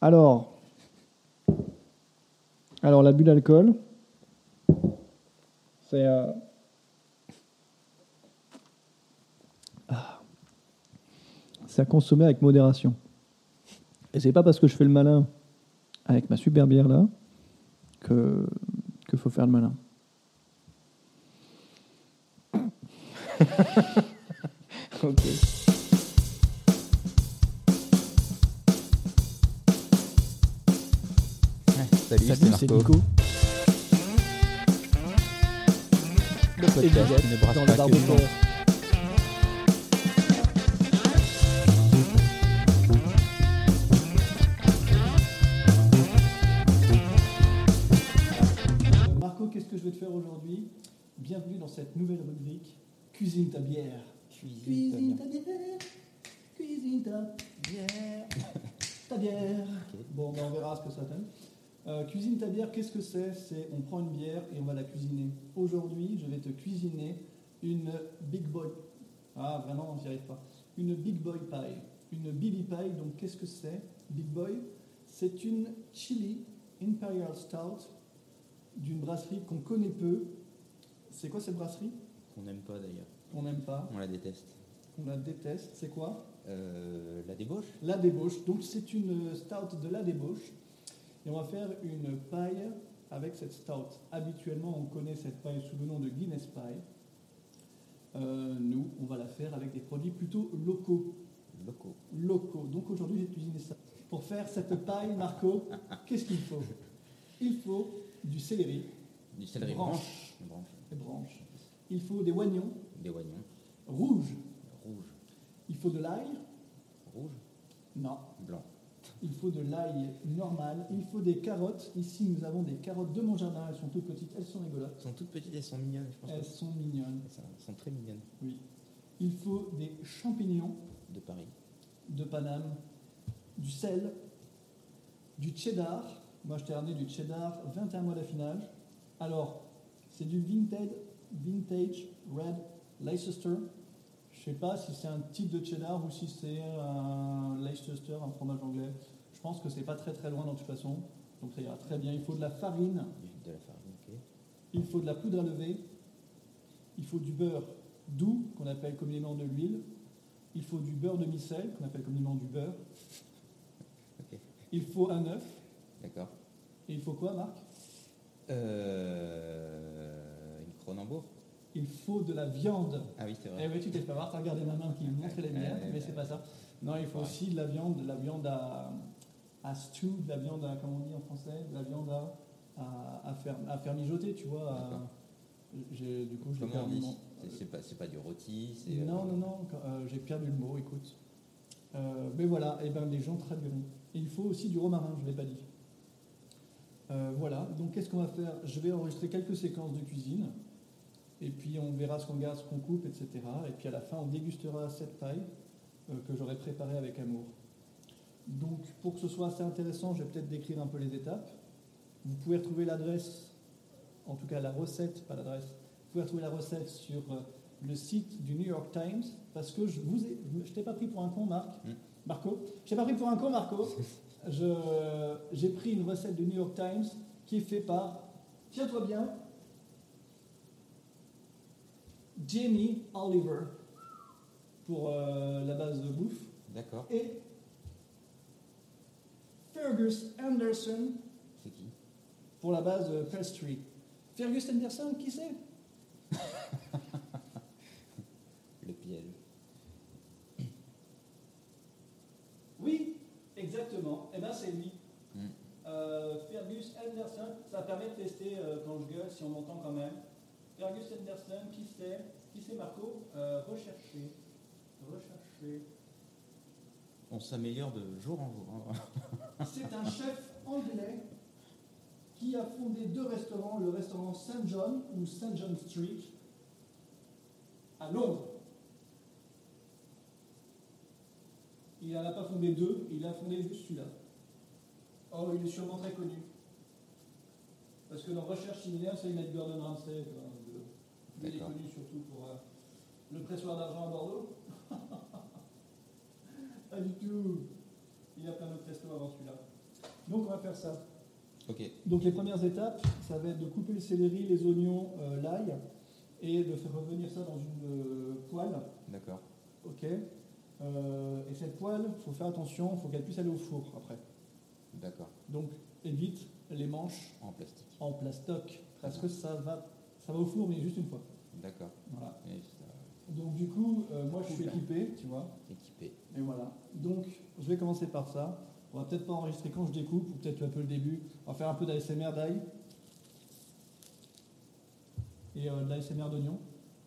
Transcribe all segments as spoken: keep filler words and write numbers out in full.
Alors, alors l'abus d'alcool, c'est... Euh, ah, c'est à consommer avec modération. Et c'est pas parce que je fais le malin avec ma super bière là que qu'il faut faire le malin. Ok. Salut, Salut, c'est Marco. Nico. Le podcast qui ne brasse dans pas le que barbe du vent. fort. Marco, qu'est-ce que je vais te faire aujourd'hui? Bienvenue dans cette nouvelle rubrique Cuisine ta bière. Cuisine ta bière. Cuisine ta bière. Ta bière. Ok. Bon, ben, on verra ce que ça donne. Euh, cuisine ta bière, qu'est-ce que c'est? C'est on prend une bière et on va la cuisiner. Aujourd'hui, je vais te cuisiner une Big Boy. Ah, vraiment, j'y arrive pas. Une Big Boy Pie. Une B B Pie, donc qu'est-ce que c'est? Big Boy, c'est une Chili Imperial Stout d'une brasserie qu'on connaît peu. C'est quoi cette brasserie? Qu'on n'aime pas d'ailleurs. Qu'on n'aime pas, On la déteste. qu'on la déteste. C'est quoi? Euh, la débauche. La Débauche. Donc c'est une stout de La Débauche. Et on va faire une paille avec cette stout. Habituellement, on connaît cette paille sous le nom de Guinness Pie. Euh, nous, on va la faire avec des produits plutôt locaux. Locaux. Locaux. Donc aujourd'hui, j'ai cuisiné ça. Pour faire cette paille, Marco, qu'est-ce qu'il faut? Il faut du céleri, Du céleri Branche. branche. Branche. des branches. Il faut des oignons Des oignons. rouges. Rouge. Il faut de l'ail. Rouge. Non. Blanc. Il faut de l'ail normal. Il faut des carottes. Ici, nous avons des carottes de mon jardin. Elles sont toutes petites. Elles sont rigolotes. Elles sont toutes petites, elles sont mignonnes. Je pense Elles que sont mignonnes. elles sont très mignonnes. Oui. Il faut des champignons De Paris. de Paname, du sel, du cheddar. Moi, je t'ai ramené du cheddar, vingt et un mois d'affinage. Alors, c'est du vintage, vintage red Leicester. Je ne sais pas si c'est un type de cheddar ou si c'est un Leicester, un fromage anglais. Je pense que c'est pas très très loin de toute façon. Donc ça ira très bien. Il faut de la farine, De la farine, ok. il faut de la poudre à lever, il faut du beurre doux, qu'on appelle communément de l'huile, il faut du beurre de micelle, qu'on appelle communément du beurre, Ok. il faut un œuf, D'accord. et il faut quoi, Marc? Euh, une Cronenbourg. Il faut de la viande. Ah oui, c'est Eh vrai. oui, tu t'es fait voir, t'as regardé ma main qui me montrait les miennes, Ouais, mais ouais, c'est ouais. pas ça. Non, il faut Ouais. aussi de la viande, de la viande à, à stew, de la viande à, comment on dit en français, de la viande à, à, à faire, à faire mijoter, tu vois. à- D'accord. j'ai, du coup, j'ai Comment on perdu dit mon- C'est- C'est pas, c'est pas du rôti. c'est, euh, Non, non, non, euh, j'ai perdu le mot, écoute. Euh, mais voilà, et ben les gens traduiront. Et il faut aussi du romarin, je ne l'ai pas dit. Euh, voilà, donc qu'est-ce qu'on va faire? Je vais enregistrer quelques séquences de cuisine, et puis on verra ce qu'on garde, ce qu'on coupe, et cetera. Et puis à la fin, on dégustera cette paille euh, que j'aurai préparée avec amour. Donc pour que ce soit assez intéressant, je vais peut-être décrire un peu les étapes. Vous pouvez retrouver l'adresse, en tout cas la recette, pas l'adresse, vous pouvez retrouver la recette sur euh, le site du New York Times, parce que je vous ai, je t'ai pas pris pour un con, Marc, Mm. Marco, je t'ai pas pris pour un con, Marco. Je, j'ai pris une recette du New York Times qui est faite par, tiens-toi bien, Jamie Oliver pour euh, la base de bouffe D'accord. et Fergus Anderson C'est qui? pour la base euh, pastry. Fergus Anderson, qui c'est? Le piège. Oui, exactement. Eh bien, c'est lui. Mm. Euh, Fergus Anderson, ça permet de tester euh, quand je gueule, si on m'entend quand même. Fergus Anderson, qui c'est? Qui c'est, Marco? euh, Recherché. Recherché. On s'améliore de jour en jour. hein. C'est un chef anglais qui a fondé deux restaurants, le restaurant Saint John ou Saint John Street à Londres. Il n'en a pas fondé deux, il a fondé juste celui-là. Oh, il est sûrement très connu. Parce que dans Recherche similaire, c'est ils mettent Gordon Ramsay. quoi. Lui, il est D'accord. connu surtout pour euh, le pressoir d'argent à Bordeaux. Pas du tout. Il a plein d'autres restos avant celui-là. Donc on va faire ça. Ok. Donc les premières étapes, ça va être de couper le céleri, les oignons, euh, l'ail, et de faire revenir ça dans une euh, poêle. D'accord. Ok. Euh, et cette poêle, il faut faire attention, il faut qu'elle puisse aller au four après. D'accord. Donc évite les manches En plastique. en plastoc, parce que ça va, ça va au four, mais juste une fois. D'accord. Voilà. Et ça- Donc du coup, euh, moi je suis équipé, tu vois. Équipé. Et voilà. Donc je vais commencer par ça. On va peut-être pas enregistrer quand je découpe, ou peut-être un peu le début. On va faire un peu d'A S M R d'ail. Et euh, de l'A S M R d'oignon.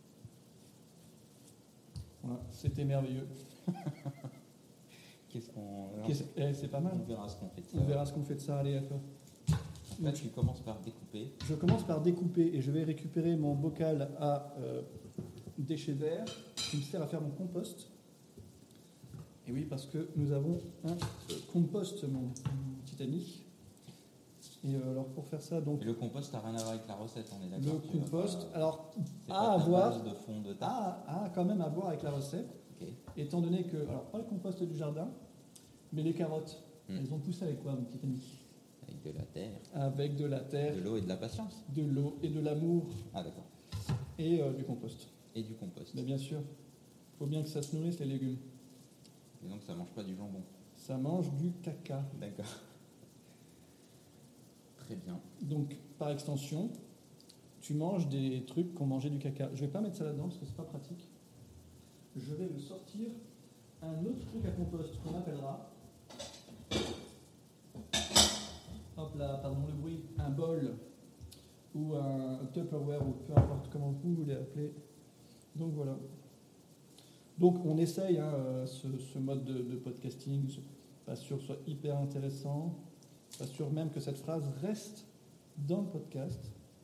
Voilà, c'était merveilleux. Qu'est-ce qu'on. Qu'est-ce- eh, c'est pas mal. On verra ce qu'on fait de ça. On verra ce qu'on fait de ça. Allez, à toi. En fait, tu commences par découper. Je commence par découper et je vais récupérer mon bocal à euh, déchets verts qui me sert à faire mon compost. Et oui, parce que nous avons un euh, compost, mon, mon petit ami. Et euh, alors pour faire ça, donc Et le compost n'a rien à voir avec la recette, on est le d'accord. Tu vas compost, pas- alors c'est à pas ta avoir, base de fond de ta. à, à quand même à voir avec la recette, Ok. étant donné que, alors pas le compost du jardin, mais les carottes, Hmm. elles ont poussé avec quoi, mon petit ami? Avec de la terre, Avec de la terre, de l'eau et de la patience. de l'eau et de l'amour Ah d'accord. et euh, du compost. Et du compost. Mais bien sûr, il faut bien que ça se nourrisse les légumes. Et donc ça mange pas du jambon. Ça mange du caca. D'accord. Très bien. Donc, par extension, tu manges des trucs qui ont mangé du caca. Je vais pas mettre ça là-dedans parce que c'est pas pratique. Je vais me sortir un autre truc à compost qu'on appellera. Hop là, pardon le bruit. Un bol ou un Tupperware ou peu importe comment vous voulez appeler. Donc voilà. Donc on essaye hein, euh, ce, ce mode de, de podcasting. Je suis pas sûr que ce soit hyper intéressant. Pas sûr même que cette phrase reste dans le podcast.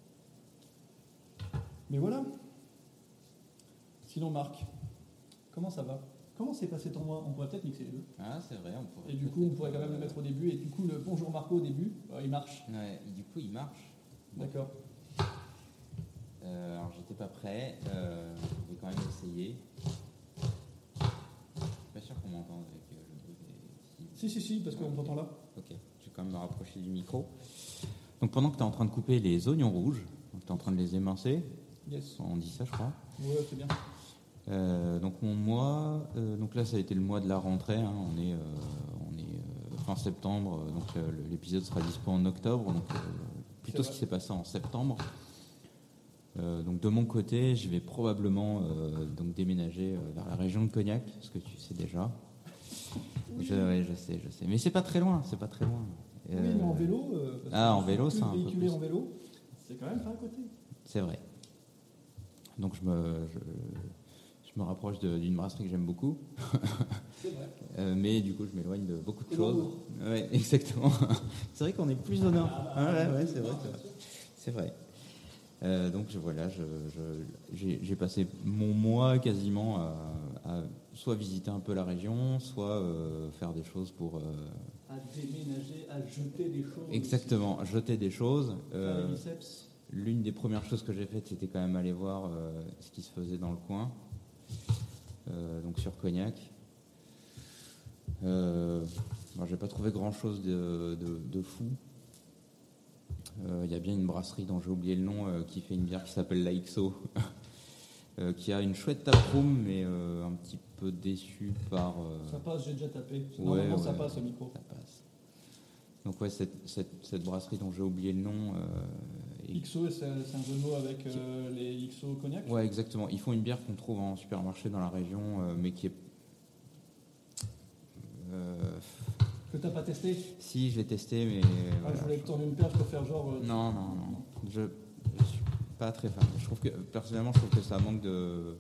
Mais voilà. Sinon, Marc, comment ça va? Comment s'est passé ton mois? On pourrait peut-être mixer les deux. Ah c'est vrai, on pourrait. Et du coup, on pourrait quand même le mettre au début. Et du coup, le bonjour Marco au début, euh, il marche. Ouais, et du coup il marche. D'accord. Euh, alors j'étais pas prêt, euh, je vais quand même essayer. Je suis pas sûr qu'on m'entende avec euh, le bruit des... Si, si, si, parce qu'on t'entend là. Ok, je vais quand même me rapprocher du micro. Donc pendant que tu es en train de couper les oignons rouges, tu es en train de les émincer, Yes. on dit ça je crois. Ouais, c'est bien. Euh, donc mon mois, euh, donc là ça a été le mois de la rentrée, hein, on est, euh, on est euh, fin septembre, euh, donc euh, l'épisode sera dispo en octobre, donc euh, plutôt ce qui s'est passé en septembre. Euh, donc de mon côté, je vais probablement euh, donc déménager euh, vers la région de Cognac, ce que tu sais déjà. Oui. Je, ouais, je sais, je sais, mais c'est pas très loin, c'est pas très loin. Oui, Euh, mais en vélo. euh, parce ah, que en je vélo, suis c'est un peu véhiculé plus. en vélo, c'est quand même pas à côté. C'est vrai. Donc je me, je, je me rapproche de- d'une brasserie que j'aime beaucoup. C'est vrai. Euh, mais du coup, je m'éloigne de beaucoup de Et choses. lourd. Ouais, exactement. C'est vrai qu'on est plus au nord. Ah, ouais, ouais, c'est vrai, c'est vrai. C'est vrai. Euh, donc je- voilà, je, je- j'ai, j'ai passé mon mois quasiment à, à soit visiter un peu la région, soit euh, faire des choses pour. euh, À déménager, à jeter des choses. exactement, jeter des choses. Faire Euh, les biceps. L'une des premières choses que j'ai faites, c'était quand même aller voir euh, ce qui se faisait dans le coin, euh, donc sur Cognac. Euh, moi, j'ai pas trouvé grand-chose de, de- de fou. Il y a bien une brasserie dont j'ai oublié le nom euh, qui fait une bière qui s'appelle la X O, euh, qui a une chouette taproom, mais euh, un petit peu déçu par. euh, Ça passe, j'ai déjà tapé. Ouais, Normalement, ça ouais. passe au micro. Ça passe. Donc ouais, cette, cette, cette brasserie dont j'ai oublié le nom. euh, est- X O, c'est c'est un jeu de mots avec euh, les X O cognac. Ouais, exactement. Ils font une bière qu'on trouve en supermarché dans la région, euh, mais qui est. Euh, Que t'as pas testé. si, je l'ai testé, mais. Ah, voilà. je voulais te tendre une perche pour faire genre. euh, Non, non, non. Je ne suis pas très fan. Je trouve que, personnellement, je trouve que ça manque de. euh,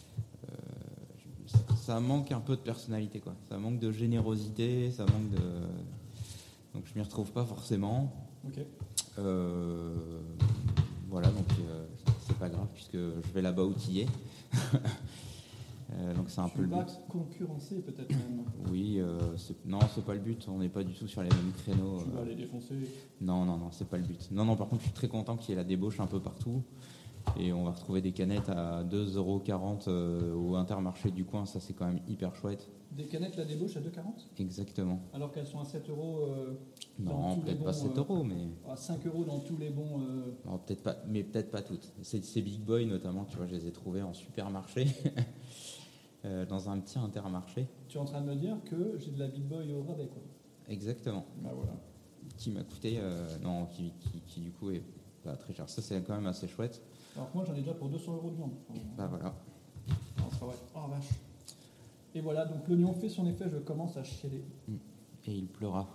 ça- ça manque un peu de personnalité, quoi. Ça manque de générosité, ça manque de. Donc je m'y retrouve pas forcément. Ok. Euh, voilà, donc euh, c'est pas grave puisque je vais là-bas outiller. Euh, donc c'est un Tu peu le vas but. concurrencer peut-être même. Oui, euh, c'est- non, c'est pas le but. On n'est pas du tout sur les mêmes créneaux. Tu euh. vas les défoncer. Non, non, non, c'est pas le but. Non, non, par contre, je suis très content qu'il y ait la débauche un peu partout. Et on va retrouver des canettes à deux euros quarante euh, au Intermarché du coin. Ça, c'est quand même hyper chouette. Des canettes la débauche à deux euros quarante Exactement. alors qu'elles sont à sept euros. euh, Non, peut-être pas sept euh, euros, mais... À cinq euros dans tous les bons... Euh... Non, peut-être pas, mais peut-être pas toutes. Ces, ces Big Boy, notamment, tu vois, je les ai trouvés en supermarché, euh, dans un petit Intermarché. Tu es en train de me dire que j'ai de la Big Boy au rabais, quoi. Exactement. Bah voilà. Qui m'a coûté... Euh, non, qui, qui, qui, du coup, est pas très cher. Ça, c'est quand même assez chouette. Alors que moi, j'en ai déjà pour deux cents euros de viande. Enfin, bah voilà. Non, c'est pas vrai. Oh vache. Et voilà, donc l'oignon fait son effet, je commence à chialer. Et il pleura.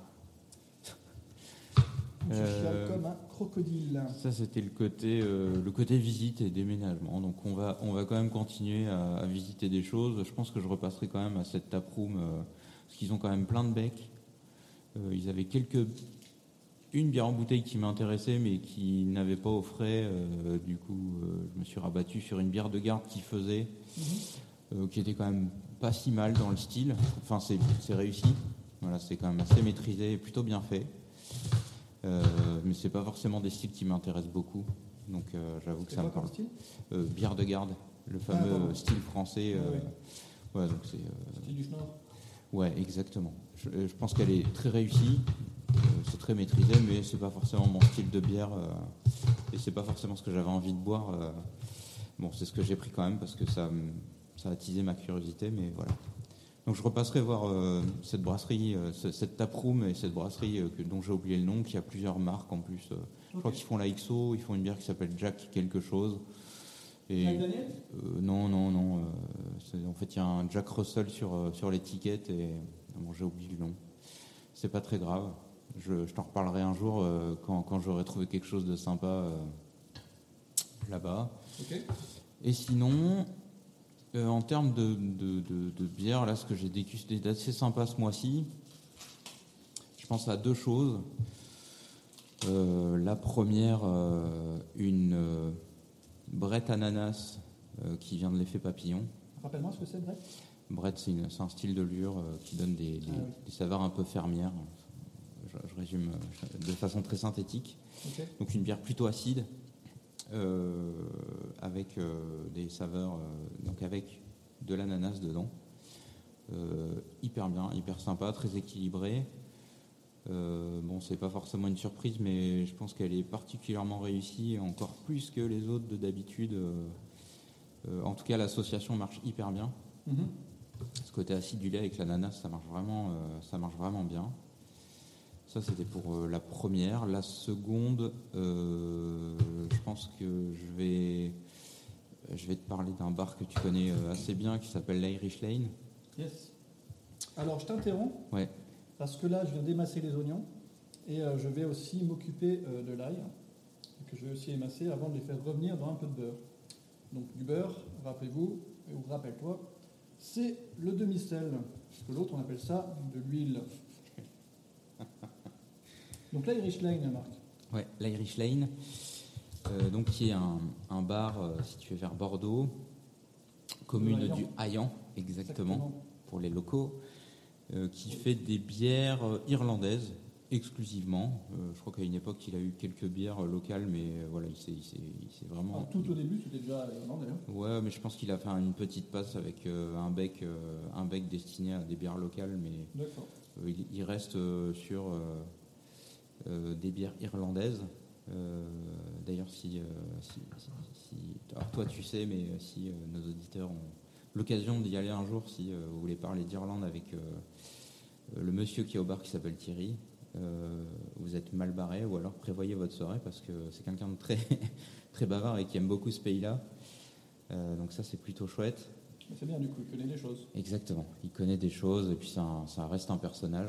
Je Euh, chiale comme un crocodile. Ça, c'était le côté, euh, le côté visite et déménagement. Donc, on va, on va quand même continuer à, à visiter des choses. Je pense que je repasserai quand même à cette taproom, euh, parce qu'ils ont quand même plein de becs. Euh, ils avaient quelques, une bière en bouteille qui m'intéressait, mais qui n'avait pas au frais. Euh, du coup, euh, je me suis rabattu sur une bière de garde qui faisait, mm-hmm. euh, qui était quand même pas si mal dans le style. Enfin, c'est, c'est réussi. Voilà, c'est quand même assez maîtrisé et plutôt bien fait. Euh, mais c'est pas forcément des styles qui m'intéressent beaucoup, donc euh, j'avoue que c'est ça me parle. Style euh, bière de garde, le fameux ah, style français. Ah, euh, ouais. Ouais, donc c'est. Euh, style du Schnorr. Ouais, exactement. Je, je pense qu'elle est très réussie, euh, c'est très maîtrisé, mais c'est pas forcément mon style de bière euh, et c'est pas forcément ce que j'avais envie de boire. Euh, bon, c'est ce que j'ai pris quand même parce que ça, ça a attisé ma curiosité, mais voilà. Donc je repasserai voir euh, cette brasserie, euh, cette taproom et cette brasserie euh, que, dont j'ai oublié le nom, qui a plusieurs marques en plus. Euh, okay. Je crois qu'ils font la X O, ils font une bière qui s'appelle Jack quelque chose. Et, Jack Daniel euh, Non, non, non. Euh, c'est, en fait, il y a un Jack Russell sur, euh, sur l'étiquette et bon, j'ai oublié le nom. C'est pas très grave. Je, je t'en reparlerai un jour euh, quand, quand j'aurai trouvé quelque chose de sympa euh, là-bas. Okay. Et sinon... Euh, en termes de, de, de, de bière, là, ce que j'ai dégusté d'assez sympa ce mois-ci, je pense à deux choses. Euh, la première, euh, une euh, Brett ananas euh, qui vient de l'effet papillon. Rappelle-moi ce que c'est, Brett. Brett, c'est, une, c'est un style de lure euh, qui donne des, des, ah, oui. des saveurs un peu fermières. Je, je résume de façon très synthétique. Okay. Donc une bière plutôt acide. Euh, avec euh, des saveurs, euh, donc avec de l'ananas dedans. Euh, hyper bien, hyper sympa, très équilibré. Euh, bon, c'est pas forcément une surprise, mais je pense qu'elle est particulièrement réussie, encore plus que les autres de d'habitude. Euh, euh, en tout cas, l'association marche hyper bien. Mm-hmm. Ce côté acidulé avec l'ananas, ça marche vraiment, euh, ça marche vraiment bien. Ça, c'était pour euh, la première. La seconde, euh, je pense que je vais, je vais te parler d'un bar que tu connais euh, assez bien qui s'appelle l'Irish Lane. Yes. Alors, je t'interromps. Ouais. Parce que là, je viens d'émasser les oignons et euh, je vais aussi m'occuper euh, de l'ail que je vais aussi émasser avant de les faire revenir dans un peu de beurre. Donc, du beurre, rappelez-vous, ou rappelle-toi, c'est le demi-sel. Parce que l'autre, on appelle ça de l'huile. Donc l'Irish Lane, Marc. Ouais, l'Irish Lane, euh, donc qui est un, un bar euh, situé vers Bordeaux, commune Hayan. du Hayan, exactement, exactement, pour les locaux, euh, qui oui. fait des bières euh, irlandaises exclusivement. Euh, je crois qu'à une époque, il a eu quelques bières locales, mais euh, voilà, il s'est, il s'est, il s'est vraiment... Alors, tout au début, c'était déjà irlandais. Hein. Ouais, mais je pense qu'il a fait une petite passe avec euh, un bec, euh, un bec destiné à des bières locales, mais euh, il, il reste euh, sur... Euh, Euh, des bières irlandaises. Euh, d'ailleurs, si, euh, si, si, si, alors toi tu sais, mais si euh, nos auditeurs ont l'occasion d'y aller un jour, si euh, vous voulez parler d'Irlande avec euh, le monsieur qui est au bar qui s'appelle Thierry, euh, vous êtes mal barré, ou alors prévoyez votre soirée parce que c'est quelqu'un de très, très bavard et qui aime beaucoup ce pays-là. Euh, donc ça, c'est plutôt chouette. C'est bien, du coup, il connaît des choses. Exactement, il connaît des choses et puis ça, ça reste un personnage.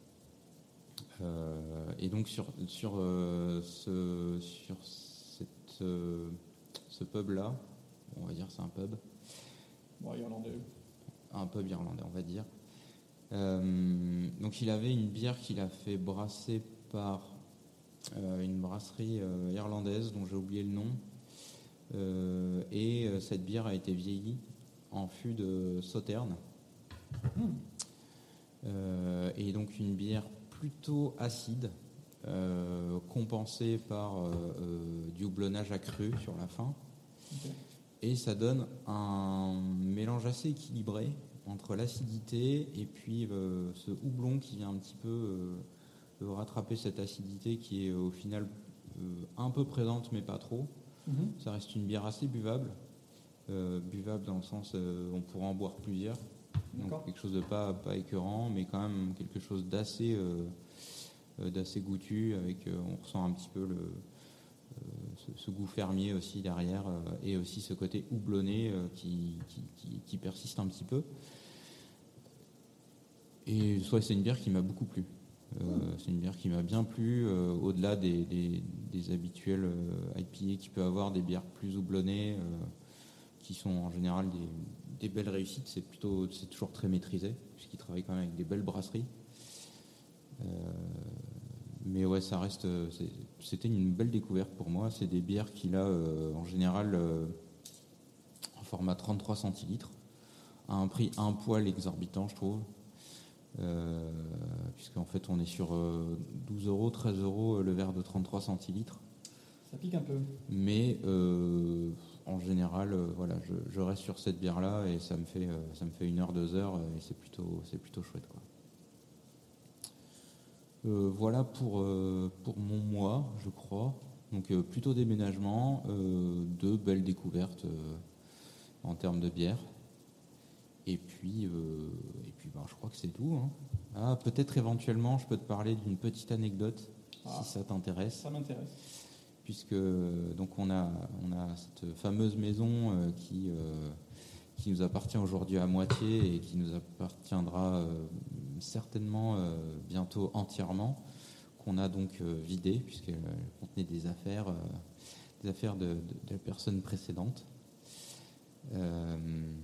Euh, et donc sur, sur, euh, ce, sur cette, euh, ce pub-là, on va dire c'est un pub. Ouais, irlandais. Un pub irlandais, on va dire. Euh, donc il avait une bière qu'il a fait brasser par euh, une brasserie euh, irlandaise dont j'ai oublié le nom. Euh, et euh, cette bière a été vieillie en fût de Sauterne. Mmh. Euh, et donc une bière plutôt acide, euh, compensé par euh, euh, du houblonnage accru sur la fin. Okay. Et ça donne un mélange assez équilibré entre l'acidité et puis euh, ce houblon qui vient un petit peu euh, euh, rattraper cette acidité qui est au final euh, un peu présente mais pas trop. Mm-hmm. Ça reste une bière assez buvable, euh, buvable dans le sens euh, on pourra en boire plusieurs. Donc quelque chose de pas, pas écœurant, mais quand même quelque chose d'assez, euh, d'assez goûtu, avec euh, on ressent un petit peu le, euh, ce, ce goût fermier aussi derrière, euh, et aussi ce côté houblonné euh, qui, qui, qui, qui persiste un petit peu. Et soit c'est une bière qui m'a beaucoup plu. Euh, mmh. C'est une bière qui m'a bien plu, euh, au-delà des, des, des habituels euh, I P A qu'il peut avoir, des bières plus houblonnées, euh, qui sont en général des, des belles réussites. C'est plutôt, c'est toujours très maîtrisé, puisqu'ils travaillent quand même avec des belles brasseries. Euh, mais ouais, ça reste, c'est, c'était une belle découverte pour moi. C'est des bières qu'il a euh, en général euh, en format trente-trois centilitres, à un prix un poil exorbitant, je trouve. Euh, puisqu'en fait on est sur euh, douze euros, treize euros le verre de trente-trois centilitres. Ça pique un peu. Mais euh, en général, euh, voilà, je, je reste sur cette bière-là et ça me fait, euh, ça me fait une heure, deux heures et c'est plutôt, c'est plutôt chouette, quoi. Euh, voilà pour, euh, pour mon mois, je crois. Donc euh, plutôt déménagement, euh, deux belles découvertes euh, en termes de bière. Et puis, euh, et puis ben, je crois que c'est tout. Hein. Ah, peut-être éventuellement, je peux te parler d'une petite anecdote, ah, si ça t'intéresse. Ça m'intéresse. Puisque donc on a, on a cette fameuse maison euh, qui, euh, qui nous appartient aujourd'hui à moitié et qui nous appartiendra euh, certainement euh, bientôt entièrement, qu'on a donc euh, vidée, puisqu'elle contenait des affaires, euh, des affaires de, de, de la personne précédente. Euh,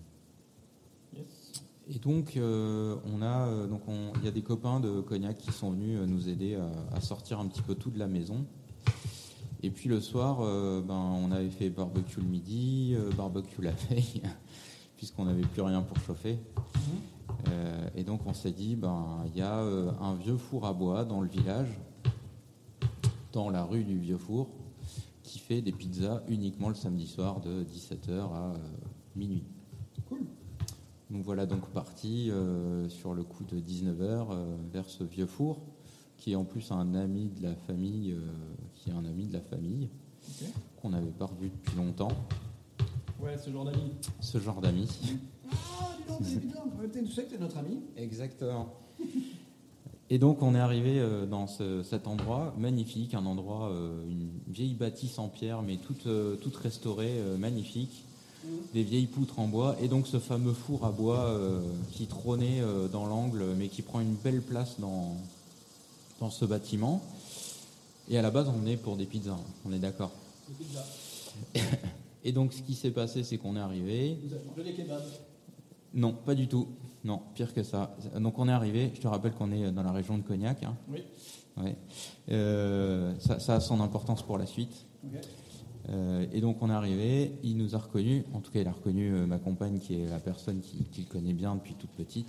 Yes. Et donc, euh, on a, euh, donc on, il y a des copains de Cognac qui sont venus euh, nous aider à, à sortir un petit peu tout de la maison. Et puis le soir, euh, ben, on avait fait barbecue le midi, euh, barbecue la veille, puisqu'on n'avait plus rien pour chauffer. Mmh. Euh, et donc on s'est dit, ben, il y a euh, un vieux four à bois dans le village, dans la rue du Vieux Four, qui fait des pizzas uniquement le samedi soir de dix-sept heures à euh, minuit. Cool. Donc voilà donc parti euh, sur le coup de dix-neuf heures euh, vers ce vieux four, qui est en plus un ami de la famille, euh, qui est un ami de la famille, okay. qu'on n'avait pas revu depuis longtemps. Ouais, ce genre d'ami. Ce genre d'ami. Ah, dis donc, c'est évident. Tu sais que t'es notre ami. Exactement. Et donc on est arrivé euh, dans ce, cet endroit magnifique, un endroit, euh, une vieille bâtisse en pierre, mais toute, euh, toute restaurée, euh, magnifique. Des vieilles poutres en bois, et donc ce fameux four à bois euh, qui trônait euh, dans l'angle, mais qui prend une belle place dans, dans ce bâtiment. Et à la base, on est pour des pizzas, on est d'accord. Des pizzas. Et donc, ce qui s'est passé, c'est qu'on est arrivé. Vous avez mangé des kebabs? Non, pas du tout. Non, pire que ça. Donc, on est arrivé. Je te rappelle qu'on est dans la région de Cognac. Hein. Oui. Ouais. Euh, ça, ça a son importance pour la suite. Okay. Euh, et donc on est arrivé, il nous a reconnus, en tout cas il a reconnu euh, ma compagne qui est la personne qui, qui le connaît bien depuis toute petite.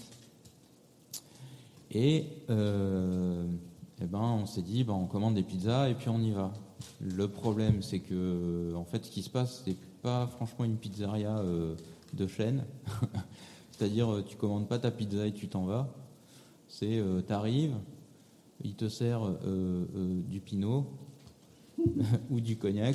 Et, euh, et ben on s'est dit, ben, on commande des pizzas et puis on y va. Le problème c'est que en fait ce qui se passe, c'est pas franchement une pizzeria euh, de chaîne. C'est-à-dire tu commandes pas ta pizza et tu t'en vas. C'est euh, t'arrives, il te sert euh, euh, du pinot ou du cognac.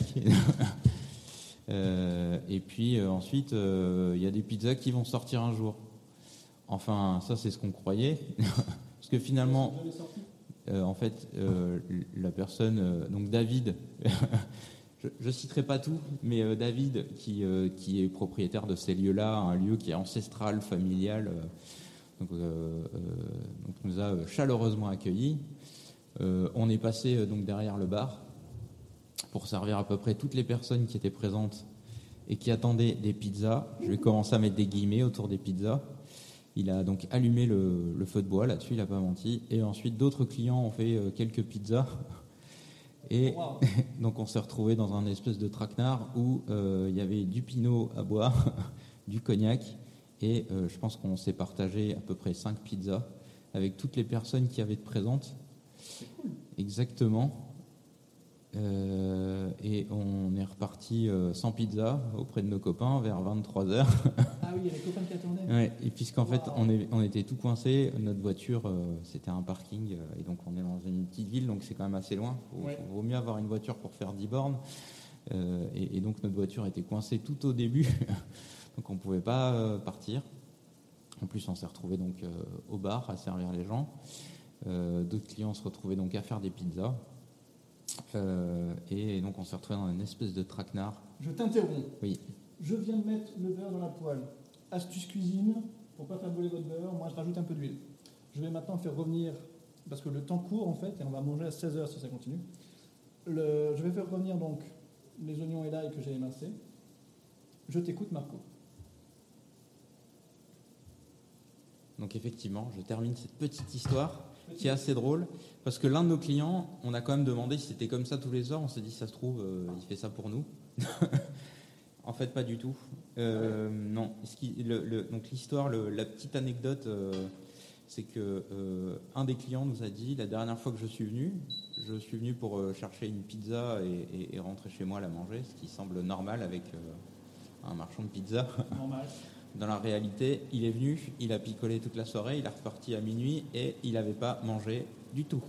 euh, et puis euh, ensuite, il euh, y a des pizzas qui vont sortir un jour. Enfin, ça c'est ce qu'on croyait. Parce que finalement, euh, en fait, euh, la personne, euh, donc David, je ne citerai pas tout, mais euh, David, qui, euh, qui est propriétaire de ces lieux-là, un lieu qui est ancestral, familial, euh, donc, euh, euh, donc nous a chaleureusement accueillis. Euh, on est passé euh, donc derrière le bar pour servir à peu près toutes les personnes qui étaient présentes et qui attendaient des pizzas. Je vais commencer à mettre des guillemets autour des pizzas. Il a donc allumé le, le feu de bois, là-dessus, il n'a pas menti. Et ensuite, d'autres clients ont fait euh, quelques pizzas. Et wow. Donc, on s'est retrouvé dans un espèce de traquenard où euh, il y avait du pinot à boire, du cognac. Et euh, je pense qu'on s'est partagé à peu près cinq pizzas avec toutes les personnes qui avaient été présentes. C'est cool. Exactement. Euh, et on est reparti euh, sans pizza auprès de nos copains vers vingt-trois heures. Ah oui, il y a les copains qui attendaient. Ouais, et puisqu'en wow. fait on, est, on était tout coincés, notre voiture euh, c'était un parking euh, et donc on est dans une petite ville, donc c'est quand même assez loin. Il ouais. vaut mieux avoir une voiture pour faire dix bornes. Euh, et, et donc notre voiture était coincée tout au début, donc on ne pouvait pas euh, partir. En plus, on s'est retrouvé donc euh, au bar à servir les gens. Euh, d'autres clients se retrouvaient donc à faire des pizzas. Euh, et donc on s'est retrouvé dans une espèce de traquenard. Je t'interromps. Oui. Je viens de mettre le beurre dans la poêle. Astuce cuisine, pour ne pas faire brûler votre beurre, moi je rajoute un peu d'huile. Je vais maintenant faire revenir, parce que le temps court en fait, et on va manger à seize heures si ça continue. Le, je vais faire revenir donc les oignons et l'ail que j'ai émincés. Je t'écoute, Marco. Donc effectivement, je termine cette petite histoire qui est assez drôle, parce que l'un de nos clients, on a quand même demandé si c'était comme ça tous les soirs. On s'est dit, ça se trouve, euh, il fait ça pour nous. En fait, pas du tout. Euh, non. Ce qui, le, le, donc l'histoire, le, la petite anecdote, euh, c'est que euh, un des clients nous a dit, la dernière fois que je suis venu, je suis venu pour euh, chercher une pizza et, et, et rentrer chez moi la manger, ce qui semble normal avec euh, un marchand de pizza. Normal. Dans la réalité, il est venu, il a picolé toute la soirée, il est reparti à minuit et il n'avait pas mangé du tout.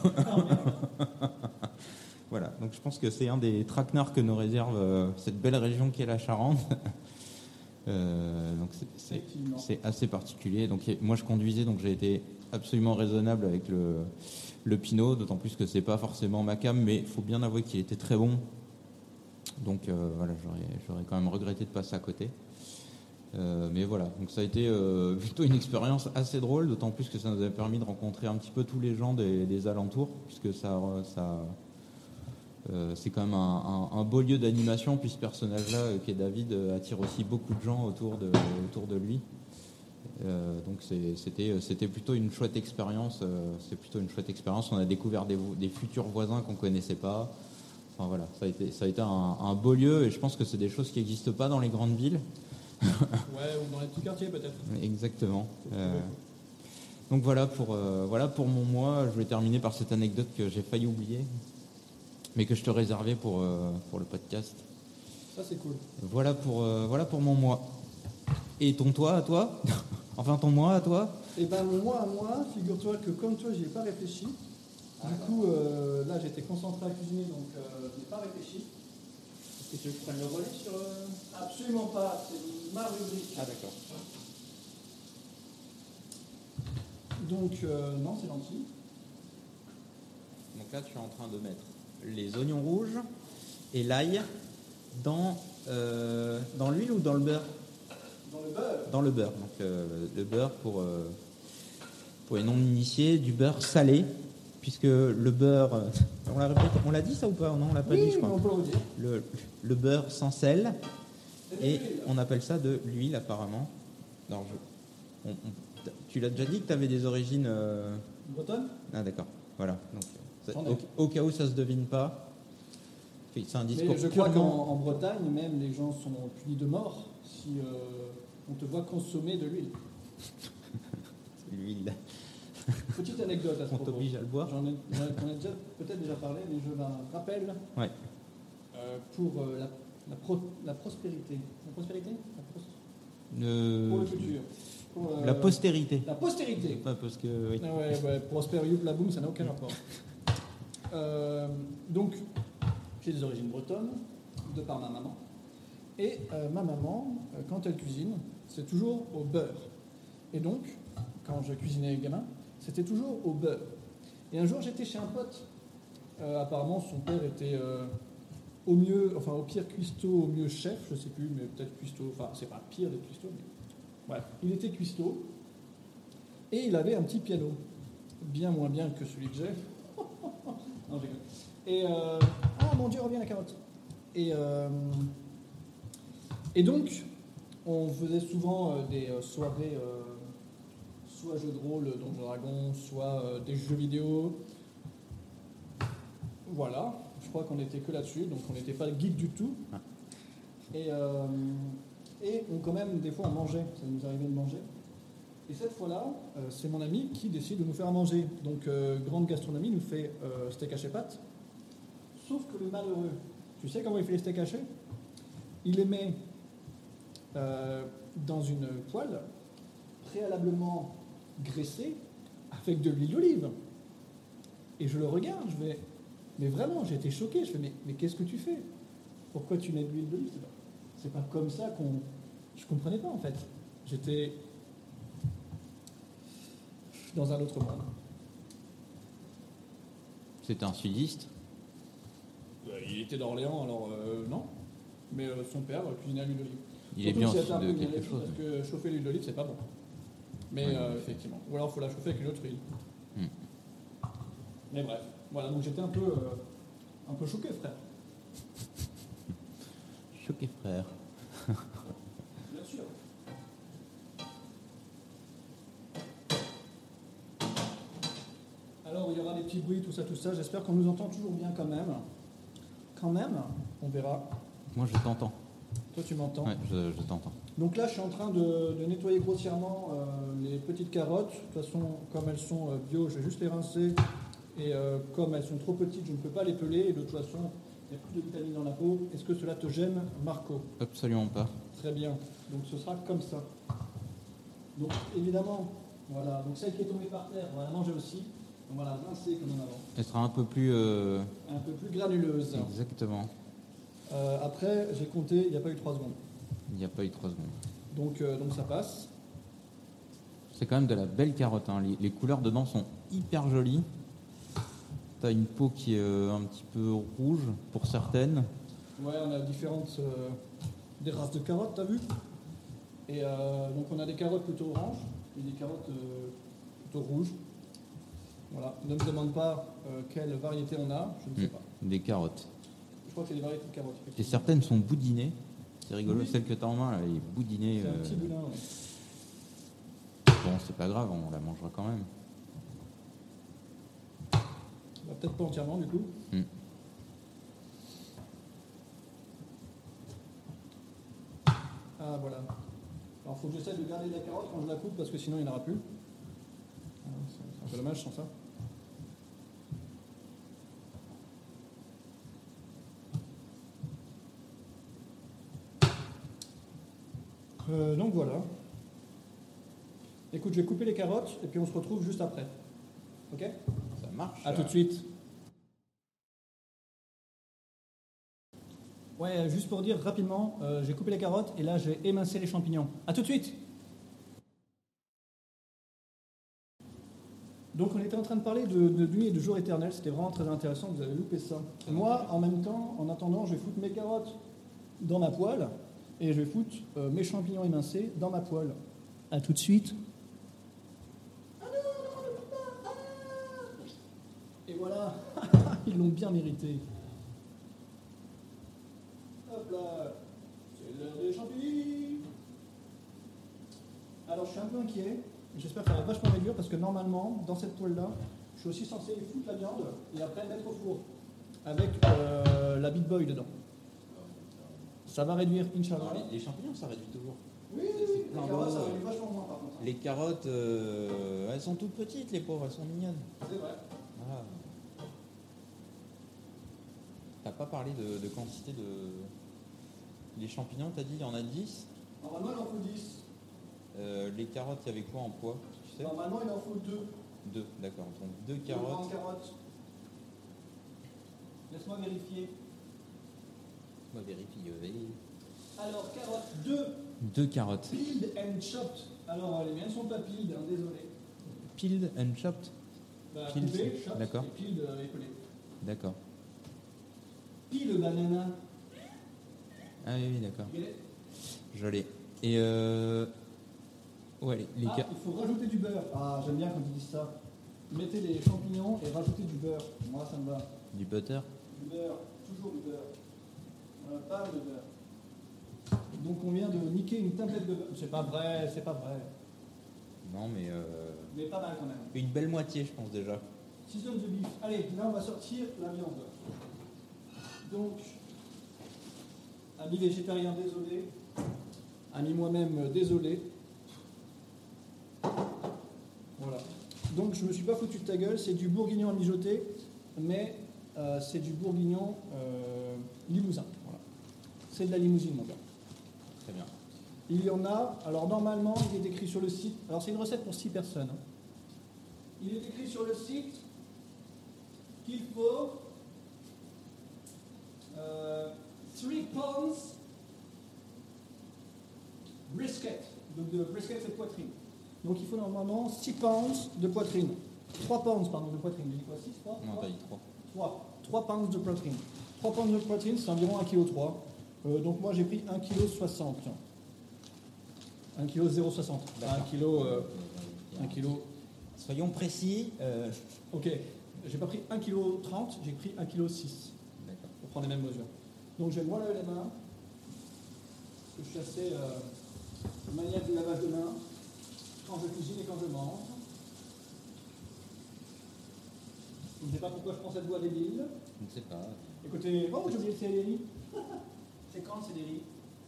Voilà, donc je pense que c'est un des traquenards que nous réserve euh, cette belle région qui est la Charente. euh, donc c'est, c'est, c'est assez particulier. Donc moi je conduisais, donc j'ai été absolument raisonnable avec le, le Pinot, d'autant plus que c'est pas forcément ma cam, mais il faut bien avouer qu'il était très bon. Donc euh, voilà, j'aurais, j'aurais quand même regretté de passer à côté. Euh, mais voilà, donc ça a été euh, plutôt une expérience assez drôle, d'autant plus que ça nous a permis de rencontrer un petit peu tous les gens des, des alentours, puisque ça, ça, euh, c'est quand même un, un, un beau lieu d'animation, puis ce personnage-là, euh, qui est David, euh, attire aussi beaucoup de gens autour de, autour de lui. Euh, donc c'est, c'était, c'était plutôt une chouette expérience. Euh, c'est plutôt une chouette expérience. On a découvert des, des futurs voisins qu'on connaissait pas. Enfin voilà, ça a été, ça a été un, un beau lieu, et je pense que c'est des choses qui n'existent pas dans les grandes villes. Ouais, ou dans les petits quartiers peut-être. Exactement. Euh, donc voilà pour, euh, voilà pour mon mois. Je vais terminer par cette anecdote que j'ai failli oublier, mais que je te réservais pour, euh, pour le podcast. Ça c'est cool. Voilà pour, euh, voilà pour mon mois. Et ton toit à toi? Enfin ton mois à toi? Eh ben mon mois à moi, figure-toi que comme toi, j'y ai pas réfléchi. Du coup, euh, là j'étais concentré à cuisiner, donc euh, je n'ai pas réfléchi. Est-ce que tu veux que je prenne le relais sur... Euh... Absolument pas, c'est ma rubrique. Ah d'accord. Donc, euh, non, c'est gentil. Donc là, tu es en train de mettre les oignons rouges et l'ail dans, euh, dans l'huile ou dans le beurre? Dans le beurre. Dans le beurre. Donc euh, le beurre, pour, euh, pour les non-initiés, du beurre salé. Puisque le beurre, on l'a, répété, on l'a dit ça ou pas? Non, on l'a pas oui, dit, je crois. On peut le dire. Le, le beurre sans sel, et on appelle ça de l'huile apparemment. Alors, je, on, on, tu l'as déjà dit que tu avais des origines euh... bretonnes. Ah d'accord, voilà. Donc, ça, au, au cas où ça se devine pas, c'est un discours. Mais je crois qu'en en Bretagne, même les gens sont punis de mort si euh, on te voit consommer de l'huile. C'est l'huile. Petite anecdote à ce on propos. On t'oblige à le boire. J'en ai, j'en ai déjà peut-être déjà parlé, mais je la rappelle. Ouais. Euh, pour euh, la, la, pro, la prospérité. La prospérité la pros... le... Pour le futur. Pour, euh, la postérité. La postérité. Pas parce que. Oui. Ah ouais, ouais, Prosper, youp, la boum, ça n'a aucun rapport. Euh, donc, j'ai des origines bretonnes, de par ma maman. Et euh, ma maman, euh, quand elle cuisine, c'est toujours au beurre. Et donc, quand je cuisinais gamin, c'était toujours au beurre. Et un jour, j'étais chez un pote. Euh, apparemment, son père était euh, au mieux, enfin au pire cuistot, au mieux chef, je sais plus, mais peut-être cuistot. Enfin, c'est pas pire d'être cuistot, mais bref, il était cuistot. Et il avait un petit piano, bien moins bien que celui que j'ai. Non, j'ai Et euh, ah mon Dieu, revient la carotte. Et euh, et donc, on faisait souvent euh, des euh, soirées. Euh, soit jeux de rôle, Donjons et Dragons, soit euh, des jeux vidéo. Voilà, je crois qu'on n'était que là-dessus, donc on n'était pas geek du tout. Et, euh, et on, quand même, des fois, on mangeait, ça nous arrivait de manger. Et cette fois-là, euh, c'est mon ami qui décide de nous faire à manger. Donc, euh, grande gastronomie nous fait euh, steak haché pâtes. Sauf que le malheureux, tu sais comment il fait les steaks hachés? Il les met euh, dans une poêle préalablement graissé avec de l'huile d'olive. Et je le regarde, je vais, mais vraiment, j'ai été choqué. Je fais, mais, mais qu'est-ce que tu fais? Pourquoi tu mets de l'huile d'olive? C'est pas, c'est pas comme ça qu'on... Je comprenais pas en fait. J'étais dans un autre monde. C'était un sudiste? Euh, il était d'Orléans, alors euh, non. Mais euh, son père cuisinait à l'huile d'olive. Il est Surtout bien si au sud elle est un de peu quelque mieleuse, chose. parce que chauffer l'huile d'olive, c'est pas bon. Mais Ouais, euh, ouais. effectivement. Ou alors il faut la chauffer avec une autre huile. Hmm. Mais bref. Voilà, donc j'étais un peu, euh, un peu choqué, frère. Choqué frère. Bien sûr. Alors il y aura des petits bruits, tout ça, tout ça. J'espère qu'on nous entend toujours bien quand même. Quand même, on verra. Moi je t'entends. Toi tu m'entends. Ouais, je, je t'entends. Donc là je suis en train de, de nettoyer grossièrement euh, les petites carottes. De toute façon, comme elles sont euh, bio, je vais juste les rincer. Et euh, comme elles sont trop petites, je ne peux pas les peler. Et de toute façon, il n'y a plus de vitamines dans la peau. Est-ce que cela te gêne, Marco? Absolument pas. Très bien. Donc ce sera comme ça. Donc évidemment, voilà. Donc celle qui est tombée par terre, on va la manger aussi. On va la rincer comme en avant. Elle sera un peu plus... euh, Un peu plus granuleuse. Exactement. Euh, après, j'ai compté, il n'y a pas eu trois secondes. Il n'y a pas eu trois secondes. Donc, euh, donc ça passe. C'est quand même de la belle carotte. Hein. Les, les couleurs dedans sont hyper jolies. T'as une peau qui est euh, un petit peu rouge pour certaines. Ouais, on a différentes euh, des races de carottes, t'as vu? Et euh, donc on a des carottes plutôt oranges et des carottes euh, plutôt rouges. Voilà. Ne me demande pas euh, quelle variété on a, je ne sais Hmm. pas. Des carottes. Je crois que c'est des variétés de carottes. Et effectivement. certaines sont boudinées. C'est rigolo, Oui. celle que t'as en main, là, elle est boudinée. C'est un euh, petit boudin, ouais. Bon, c'est pas grave, on la mangera quand même. Bah, peut-être pas entièrement du coup. Hmm. Ah voilà. Alors il faut que j'essaie de garder de la carotte quand je la coupe parce que sinon il n'y en aura plus. Ah, C'est c'est un peu dommage sans ça. Euh, donc voilà. Écoute, je vais couper les carottes et puis on se retrouve juste après. Ok? Ça marche. A tout de suite. Ouais, juste pour dire rapidement, euh, j'ai coupé les carottes et là j'ai émincé les champignons. A tout de suite. Donc on était en train de parler de, de nuit et de jour éternel, c'était vraiment très intéressant, vous avez loupé ça. Moi, en même temps, en attendant, je vais foutre mes carottes dans ma poêle et je vais foutre euh, mes champignons émincés dans ma poêle. A tout de suite. Ah non, non, ne coupe pas. Ah. Et voilà, ils l'ont bien mérité. Hop là, c'est l'heure des champignons. Alors je suis un peu inquiet. J'espère que ça va vachement réduire parce que normalement, dans cette poêle-là, je suis aussi censé foutre la viande et après mettre au four avec euh, la Big Boy dedans. Ça va réduire, Inch'Allah. Non, les, les champignons, ça réduit toujours. Oui, oui, oui. plein Les carottes, d'eau, ça euh. réduit vachement moins par contre. Les carottes, euh, elles sont toutes petites, les pauvres, elles sont mignonnes. C'est vrai. Ah. T'as pas parlé de, de quantité de... Les champignons, t'as dit, il y en a dix. Normalement, il en faut dix. Euh, les carottes, il y avait quoi en poids, tu sais? Normalement, il en faut deux. Deux, d'accord. Donc deux Deux grandes carottes. carottes. Laisse-moi vérifier. On va vérifier. Alors, carottes, deux. Deux carottes. Peeled and chopped. Alors, les miennes sont pas peeled, hein, désolé. Peeled and chopped. Bah, Peeled, coupé, c'est- chopped, d'accord. et peeled, euh, épaulé. D'accord. Peel banana. Ah oui, oui, d'accord. Get it? Je l'ai. Et euh... Ouais, les, les Ah, ca- il faut rajouter du beurre. Ah, j'aime bien quand ils disent ça. Mettez les champignons et rajoutez du beurre. Moi, ça me va. du butter. Du beurre, toujours du beurre. Euh, pas de beurre. Donc, on vient de niquer une tablette de beurre. C'est pas vrai, c'est pas vrai. Non, mais euh... Mais pas mal quand même. une belle moitié, je pense déjà. six onces de bif. Allez, là, on va sortir la viande. Donc, ami végétarien, désolé. Ami moi-même, euh, désolé. Voilà. Donc, je me suis pas foutu de ta gueule. C'est du bourguignon à mijoter, mais euh, c'est du bourguignon euh, limousin. Voilà. C'est de la limousine, mon gars. Très bien. Il y en a, alors normalement, il est écrit sur le site, alors c'est une recette pour six personnes. hein. Il est écrit sur le site qu'il faut euh, trois pounds brisket. Donc de brisket, c'est poitrine. Donc il faut normalement six pounds de poitrine. trois pounds, pardon, de poitrine. J'ai dit quoi, six, trois? Non, t'as dit trois. trois. trois pounds de poitrine. trois pounds de poitrine, c'est environ un virgule trois kg. Euh, donc moi j'ai pris un virgule soixante kg. un virgule zéro soixante. un kilo. Euh, un kilo. Soyons précis. Euh... Ok, j'ai pas pris un virgule trente kg, j'ai pris un virgule six kg. D'accord. Pour prendre les mêmes mesures. Donc je vais moi laver les mains. Parce que je suis assez euh, maniaque du lavage de mains. Quand je cuisine et quand je mange. Je ne sais pas pourquoi je prends cette voie débile. Je ne sais pas. Écoutez, oh j'ai oublié le céleri. C'est quand le céleri?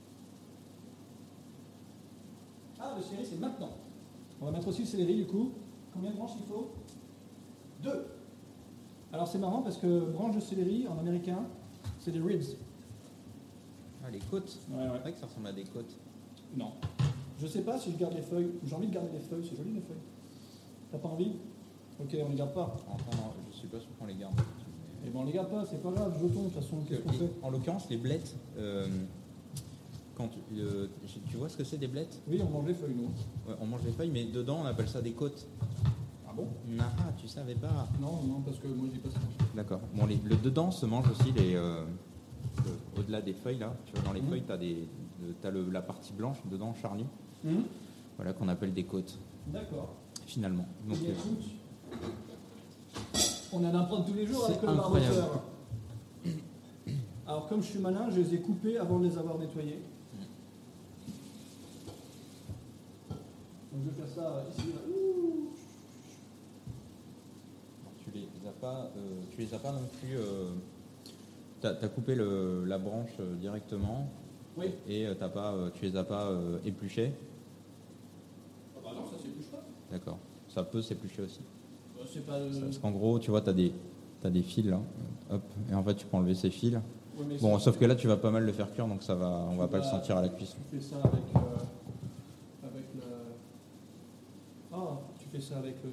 Ah, le céleri c'est maintenant. On va mettre aussi le céleri du coup. Combien de branches il faut? Deux. Alors c'est marrant parce que branche de céleri en américain, c'est des ribs. Ah, les côtes. Ouais, ouais. C'est vrai que ça ressemble à des côtes. Non. Je sais pas si je garde les feuilles. J'ai envie de garder les feuilles, c'est joli les feuilles. T'as pas envie? Ok, on les garde pas. Enfin, non, je suis pas sûr qu'on les garde. Et ben on les garde pas, c'est pas grave, jetons de toute façon, qu'est-ce qu'on Et, fait? en l'occurrence, les blettes, euh, quand tu, euh, tu vois ce que c'est des blettes? Oui, on mange les feuilles, nous. Ouais, on mange les feuilles, mais dedans, on appelle ça des côtes. Ah bon? Ah, tu savais pas? Non, non, parce que moi je dis pas ça. D'accord. Bon, les, le dedans se mange aussi les. Euh, le- au-delà des feuilles, là. Tu vois, dans les Mhm. feuilles, tu as, des, le- t'as le- la partie blanche dedans, charnue. Hum Voilà, qu'on appelle des côtes, D'accord. finalement. Donc, Eh bien, euh, écoute, on en apprend tous les jours C'est avec le incroyable. barboteur. Alors comme je suis malin, je les ai coupés avant de les avoir nettoyés. Donc je vais faire ça ici. Là. Ouh. tu les as pas, euh, tu les as pas non plus. Euh, t'as, t'as coupé le, la branche euh, directement Oui. et euh, t'as pas, euh, tu les as pas euh, épluchées. Ah bah non, ça s'épluche pas. D'accord. Ça peut s'éplucher aussi. Bah, c'est pas. euh, Parce qu'en gros, tu vois, t'as des, t'as des fils là. Hop. Et en fait, tu peux enlever ces fils. ouais, mais Bon, ça, sauf que là, tu vas pas mal le faire cuire, donc ça va, on va tu pas le vas- sentir à la cuisson. Tu fais ça avec. euh, avec le. Ah, tu fais ça avec le.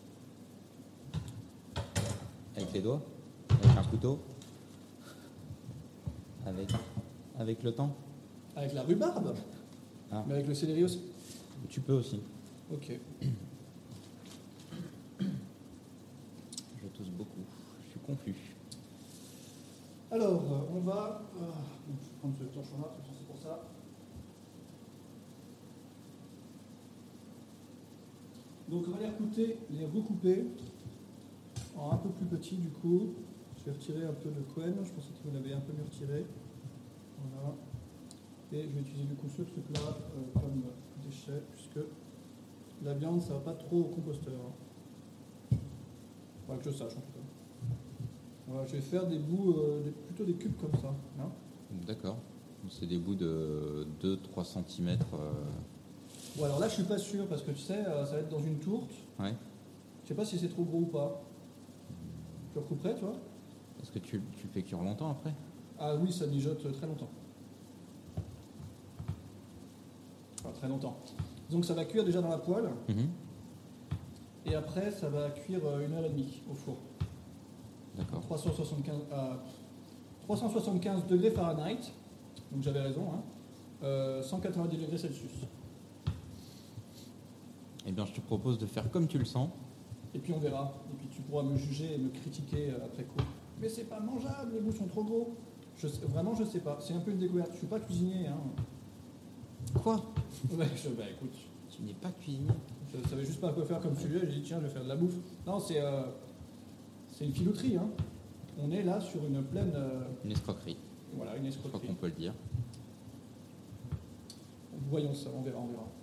Avec les doigts, avec un couteau, avec, avec le temps. Avec la rhubarbe. Ah. Mais avec le céleri aussi. Tu peux aussi. Ok. Je tousse beaucoup. Je suis confus. Alors, euh, on va. Euh, je vais prendre ce torchon-là, de toute façon, c'est pour ça. Donc, on va les recouper, les recouper en un peu plus petit, du coup. Je vais retirer un peu le cohen. Je pensais que vous l'avez un peu mieux retiré. Voilà. Et je vais utiliser du coup ce truc-là euh, comme déchet, puisque la viande, ça va pas trop au composteur. Hein. Enfin, que je sache en tout cas. Voilà, je vais faire des bouts, euh, des- plutôt des cubes comme ça. Hein. D'accord. C'est des bouts de deux à trois centimètres. Bon, alors là, je suis pas sûr parce que tu sais, euh, ça va être dans une tourte. Ouais. Je sais pas si c'est trop gros ou pas. Tu recouperais, toi? Parce que tu, tu le fais cuire longtemps après. Ah oui, ça mijote très longtemps. Enfin, très longtemps. Donc ça va cuire déjà dans la poêle. Mhm. Et après, ça va cuire euh, une heure et demie au four. D'accord. trois cent soixante-quinze, à trois cent soixante-quinze degrés Fahrenheit. Donc j'avais raison. Hein. Euh, cent quatre-vingt-dix degrés Celsius. Eh bien, je te propose de faire comme tu le sens. Et puis on verra. Et puis tu pourras me juger et me critiquer euh, après coup. Mais c'est pas mangeable, les bouts sont trop gros. Je sais- vraiment, je sais pas. C'est un peu une découverte. Je suis pas cuisinier. Hein. Quoi? Ouais, je, bah écoute, Tu n'es pas cuisinier. je savais juste pas quoi faire comme sujet. J'ai dit tiens, je vais faire de la bouffe. Non, c'est euh, c'est une filouterie. Hein. On est là sur une pleine. euh, Une escroquerie. voilà, une Je crois escroquerie. qu'on peut le dire. Voyons ça, on verra, on verra.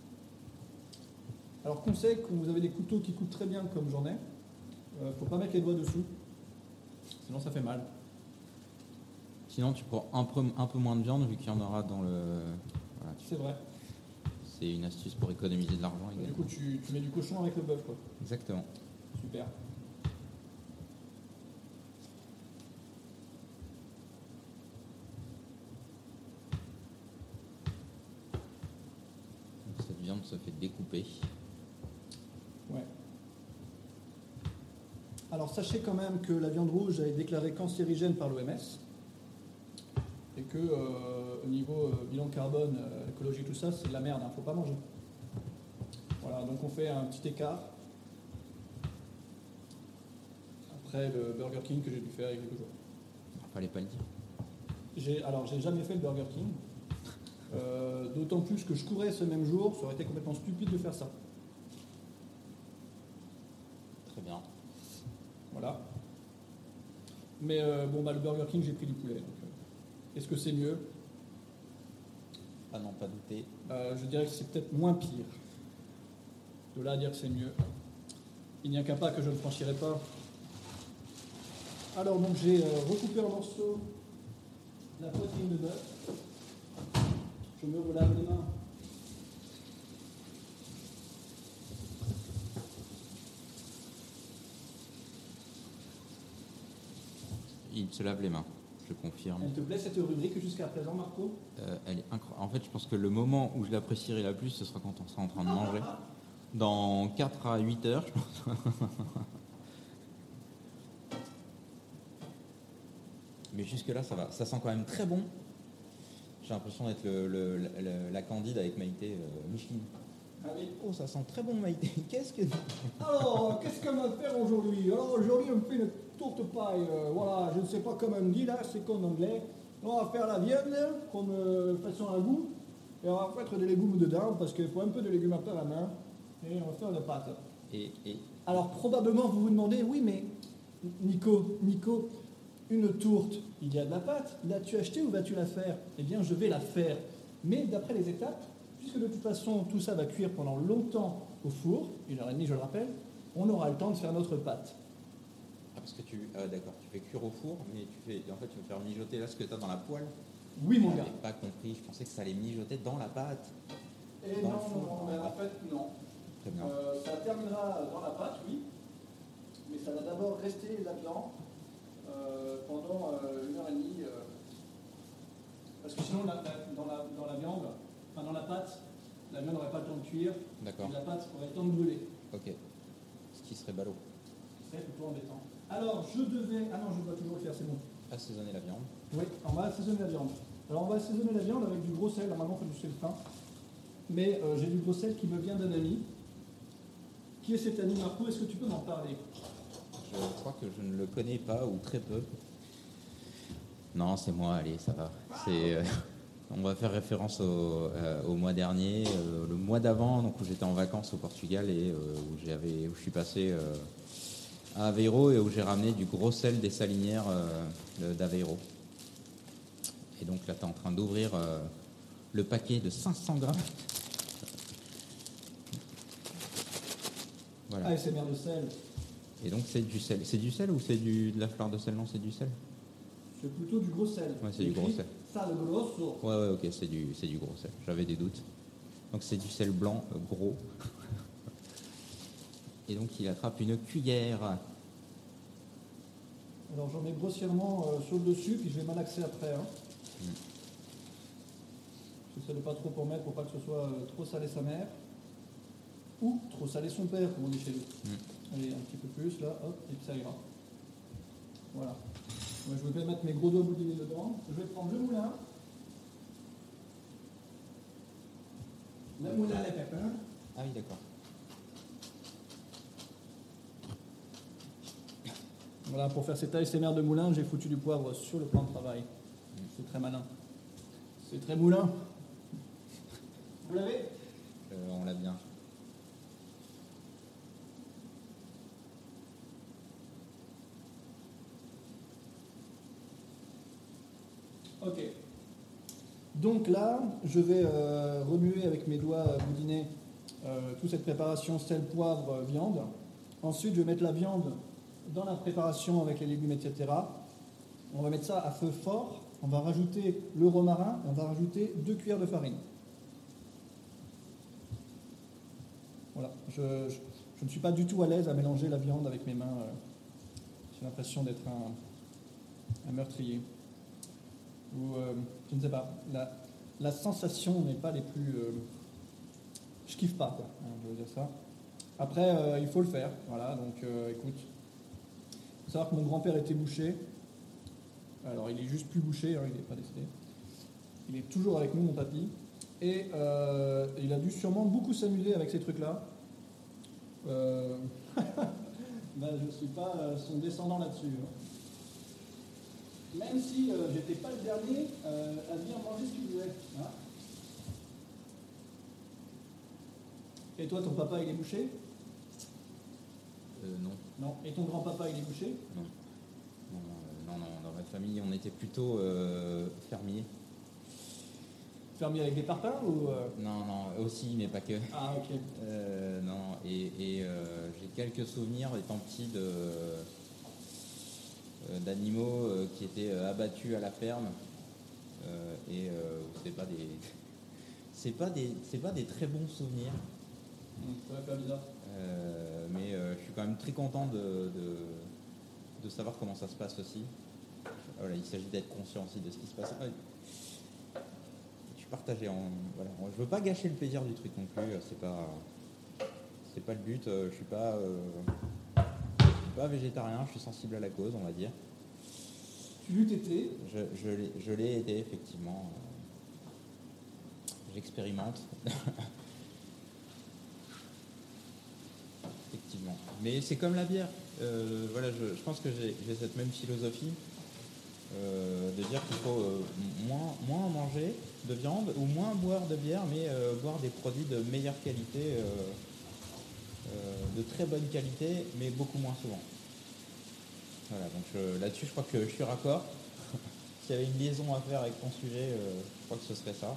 Alors conseil, quand vous avez des couteaux qui coupent très bien comme j'en ai, euh, faut pas mettre les doigts dessous, sinon ça fait mal. Sinon, tu prends un peu, un peu moins de viande vu qu'il y en aura dans le. Voilà, tu- C'est vrai. c'est une astuce pour économiser de l'argent Du également. coup, tu, tu mets du cochon avec le bœuf, quoi. Exactement. Super. Donc, cette viande se fait découper. Ouais. Alors sachez quand même que la viande rouge est déclarée cancérigène par l'O M S et que euh, au niveau euh, bilan carbone, euh, écologie, tout ça, c'est de la merde, il ne faut pas manger. Voilà, donc on fait un petit écart après le Burger King que j'ai dû faire il y a quelques jours. Fallait pas le dire. J'ai, alors j'ai jamais fait le Burger King, euh, d'autant plus que je courais ce même jour, ça aurait été complètement stupide de faire ça. Très bien. Voilà. Mais euh, bon, bah, le Burger King, j'ai pris du poulet. Donc, euh, est-ce que c'est mieux? Ah non, pas douter. euh, Je dirais que c'est peut-être moins pire. De là à dire que c'est mieux, il n'y a qu'un pas que je ne franchirai pas. Alors, donc, j'ai euh, recoupé en morceaux la poitrine de bœuf. Je me relave les mains. Il se lave les mains, je confirme. Elle te plaît cette rubrique jusqu'à présent, Marco? Euh, elle est incroyable. En fait, je pense que le moment où je l'apprécierai la plus, ce sera quand on sera en train de manger. Dans quatre à huit heures, je pense. Mais jusque-là, ça va. Ça sent quand même très bon. J'ai l'impression d'être le, le- le- la candide avec Maïté euh, Micheline. Ah oui. Oh, ça sent très bon, Maïté. Qu'est-ce que... Alors, qu'est-ce qu'on va faire aujourd'hui? Alors, aujourd'hui, on fait une tourte paille. Euh, voilà, je ne sais pas comment on dit là, c'est qu'en anglais. On va faire la viande, comme euh, façon à goût. Et on va mettre des légumes dedans, parce qu'il faut un peu de légumes à la main. Et on va faire la pâte. Et, et Alors, probablement, vous vous demandez, oui, mais Nico, Nico, une tourte, il y a de la pâte. L'as-tu acheté ou vas-tu la faire? Eh bien, je vais la faire. Mais d'après les étapes, puisque de toute façon, tout ça va cuire pendant longtemps au four, une heure et demie, je le rappelle, on aura le temps de faire notre pâte. Ah, parce que tu... Ah, d'accord, tu fais cuire au four, mais tu fais... En fait, tu veux faire mijoter là ce que tu as dans la poêle. Oui, mon Je gars. n'avais pas compris, je pensais que ça allait mijoter dans la pâte. Et Dans non, le four. non, non, mais en fait, non. Très bien. Euh, ça terminera dans la pâte, oui, mais ça va d'abord rester là-dedans euh, pendant euh, une heure et demie. Euh, parce que sinon, la- la- dans, la, dans la viande, enfin dans la pâte, la viande n'aurait pas le temps de cuire, D'accord. et la pâte aurait le temps de brûler. Ok. Ce qui serait ballot. C'est plutôt embêtant. Alors, je devais. Ah non, je dois toujours le faire, c'est bon. Assaisonner la viande. Oui, on va assaisonner la viande. Alors, on va assaisonner la viande avec du gros sel. Normalement, on fait du sel fin. Mais euh, j'ai du gros sel qui me vient d'un ami. Qui est cet ami, Marco? Est-ce que tu peux m'en parler? Je crois que je ne le connais pas ou très peu. Non, c'est moi, allez, ça va. C'est, euh, on va faire référence au, euh, au mois dernier, euh, le mois d'avant, donc où j'étais en vacances au Portugal et euh, où, j'avais, où je suis passé euh, à Aveiro et où j'ai ramené du gros sel des salinières euh, d'Aveiro. Et donc là, tu es en train d'ouvrir euh, le paquet de cinq cents grammes. Voilà. Ah, et c'est merde de sel. Et donc c'est du sel. C'est du sel ou c'est du, de la fleur de sel? Non, c'est du sel. C'est plutôt du gros sel. Ouais, c'est du Écrit gros sel. Sal grosso. Ouais, ouais, ok, c'est du, c'est du gros sel. J'avais des doutes. Donc c'est du sel blanc, euh, gros. Et donc il attrape une cuillère. Alors j'en mets grossièrement euh, sur le dessus, puis je vais malaxer après. Hein. Mm. J'essaie de pas trop en mettre pour pas que ce soit euh, trop salé sa mère. Ou trop salé son père, comme on dit chez nous. Mm. Allez, un petit peu plus, là, hop, et puis ça ira. Voilà. Ouais, je vais mettre mes gros doigts boudinés dedans. Je vais prendre le moulin. Le moulin, les pépins. Ah oui, d'accord. Voilà, pour faire cette A S M R de moulin, j'ai foutu du poivre sur le plan de travail. C'est très malin. C'est très moulin. Vous l'avez? Euh, on l'a bien. Ok. Donc là, je vais euh, remuer avec mes doigts euh, boudinés euh, toute cette préparation sel, poivre, euh, viande. Ensuite, je vais mettre la viande dans la préparation avec les légumes, et cetera. On va mettre ça à feu fort. On va rajouter le romarin. On va rajouter deux cuillères de farine. Voilà. Je, je, je ne suis pas du tout à l'aise à mélanger la viande avec mes mains. euh. J'ai l'impression d'être un, un meurtrier. Ou, euh, je ne sais pas, la, la sensation n'est pas les plus... Euh, je kiffe pas, quoi, hein, je veux dire ça. Après, euh, il faut le faire, voilà, donc euh, écoute, savoir que mon grand-père était boucher. Alors, il est juste plus boucher, hein, il n'est pas décédé. Il est toujours avec nous, mon papy. Et euh, il a dû sûrement beaucoup s'amuser avec ces trucs-là. Euh... ben, je ne suis pas euh, son descendant là-dessus. Hein. Même si euh, j'étais pas le dernier euh, à venir manger ce qu'il voulait. Hein. Et toi, ton papa, il est boucher? Euh, non. Non. Et ton grand-papa, il est boucher? Non. Non, euh, non, non, dans ma famille, on était plutôt euh, fermiers. Fermier avec des parpaings ou euh... Non, non, aussi, mais pas que. Ah, ok. Euh, non, et, et euh, j'ai quelques souvenirs étant petit de, euh, d'animaux euh, qui étaient euh, abattus à la ferme. Euh, et euh, c'est pas des, c'est pas des, c'est pas des très bons souvenirs. Mmh, ça va faire bizarre. Euh, mais euh, je suis quand même très content de, de, de savoir comment ça se passe aussi. Voilà, il s'agit d'être conscient aussi de ce qui se passe. Ah, je suis partagé en, voilà. Je veux pas gâcher le plaisir du truc non plus. C'est pas, c'est pas le but. Je suis pas, euh, je suis pas végétarien. Je suis sensible à la cause, on va dire. Tu l'eus été? Je, je, l'ai, je l'ai été effectivement. J'expérimente. Effectivement. Mais c'est comme la bière. Euh, voilà, je, je pense que j'ai, j'ai cette même philosophie euh, de dire qu'il faut euh, moins, moins manger de viande ou moins boire de bière, mais euh, boire des produits de meilleure qualité, euh, euh, de très bonne qualité, mais beaucoup moins souvent. Voilà, donc je, là-dessus, je crois que je suis raccord. S'il y avait une liaison à faire avec ton sujet, euh, je crois que ce serait ça.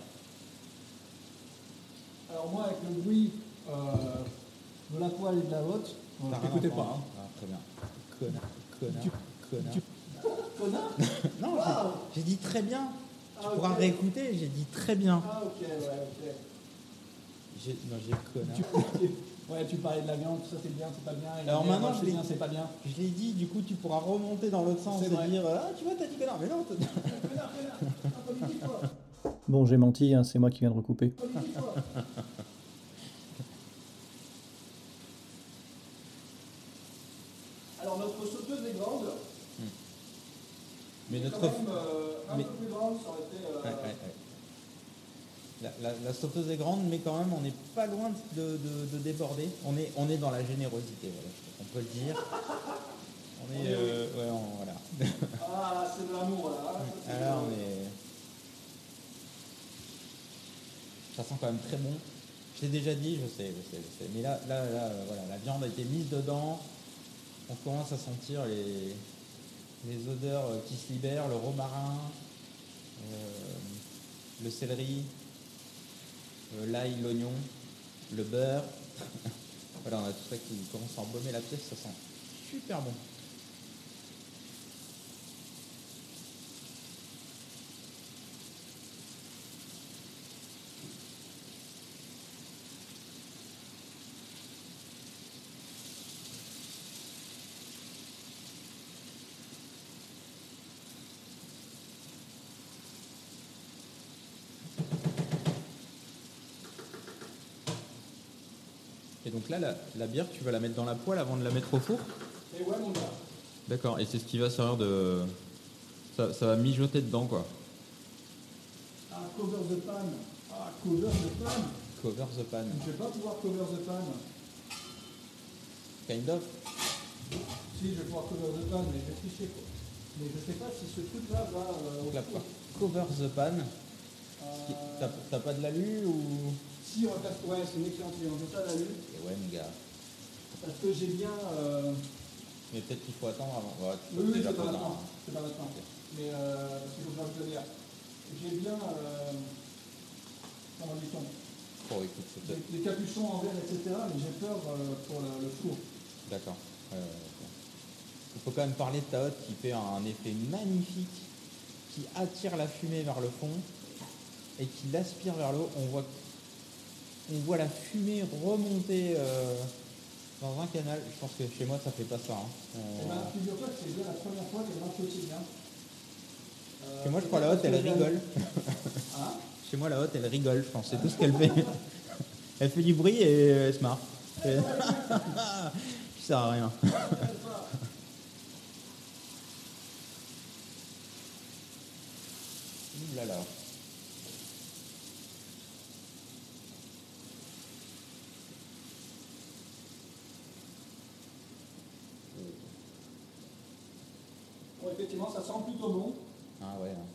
Alors moi, avec le bruit euh, de la poêle et de la vôtre, euh, je t'écoutais pas. Hein. Ah, très bien. Connard. Connard. Tu, connard. Tu... Connard. Non, wow. j'ai, j'ai dit très bien. Ah, tu okay. pourras réécouter, j'ai dit très bien. Ah ok, ouais, ok. J'ai, non, j'ai connard. Tu, ouais, tu parlais de la viande, ça c'est bien, c'est pas bien. Alors bière, maintenant, c'est je l'ai, bien, c'est pas bien. Je l'ai dit, du coup, tu pourras remonter dans l'autre sens c'est et vrai. dire ah, tu vois, t'as dit connard, mais non. Connard, connard. Ah, comme il dit, quoi. Bon, j'ai menti, hein, c'est moi qui viens de recouper. Comme il dit, quoi. Alors notre sauteuse est grande. Hmm. Mais notre. Quand même, euh, un mais... peu plus grande, ça aurait été. Euh... Ouais, ouais, ouais. La, la, la sauteuse est grande, mais quand même, on n'est pas loin de, de, de déborder. On est, on est dans la générosité, voilà, on peut le dire. On est, euh, ouais, on, voilà. Ah, c'est de l'amour là. Ça, Alors, on est. Ça sent quand même très bon. Je l'ai déjà dit, je sais, je sais, je sais. Mais là, là, là, voilà, la viande a été mise dedans. On commence à sentir les, les odeurs qui se libèrent, le romarin, euh, le céleri. Euh, l'ail, l'oignon, le beurre. Voilà, on a tout ça qui commence à embaumer la pièce, ça sent super bon. Et donc là, la, la bière, tu vas la mettre dans la poêle avant de la mettre au four? Et ouais, mon gars. D'accord, et c'est ce qui va servir de... Ça, ça va mijoter dedans, quoi. Ah, cover the pan. Ah, cover the pan. Cover the pan. Je vais pas pouvoir cover the pan. Kind of. Si, je vais pouvoir cover the pan, mais je vais tricher, quoi. Mais je sais pas si ce truc-là va euh, au La four. cover the pan. Euh... T'as, t'as pas de l'alu ou... Si, on va faire... Ouais, c'est une excellente idée. On fait ça à la lune. Et ouais, mon gars. Parce que j'ai bien... Euh... Mais peut-être qu'il faut attendre avant. Ouais, tu Oui, peux oui, déjà c'est pas pas maintenant. attendre. C'est pas maintenant. Ok. Mais euh, parce qu'il faut que je rajoute la bière. J'ai bien... Euh... Comment dit-on? Bon, écoute, c'est peut-être... Les, les capuchons en verre, et cetera. Mais j'ai peur euh, pour le, le four. D'accord. Euh, okay. Il faut quand même parler de ta hotte qui fait un effet magnifique, qui attire la fumée vers le fond et qui l'aspire vers l'eau. On voit, on voit la fumée remonter euh, dans un canal. Je pense que chez moi, ça fait pas ça. Hein. Eh On... ben, figure-toi que c'est bien la première fois qu'elle marche aussi bien. Euh, Chez moi, je crois la hotte, elle rigole. Hein? Chez moi, la hotte, elle rigole, je pense. C'est tout ce qu'elle fait. Elle fait du bruit et elle se marre. Et... ça sert à rien. Ouh là là. Bon, effectivement, ça sent plutôt bon. Ah ouais. Hein.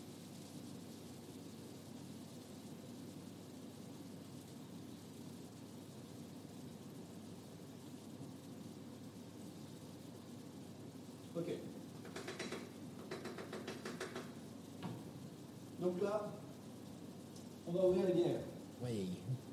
Ok. Donc là, on va ouvrir les bières. Oui.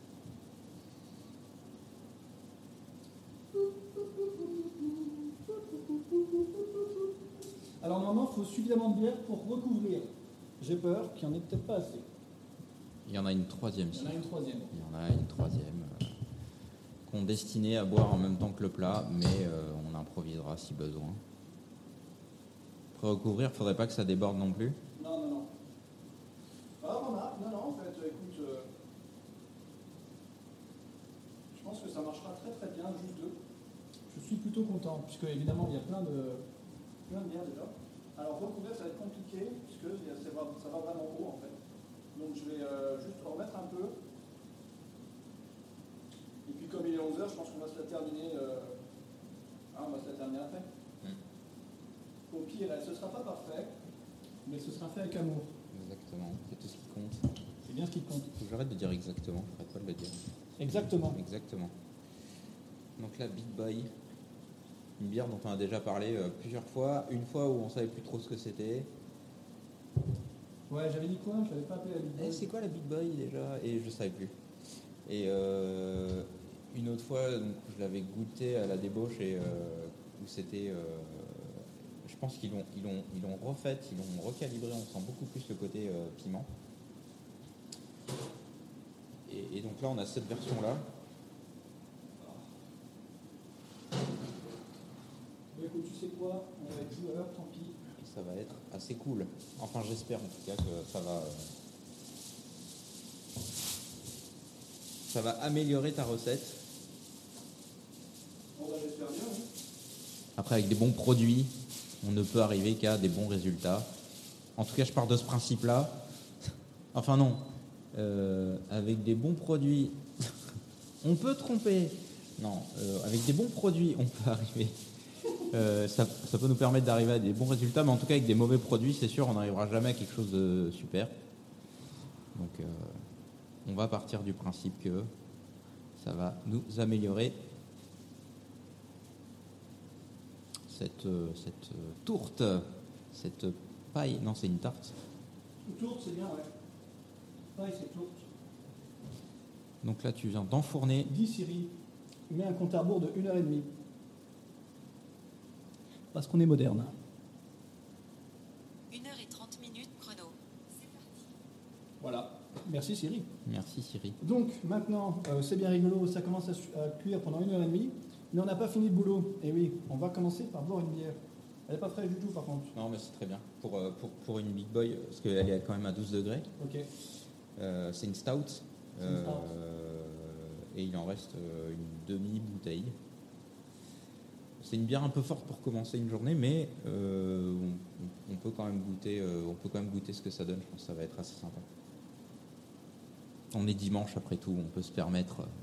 Alors normalement, il faut suffisamment de bière pour recouvrir. J'ai peur qu'il n'y en ait peut-être pas assez. Il y en a une troisième. Il y en a une troisième. Il y en a une troisième euh, qu'on destinait à boire en même temps que le plat, mais euh, on improvisera si besoin. Pour recouvrir, il faudrait pas que ça déborde non plus. Non, non, non. Alors on a, non, non, en fait, écoute, euh, je pense que ça marchera très très bien, juste deux. Je suis plutôt content, puisque évidemment il y a plein de, plein de bières déjà. Alors recouvrir, ça va être compliqué, puisque il y a- ça va, ça va vraiment haut en fait. Donc je vais euh, juste remettre un peu. Et puis comme il est onze heures, je pense qu'on va se la terminer, euh, ah, on va se la terminer après. Au pire, ce ne sera pas parfait, mais ce sera fait avec amour. Exactement, c'est tout ce qui compte. C'est bien ce qui compte. Faut que j'arrête de dire exactement, je ne pas de le dire. Exactement. Exactement. Donc là, Big Boy, une bière dont on a déjà parlé euh, plusieurs fois. Une fois où on savait plus trop ce que c'était. Ouais, j'avais dit quoi? Je l'avais pas appelé la Big Boy. Eh, c'est quoi la Big Boy déjà? Et je savais plus. Et euh, une autre fois, donc, je l'avais goûté à la débauche et euh, où c'était. Euh, je pense qu'ils l'ont, ils l'ont, ils l'ont refait, ils l'ont recalibré. On sent beaucoup plus le côté euh, piment. Et, et donc là, on a cette version-là. Mais écoute, tu sais quoi? On va être joueur, tant pis. Ça va être assez cool. Enfin, j'espère en tout cas que ça va. Euh, ça va améliorer ta recette. Bon, bah, j'espère bien, oui. Après, avec des bons produits, on ne peut arriver qu'à des bons résultats. En tout cas, je pars de ce principe-là. Enfin non. Euh, avec des bons produits, on peut tromper. Non, euh, avec des bons produits, on peut arriver. Euh, ça, ça peut nous permettre d'arriver à des bons résultats, mais en tout cas, avec des mauvais produits, c'est sûr, on n'arrivera jamais à quelque chose de super. Donc, euh, on va partir du principe que ça va nous améliorer cette, euh, cette euh, tourte, cette paille. Non, c'est une tarte. Tourte, c'est bien, ouais. Pareil, c'est tourte. Donc là, tu viens d'enfourner. Dis Siri, mets un compte à rebours de une heure trente. Parce qu'on est moderne. une heure trente minutes chrono. C'est parti. Voilà. Merci Siri. Merci Siri. Donc maintenant, euh, c'est bien rigolo, ça commence à, su- à cuire pendant une heure trente, mais on n'a pas fini le boulot. Et oui, on va commencer par boire une bière. Elle n'est pas fraîche du tout par contre. Non, mais c'est très bien. Pour, euh, pour, pour une Big Boy, parce qu'elle est quand même à douze degrés. Ok. Euh, c'est une stout. C'est une stout. Euh, et il en reste euh, une demi-bouteille. C'est une bière un peu forte pour commencer une journée, mais euh, on, on peut quand même goûter, euh, on peut quand même goûter ce que ça donne. Je pense que ça va être assez sympa. On est dimanche après tout, on peut se permettre. euh,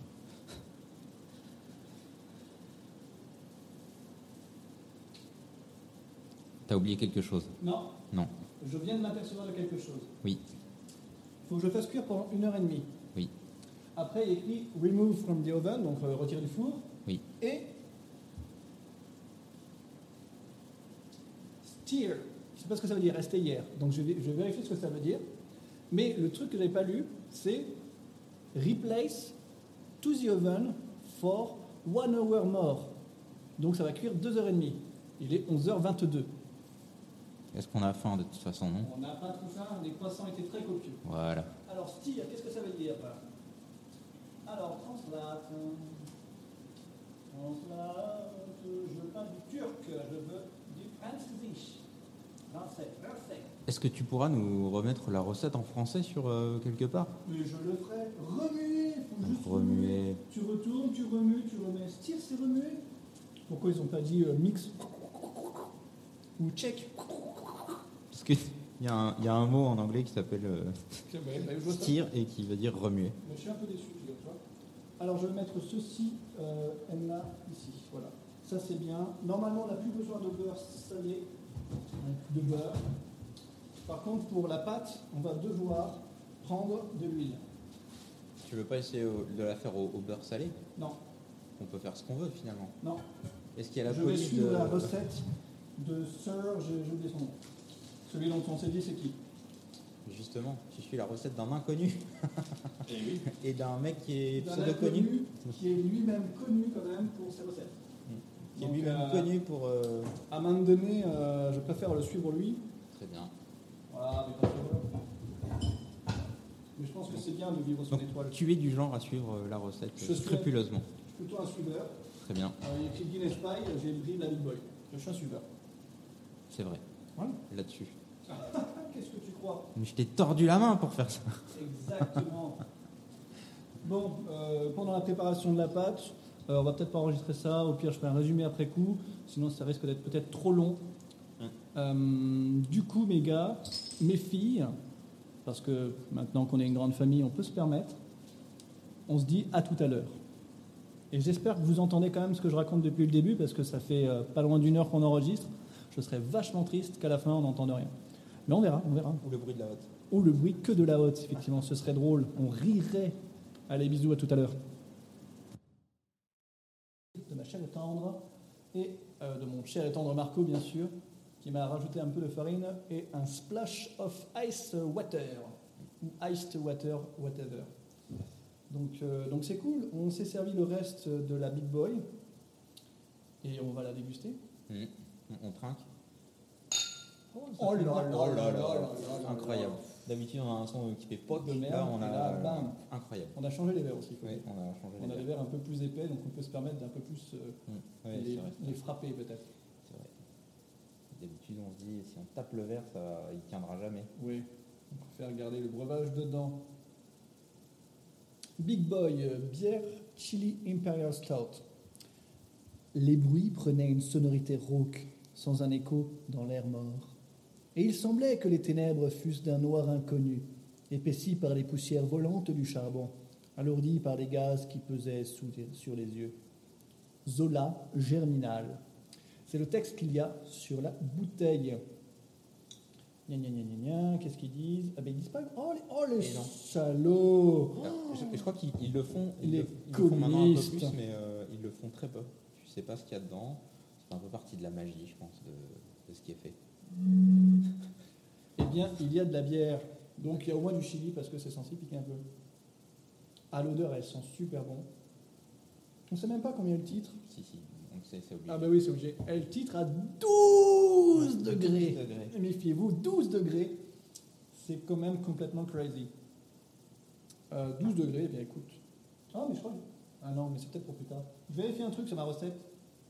T'as oublié quelque chose? Non, Non. je viens de m'apercevoir de quelque chose. Oui. Il faut que je le fasse cuire pendant une heure trente. Oui. Après, il y a écrit Remove from the oven, donc euh, retirer du four. Oui. Et Steer. Je ne sais pas ce que ça veut dire, rester hier. Donc je vais, je vais vérifier ce que ça veut dire. Mais le truc que je n'avais pas lu, c'est Replace to the oven for one hour more. Donc ça va cuire deux heures trente. Il est onze heures vingt-deux. Est-ce qu'on a faim de toute façon, non? On n'a pas trop faim, les croissants étaient très copieux. Voilà. Alors, steer, qu'est-ce que ça veut dire? Alors, translate. Translate. Je veux pas du turc, je veux du französisch. Français, français. Est-ce que tu pourras nous remettre la recette en français sur euh, quelque part? Mais je le ferai. Remuer, faut juste Remuer. Tu retournes, tu remues, tu remets. Steer, c'est remuer. Pourquoi ils n'ont pas dit euh, mix ou check? Parce que Il y, a un- il y a un mot en anglais qui s'appelle euh, Ok, ouais, bah, je vois ça. stir et qui veut dire remuer. Mais je suis un peu déçu, figure-toi. Alors je vais mettre ceci, euh, là, ici. Voilà. Ça c'est bien. Normalement, on n'a plus besoin de beurre salé, donc de beurre. Par contre, pour la pâte, on va devoir prendre de l'huile. Tu veux pas essayer au- de la faire au, au beurre salé? Non, On peut faire ce qu'on veut finalement. non. Est-ce qu'il y a la Je vais police suivre de... la recette de Sir, j'ai j'ai oublié son nom. Celui dont on s'est dit, c'est qui? Justement, tu suis la recette d'un inconnu et d'un mec qui est D'un pseudo-connu. inconnu qui est lui-même connu quand même pour ses recettes. Qui est Donc, lui-même euh, connu pour... euh, À un moment donné, euh, je préfère le suivre lui. Très bien. Voilà, mais pas trop. Mais je pense que c'est bien de vivre son Donc, étoile. tu es du genre à suivre euh, la recette Je euh, suis- scrupuleusement. Je suis plutôt un suiveur. Très bien, Euh, il y a écrit Guinness Pie, j'ai le prix de la Big Boy. Je suis un suiveur. c'est vrai. Voilà. Là-dessus. Qu'est-ce que tu crois? Mais je t'ai tordu la main pour faire ça. Exactement. Bon, euh, pendant la préparation de la pâte, euh, on va peut-être pas enregistrer ça. Au pire, je ferai un résumé après coup. Sinon, ça risque d'être peut-être trop long. Hum. Euh, du coup, mes gars, mes filles, parce que maintenant qu'on est une grande famille, on peut se permettre, on se dit à tout à l'heure. Et j'espère que vous entendez quand même ce que je raconte depuis le début, parce que ça fait euh, pas loin d'une heure qu'on enregistre. Je serais vachement triste qu'à la fin, on n'entende rien. Mais on verra, on verra. Ou le bruit de la hotte. Ou le bruit que de la hotte, effectivement, ce serait drôle. On rirait. Allez, bisous, à tout à l'heure. De ma chère et tendre, et euh, de mon cher et tendre Marco, bien sûr, qui m'a rajouté un peu de farine et un splash of ice water, ou iced water, whatever. Donc, euh, donc c'est cool. On s'est servi le reste de la Big Boy, et on va la déguster. Hum. On, on trinque. Oh là là Oh là là, là là là. incroyable. D'habitude, on a un son qui fait poc. De merde, Là, on a et là, bam. incroyable. On a changé les verres aussi. faut Oui, dire. on a changé On les a des verres. verres un peu plus épais, donc on peut se permettre d'un peu plus euh, Hum. Ouais, les, c'est vrai, les frapper peut-être. c'est vrai. D'habitude, on se dit si on tape le verre, ça, il tiendra jamais. Oui, on préfère garder le breuvage dedans. Big Boy, euh, bière Chili Imperial Stout. Les bruits prenaient une sonorité rauque, sans un écho dans l'air mort. Et il semblait que les ténèbres fussent d'un noir inconnu, épaissis par les poussières volantes du charbon, alourdis par les gaz qui pesaient sous- sur les yeux. Zola germinal. C'est le texte qu'il y a sur la bouteille. Gna gna gna gna gna, qu'est-ce qu'ils disent? Ah ben ils disent pas. Oh les, oh, les Et non. salauds! Alors, je, je crois qu'ils ils le font, ils Les le, ils le font maintenant un peu communistes. plus, mais euh, ils le font très peu. Tu sais pas ce qu'il y a dedans. C'est un peu partie de la magie, je pense, de, de ce qui est fait. Eh bien, il y a de la bière. Donc il y a au moins du chili parce que c'est censé piquer un peu. À l'odeur, elles sont super bon. On sait même pas combien est le titre. Si, si, on le sait, c'est obligé. Ah bah oui, c'est obligé. Et le titre à douze degrés. douze degrés. Méfiez-vous, douze degrés. C'est quand même complètement crazy. Euh, douze degrés, eh bien écoute. Ah mais je crois que... Ah non, mais c'est peut-être pour plus tard. Je vais vérifier un truc sur ma recette.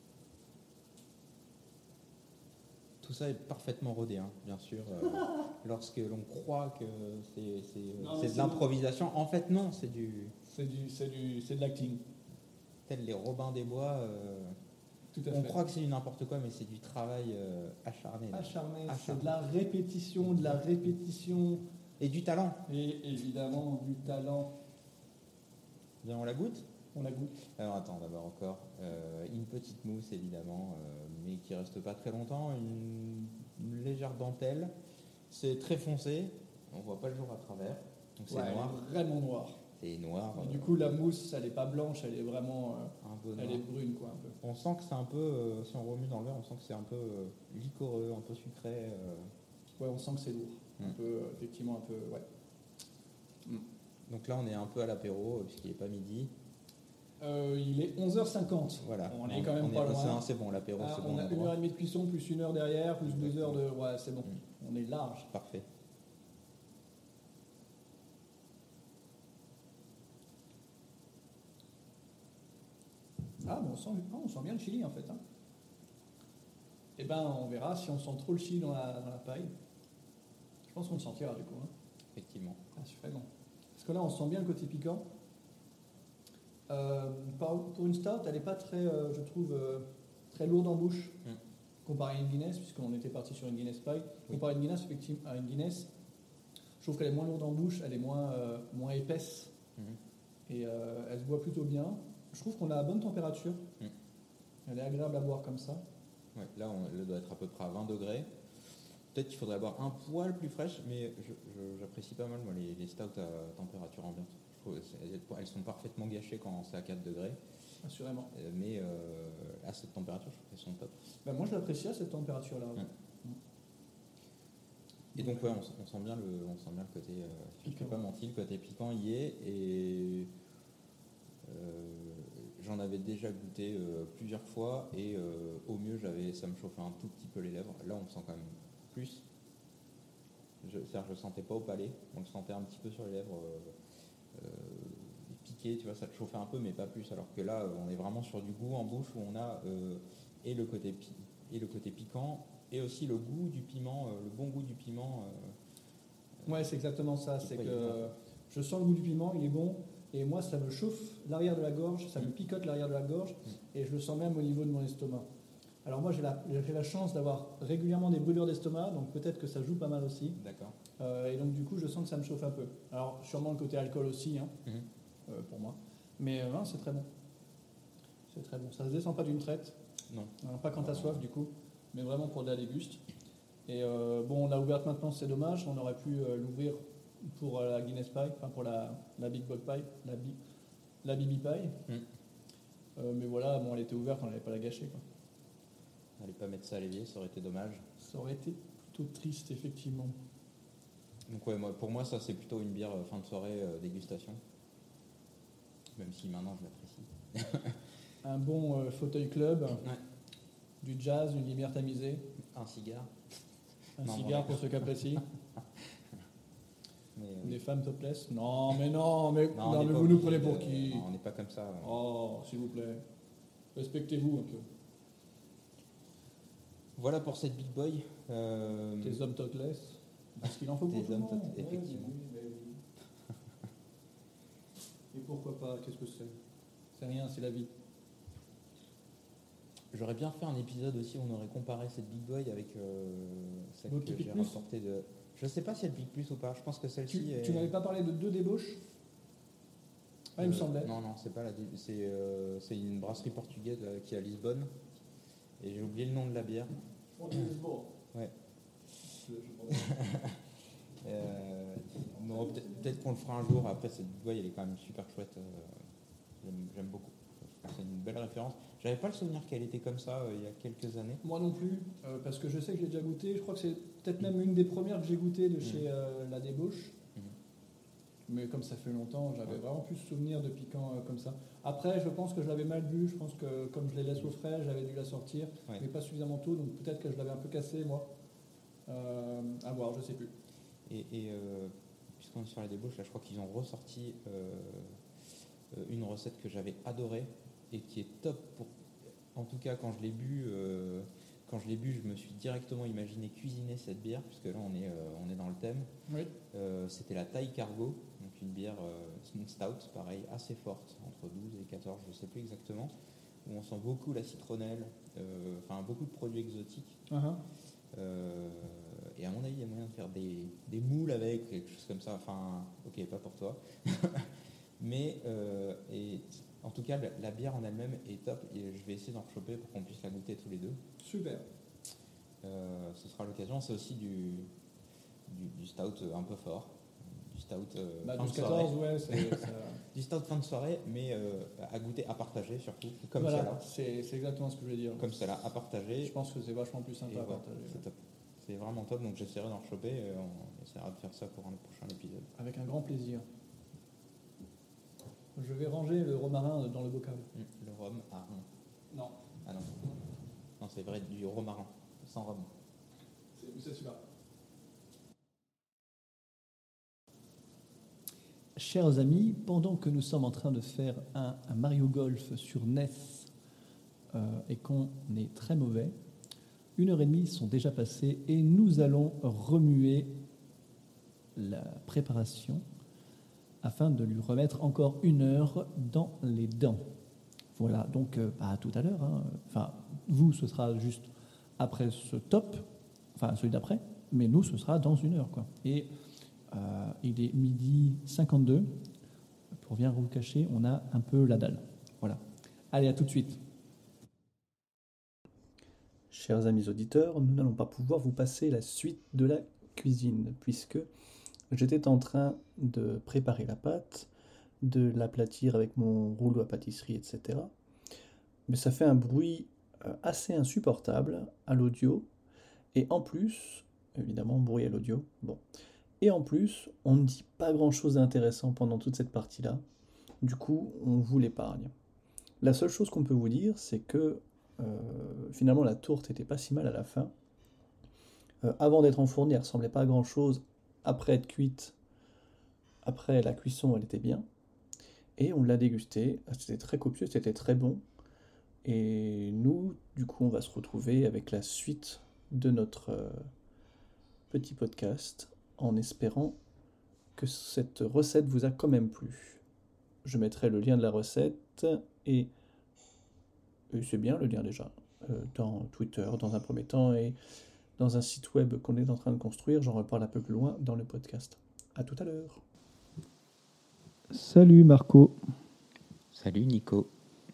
Tout ça est parfaitement rodé, hein, bien sûr. euh, lorsque l'on croit que c'est c'est, euh, Non, mais c'est c'est de l'improvisation, en fait, non, c'est du. C'est du, c'est du, c'est de l'acting. Tel les Robins des Bois. euh, Tout à on fait. croit que c'est du n'importe quoi, mais c'est du travail euh, acharné. là. Acharné, c'est Acharné. de la répétition, de la répétition Et du talent. et évidemment du talent. Bien, on la goûte. On la goûte. Alors attends, d'abord encore. Euh, une petite mousse, évidemment, euh, mais qui reste pas très longtemps. Une, une légère dentelle. C'est très foncé. On voit pas le jour à travers. Donc c'est Ouais, noir. elle est vraiment noir. C'est noir. Et du euh, coup, la mousse, elle n'est pas blanche, elle est vraiment, euh, un peu noir. elle est brune quoi un peu. On sent que c'est un peu, euh, si on remue dans le verre, on sent que c'est un peu euh, liquoreux, un peu sucré. euh. Ouais, on sent que c'est lourd. Un Mm. peu, euh, effectivement, un peu, ouais. Donc là, on est un peu à l'apéro, euh, puisqu'il n'est pas midi. Euh, il est onze heures cinquante. Voilà. On est quand même on pas c'est- loin. C'est bon, l'apéro, Ah, c'est on bon. a on une droit. heure et demie de cuisson, plus une heure derrière, plus deux Exactement. heures de. Ouais, c'est bon. Mm. On est large. Parfait. Ah, bon, on sent, ah, on sent bien le chili en fait. Hein. Eh ben, on verra si on sent trop le chili dans la, dans la paille. Je pense qu'on le sentira du coup. Hein. Effectivement. Ah, super bon. Parce que là, on sent bien le côté piquant. Euh, par- pour une stout, elle n'est pas très, euh, je trouve, euh, très lourde en bouche. Mm. comparé à une Guinness, puisqu'on était parti sur une Guinness Pie. Comparé à une Guinness, effectivement, à une Guinness, je trouve qu'elle est moins lourde en bouche, elle est moins, euh, moins épaisse Mhm. et euh, elle se boit plutôt bien. Je trouve qu'on a à bonne température. Mhm. Elle est agréable à boire comme ça. Ouais, là, on, elle doit être à peu près à vingt degrés. Peut-être qu'il faudrait boire un poil plus fraîche, mais je- je- j'apprécie pas mal moi, les, les stouts à température ambiante. Je trouve que c'est- elles, elles sont parfaitement gâchées quand c'est à quatre degrés, Assurément. euh, mais euh, à cette température, je trouve qu'elles sont top. Ben, moi, je l'apprécie à cette température-là. Ouais. Et donc, ouais, on, s- on sent bien le, on sent bien le côté, euh, je ne Piquant. pas menti, le côté piquant y est. Et euh, j'en avais déjà goûté euh, plusieurs fois, et euh, au mieux, j'avais, ça me chauffait un tout petit peu les lèvres. Là, on le sent quand même plus. Je, c'est-à-dire, je le sentais pas au palais, on le sentait un petit peu sur les lèvres, euh, euh, piqué, tu vois, ça te chauffait un peu, mais pas plus. Alors que là, on est vraiment sur du goût en bouche où on a euh, et le côté pi- et le côté piquant, et aussi le goût du piment, euh, le bon goût du piment. euh, Ouais, c'est exactement ça. Il C'est faut y que aller. je sens le goût du piment, il est bon, et moi, ça me chauffe l'arrière de la gorge, ça me Mm. picote l'arrière de la gorge, et je le sens même au niveau de mon estomac. Alors moi, j'ai la, j'ai la chance d'avoir régulièrement des brûlures d'estomac, donc peut-être que ça joue pas mal aussi. D'accord. Euh, et donc du coup, je sens que ça me chauffe un peu. Alors sûrement le côté alcool aussi, hein, Mhm. euh, pour moi. Mais euh, non, c'est très bon. C'est très bon. Ça se descend pas d'une traite. Non. Alors, pas quand t'as soif du coup, mais vraiment pour de la déguste. Et euh, bon, on l'a ouverte maintenant, c'est dommage. On aurait pu euh, l'ouvrir pour euh, la Guinness Pie, enfin pour la, la Big Bug Pie, la, Bi- la B B Pie. Mm. Euh, mais voilà, bon, elle était ouverte, on n'allait pas la gâcher, quoi. Allez pas mettre ça à l'évier, ça aurait été dommage. Ça aurait été plutôt triste, effectivement. Donc ouais, moi, pour moi, ça c'est plutôt une bière euh, fin de soirée euh, dégustation. Même si maintenant je l'apprécie. Un bon euh, fauteuil club, Ouais. du jazz, une lumière tamisée, Un cigare. un Non, cigare bon, pour ceux qui apprécient, Mais, euh, des femmes topless. Non, mais non, mais, non, non, on n'est mais pas vous nous obligé prenez pour de- qui? non, on n'est pas comme ça. ouais. Oh, s'il vous plaît. Respectez-vous un peu. Voilà pour cette Big Boy. Euh, Des hommes topless. Parce qu'il en faut pour Des tout le hommes monde. tot- effectivement. Ouais, mais oui, mais oui. Et pourquoi pas? Qu'est-ce que c'est? C'est rien, c'est la vie. J'aurais bien fait un épisode aussi où on aurait comparé cette Big Boy avec euh, celle L'autre que qui pique j'ai plus rapportée de. Je sais pas si elle pique plus ou pas. Je pense que Tu, celle-ci. est... tu m'avais pas parlé de deux débauches? Ah, il me Euh, semblait. Non, non, c'est pas la. dé- C'est euh, c'est une brasserie portugaise euh, qui est à Lisbonne. Et j'ai oublié le nom de la bière. Ouais. Euh, non, peut-être, peut-être qu'on le fera un jour. Après, cette Big Boy, elle est quand même super chouette. euh, j'aime, j'aime beaucoup. C'est une belle référence. J'avais pas le souvenir qu'elle était comme ça euh, il y a quelques années. Moi non plus, euh, parce que je sais que j'ai déjà goûté. Je crois que c'est peut-être même une des premières que j'ai goûtées de chez euh, La Débauche. Mhm. Mais comme ça fait longtemps, j'avais vraiment plus de souvenirs de piquant euh, comme ça. Après, je pense que je l'avais mal bu. Je pense que comme je les laisse au frais, j'avais dû la sortir, Ouais. mais pas suffisamment tôt. Donc peut-être que je l'avais un peu cassé, moi. Euh, à voir, je sais plus. Et, et euh, puisqu'on est sur la débauche, là, je crois qu'ils ont ressorti euh, euh, une recette que j'avais adorée et qui est top pour. En tout cas, quand je l'ai bu, euh, quand je l'ai bu, je me suis directement imaginé cuisiner cette bière, puisque là, on est, euh, on est dans le thème. Oui. Euh, c'était la Thai Cargo, donc une bière, euh, c'est une stout, pareil, assez forte, entre douze et quatorze, je ne sais plus exactement, où on sent beaucoup la citronnelle, euh, enfin beaucoup de produits exotiques. Uh-huh. Euh, et à mon avis, il y a moyen de faire des, des moules avec, quelque chose comme ça. Enfin, ok, pas pour toi. Mais, euh, et, en tout cas, la, la bière en elle-même est top. Et je vais essayer d'en choper pour qu'on puisse la goûter tous les deux. Super. Euh, ce sera l'occasion. C'est aussi du, du, du stout un peu fort. Du stout euh, Bah, fin de douze soirée. quatorze, ouais, c'est, ça... Du stout fin de soirée, mais euh, à goûter, à partager surtout. Comme voilà, celle-là. c'est, c'est exactement ce que je voulais dire. Comme celle-là, à partager. Je pense que c'est vachement plus sympa Et à voilà, partager. c'est ouais. top. C'est vraiment top, donc j'essaierai d'en choper et on essaiera de faire ça pour un prochain épisode. Avec un grand plaisir. Je vais ranger le romarin dans le bocal. Hum, Le rhum à rhum. Non, Ah non. Non, c'est vrai, du romarin, sans rhum. c'est, c'est celui-là. Chers amis, pendant que nous sommes en train de faire un, un Mario Golf sur N E S euh, et qu'on est très mauvais, une heure et demie sont déjà passées et nous allons remuer la préparation afin de lui remettre encore une heure dans les dents. Voilà, donc euh, bah, à tout à l'heure. hein. Enfin, vous, ce sera juste après ce top, enfin celui d'après, mais nous, ce sera dans une heure, quoi. Et euh, il est midi cinquante-deux. Pour bien vous cacher, on a un peu la dalle. Voilà. Allez, à tout de suite. Chers amis auditeurs, nous n'allons pas pouvoir vous passer la suite de la cuisine, puisque j'étais en train de préparer la pâte, de l'aplatir avec mon rouleau à pâtisserie, et cetera. Mais ça fait un bruit euh, assez insupportable à l'audio, et en plus, évidemment, bruit à l'audio, bon. Et en plus, on ne dit pas grand-chose d'intéressant pendant toute cette partie-là, du coup, on vous l'épargne. La seule chose qu'on peut vous dire, c'est que euh, finalement la tourte était pas si mal à la fin. Euh, avant d'être enfournée, elle ressemblait pas à grand-chose. Après être cuite, après la cuisson, elle était bien. Et on l'a dégustée, c'était très copieux, c'était très bon. Et nous, du coup, on va se retrouver avec la suite de notre euh, petit podcast, en espérant que cette recette vous a quand même plu. Je mettrai le lien de la recette et, et c'est bien le lien déjà, euh, dans Twitter dans un premier temps et dans un site web qu'on est en train de construire. J'en reparle un peu plus loin dans le podcast. À tout à l'heure. Salut Marco. Salut Nico.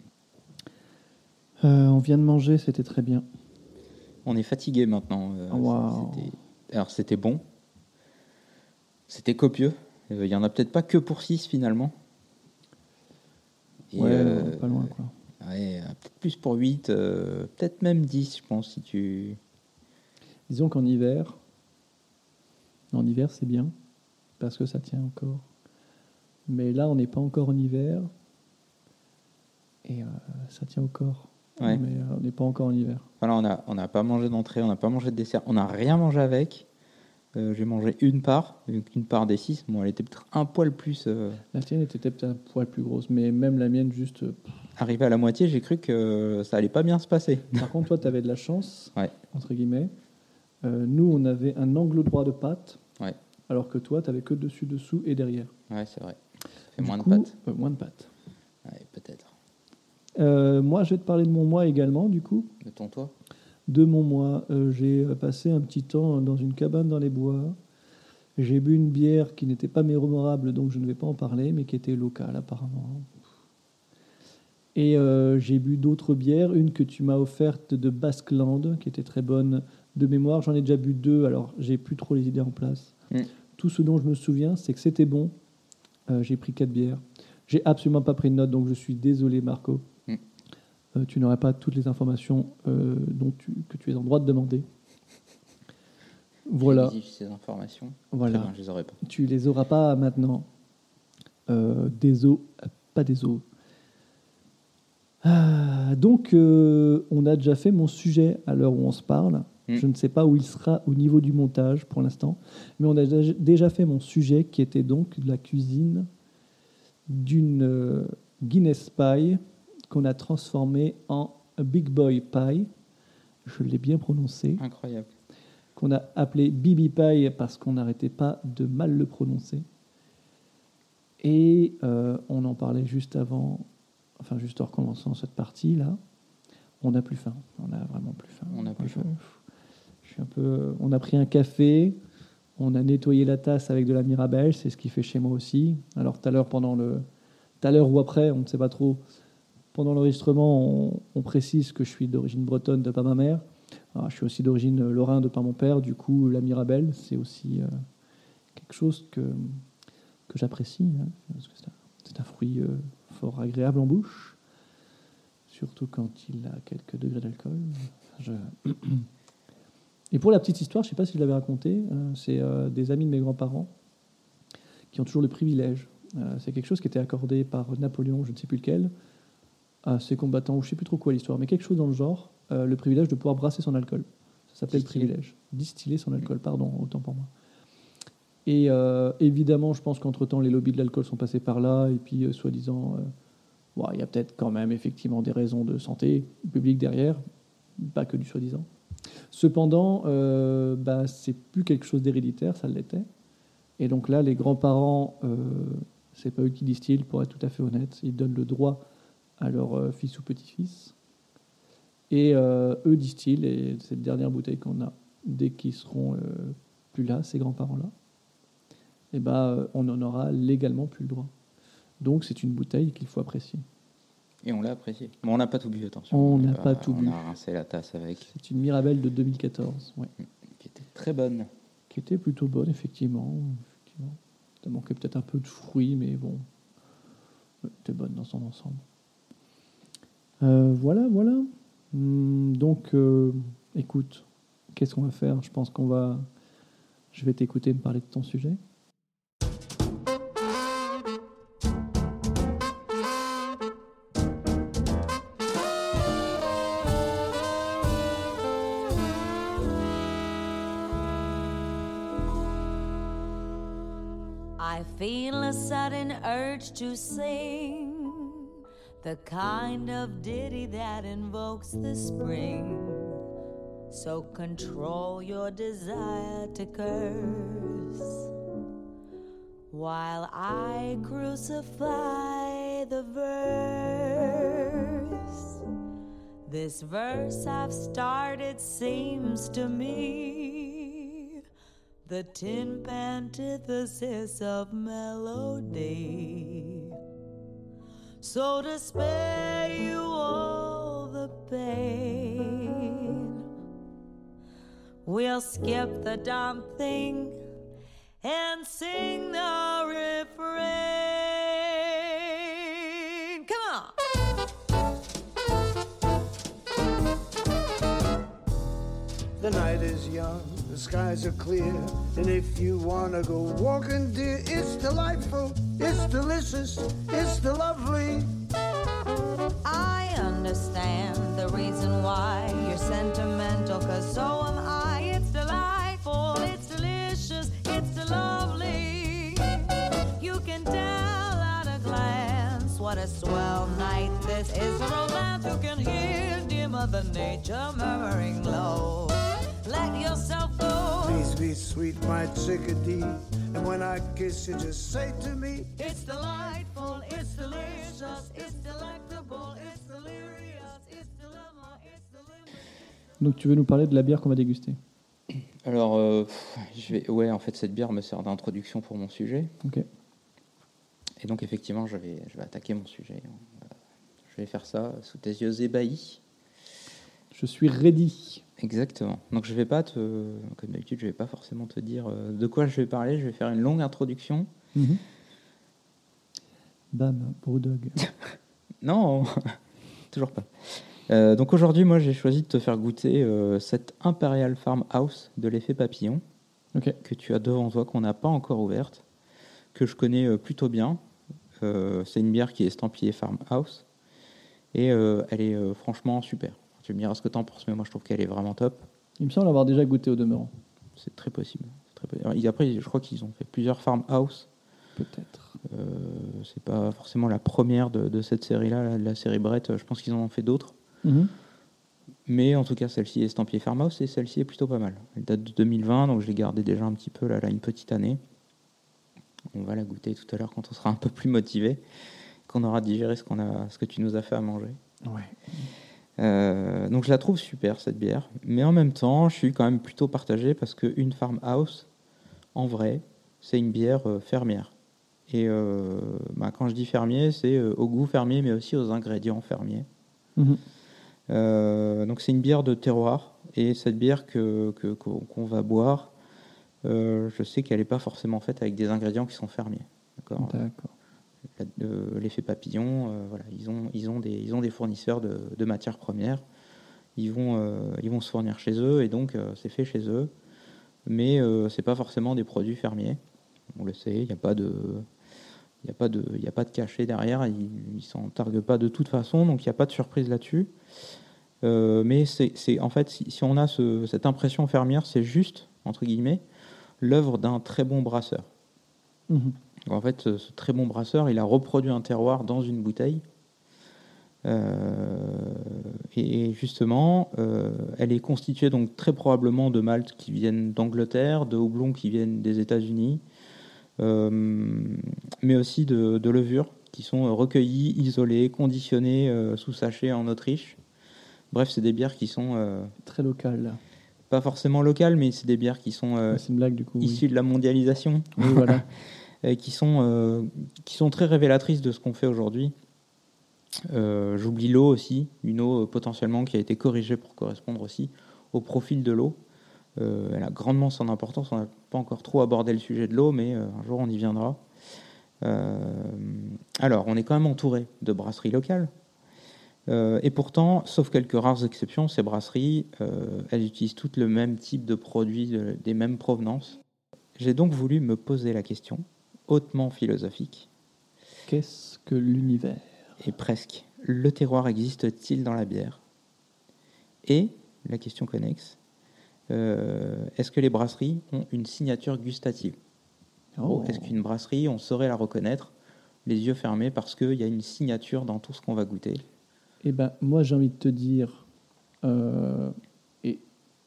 Euh, on vient de manger, c'était très bien. On est fatigué maintenant. euh, Wow. c'était- Alors c'était bon. C'était copieux. Il y en a peut-être pas que pour six finalement. Et, Ouais, euh, non, pas loin quoi. ouais, peut-être plus pour huit, euh, peut-être même dix, je pense, si tu... Disons qu'en hiver, en hiver c'est bien, parce que ça tient encore. Mais là, on n'est pas encore en hiver, et euh, ça tient encore. Ouais. Mais euh, on n'est pas encore en hiver. Voilà, on n'a on a pas mangé d'entrée, on n'a pas mangé de dessert, on n'a rien mangé avec. Euh, j'ai mangé une part, donc une part des six. Bon, elle était peut-être un poil plus... euh, La tienne était peut-être un poil plus grosse, mais même la mienne, juste. euh, Arrivé à la moitié, j'ai cru que ça allait pas bien se passer. Par contre, toi, tu avais de la chance, Ouais. entre guillemets. Euh, nous, on avait un angle droit de pâte, Ouais. alors que toi, tu avais que dessus, dessous et derrière. Ouais, c'est vrai. Ça fait Du moins coup, de pâtes. euh, moins de pâte. Ouais, peut-être. Euh, moi, je vais te parler de mon mois également, du coup. De ton toit. De mon mois, euh, j'ai euh, passé un petit temps dans une cabane dans les bois. J'ai bu une bière qui n'était pas mémorable, donc je ne vais pas en parler, mais qui était locale apparemment. Et euh, j'ai bu d'autres bières, une que tu m'as offerte de Basqueland, qui était très bonne de mémoire. J'en ai déjà bu deux, alors j'ai plus trop les idées en place. Mm. Tout ce dont je me souviens, c'est que c'était bon. Euh, j'ai pris quatre bières. J'ai absolument pas pris de notes, donc je suis désolé, Marco. Mm. Euh, tu n'auras pas toutes les informations euh, dont tu, que tu es en droit de demander. Voilà. J'exige ces informations. Voilà. Très bien, je les aurais pas. Tu les auras pas maintenant. Euh, des os, pas des os. Ah, donc, euh, on a déjà fait mon sujet à l'heure où on se parle. Mm. Je ne sais pas où il sera au niveau du montage pour l'instant, mais on a déjà fait mon sujet qui était donc la cuisine d'une euh, Guinness Pie qu'on a transformée en Big Boy Pie. Je l'ai bien prononcé. Incroyable. Qu'on a appelé Bibi Pie parce qu'on n'arrêtait pas de mal le prononcer. Et euh, on en parlait juste avant, enfin juste en recommençant cette partie-là. On n'a plus faim. On a vraiment plus faim. On n'a plus Je- faim. Je suis un peu. On a pris un café. On a nettoyé la tasse avec de la Mirabelle. C'est ce qu'il fait chez moi aussi. Alors tout à l'heure pendant le, tout à l'heure ou après, on ne sait pas trop. Pendant l'enregistrement, on, on précise que je suis d'origine bretonne de par ma mère. Alors, je suis aussi d'origine lorraine de par mon père. Du coup, la Mirabelle, c'est aussi euh, quelque chose que que j'apprécie, hein, parce que c'est un, c'est un fruit euh, fort agréable en bouche, surtout quand il a quelques degrés d'alcool. Je... Et pour la petite histoire, je ne sais pas si je l'avais raconté, euh, c'est euh, des amis de mes grands-parents qui ont toujours le privilège. Euh, c'est quelque chose qui était accordé par Napoléon, je ne sais plus lequel, à ses combattants, ou je ne sais plus trop quoi l'histoire, mais quelque chose dans le genre, euh, le privilège de pouvoir brasser son alcool. Ça s'appelait le Distiller. privilège. Distiller son alcool, pardon, autant pour moi. Et euh, évidemment, je pense qu'entre-temps, les lobbies de l'alcool sont passés par là, et puis, euh, soi-disant, euh, ouais, il y a peut-être quand même effectivement des raisons de santé publique derrière, pas que du soi-disant. Cependant, euh, bah, c'est plus quelque chose d'héréditaire, ça l'était. Et donc là, les grands-parents, euh, c'est pas eux qui distillent, pour être tout à fait honnête, ils donnent le droit à leur euh, fils ou petit-fils. Et euh, eux distillent, et cette dernière bouteille qu'on a, dès qu'ils seront euh, plus là, ces grands-parents-là, eh ben, euh, on n'en aura légalement plus le droit. Donc c'est une bouteille qu'il faut apprécier. Et on l'a apprécié. Bon, on n'a pas tout bu, attention. On est n'a pas tout on bu. On a rincé la tasse avec. C'est une Mirabelle de deux mille quatorze, ouais. Qui était très bonne. Qui était plutôt bonne, effectivement. effectivement. Ça manquait peut-être un peu de fruits, mais bon, elle était bonne dans son ensemble. Euh, voilà, voilà. Hum, donc, euh, écoute, qu'est-ce qu'on va faire? Je pense qu'on va... Je vais t'écouter me parler de ton sujet. I feel a sudden urge to sing the kind of ditty that invokes the spring. So control your desire to curse while I crucify the verse. This verse I've started seems to me the tin antithesis of melody. So to spare you all the pain, we'll skip the dumb thing and sing the refrain. Come on! The night is young, the skies are clear, and if you wanna go walking, dear, it's delightful, it's delicious, it's the lovely. I understand the reason why you're sentimental, 'cause so am I. It's delightful, it's delicious, it's the lovely. You can tell at a glance what a swell night this is. A romance you can hear dear Mother Nature murmuring low. Let yourself go. Please be sweet, my chickadee, and when I kiss you, just say to me, It's delightful, it's delicious, it's delectable, it's delirious, it's dilemma, it's dilemma. Donc tu veux nous parler de la bière qu'on va déguster? Alors, euh, je vais, ouais, en fait, cette bière me sert d'introduction pour mon sujet. Ok. Et donc, effectivement, je vais, je vais attaquer mon sujet. Je vais faire ça sous tes yeux ébahis. Je suis ready. Exactement. Donc, je vais pas te, comme d'habitude, je vais pas forcément te dire euh, de quoi je vais parler. Je vais faire une longue introduction. Mm-hmm. Bam, Brewdog. Non, toujours pas. Euh, donc aujourd'hui, moi, j'ai choisi de te faire goûter euh, cette Imperial Farmhouse de l'effet papillon, Ok. que tu as devant toi, qu'on n'a pas encore ouverte, que je connais euh, plutôt bien. Euh, c'est une bière qui est estampillée Farmhouse, et euh, elle est euh, franchement super. Tu me diras ce que tu en penses, mais moi, je trouve qu'elle est vraiment top. Il me semble avoir déjà goûté au demeurant. C'est très possible. C'est très possible. Et après, je crois qu'ils ont fait plusieurs Farmhouse. Peut-être. Euh, c'est pas forcément la première de, de cette série-là, la, la série Brett. Je pense qu'ils en ont fait d'autres. Mm-hmm. Mais en tout cas, celle-ci est estampillée Farmhouse et celle-ci est plutôt pas mal. Elle date de deux mille vingt, donc je l'ai gardée déjà un petit peu, là, là, une petite année. On va la goûter tout à l'heure quand on sera un peu plus motivé, qu'on aura digéré ce, qu'on a, ce que tu nous as fait à manger. Ouais. Euh, donc je la trouve super, cette bière. Mais en même temps, je suis quand même plutôt partagé parce qu'une Farmhouse, en vrai, c'est une bière euh, fermière. Et euh, bah, quand je dis fermier, c'est euh, au goût fermier, mais aussi aux ingrédients fermiers. Mm-hmm. Euh, donc c'est une bière de terroir, et cette bière que, que, qu'on, qu'on va boire, euh, je sais qu'elle n'est pas forcément faite avec des ingrédients qui sont fermiers. D'accord. D'accord. La, euh, l'effet papillon, euh, voilà, ils ont, ils ont des, ils ont des fournisseurs de, de matières premières. Ils vont, euh, ils vont se fournir chez eux, et donc euh, c'est fait chez eux. Mais euh, c'est pas forcément des produits fermiers. On le sait, il n'y a pas de, il n'y a pas de, il n'y a pas de cachet derrière. Ils, ils s'en targuent pas de toute façon, donc il n'y a pas de surprise là-dessus. Euh, mais c'est, c'est en fait, si, si on a ce, cette impression fermière, c'est juste entre guillemets l'œuvre d'un très bon brasseur. Mm-hmm. En fait, ce, ce très bon brasseur, il a reproduit un terroir dans une bouteille. Euh, et justement, euh, elle est constituée donc très probablement de maltes qui viennent d'Angleterre, de houblons qui viennent des États-Unis, euh, mais aussi de, de levures qui sont recueillies, isolées, conditionnées euh, sous sachet en Autriche. Bref, c'est des bières qui sont euh, Très local. pas forcément locales, mais c'est des bières qui sont euh, C'est une blague du coup. issues de la mondialisation, Oui, oui voilà. et qui sont, euh, qui sont très révélatrices de ce qu'on fait aujourd'hui. Euh, j'oublie l'eau aussi, une eau euh, potentiellement qui a été corrigée pour correspondre aussi au profil de l'eau. Euh, elle a grandement son importance, on n'a pas encore trop abordé le sujet de l'eau, mais euh, un jour on y viendra. Euh, alors, on est quand même entouré de brasseries locales, euh, et pourtant, sauf quelques rares exceptions, ces brasseries, euh, elles utilisent toutes le même type de produits, de- des mêmes provenances. J'ai donc voulu me poser la question, hautement philosophique, Qu'est-ce que l'univers? et presque, le terroir existe-t-il dans la bière? Et, la question connexe, euh, est-ce que les brasseries ont une signature gustative? Oh. Est-ce qu'une brasserie, on saurait la reconnaître, les yeux fermés, parce qu'il y a une signature dans tout ce qu'on va goûter? Eh ben, moi, j'ai envie de te dire, euh, et,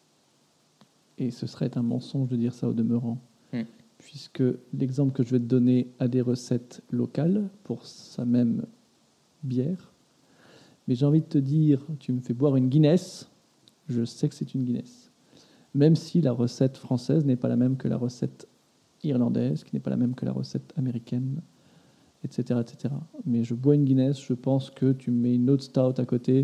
et ce serait un mensonge de dire ça au demeurant, Mm. puisque l'exemple que je vais te donner a des recettes locales pour sa même bière. Mais j'ai envie de te dire, tu me fais boire une Guinness, je sais que c'est une Guinness. Même si la recette française n'est pas la même que la recette irlandaise, qui n'est pas la même que la recette américaine, et cetera, et cetera. Mais je bois une Guinness, je pense que tu me mets une autre stout à côté.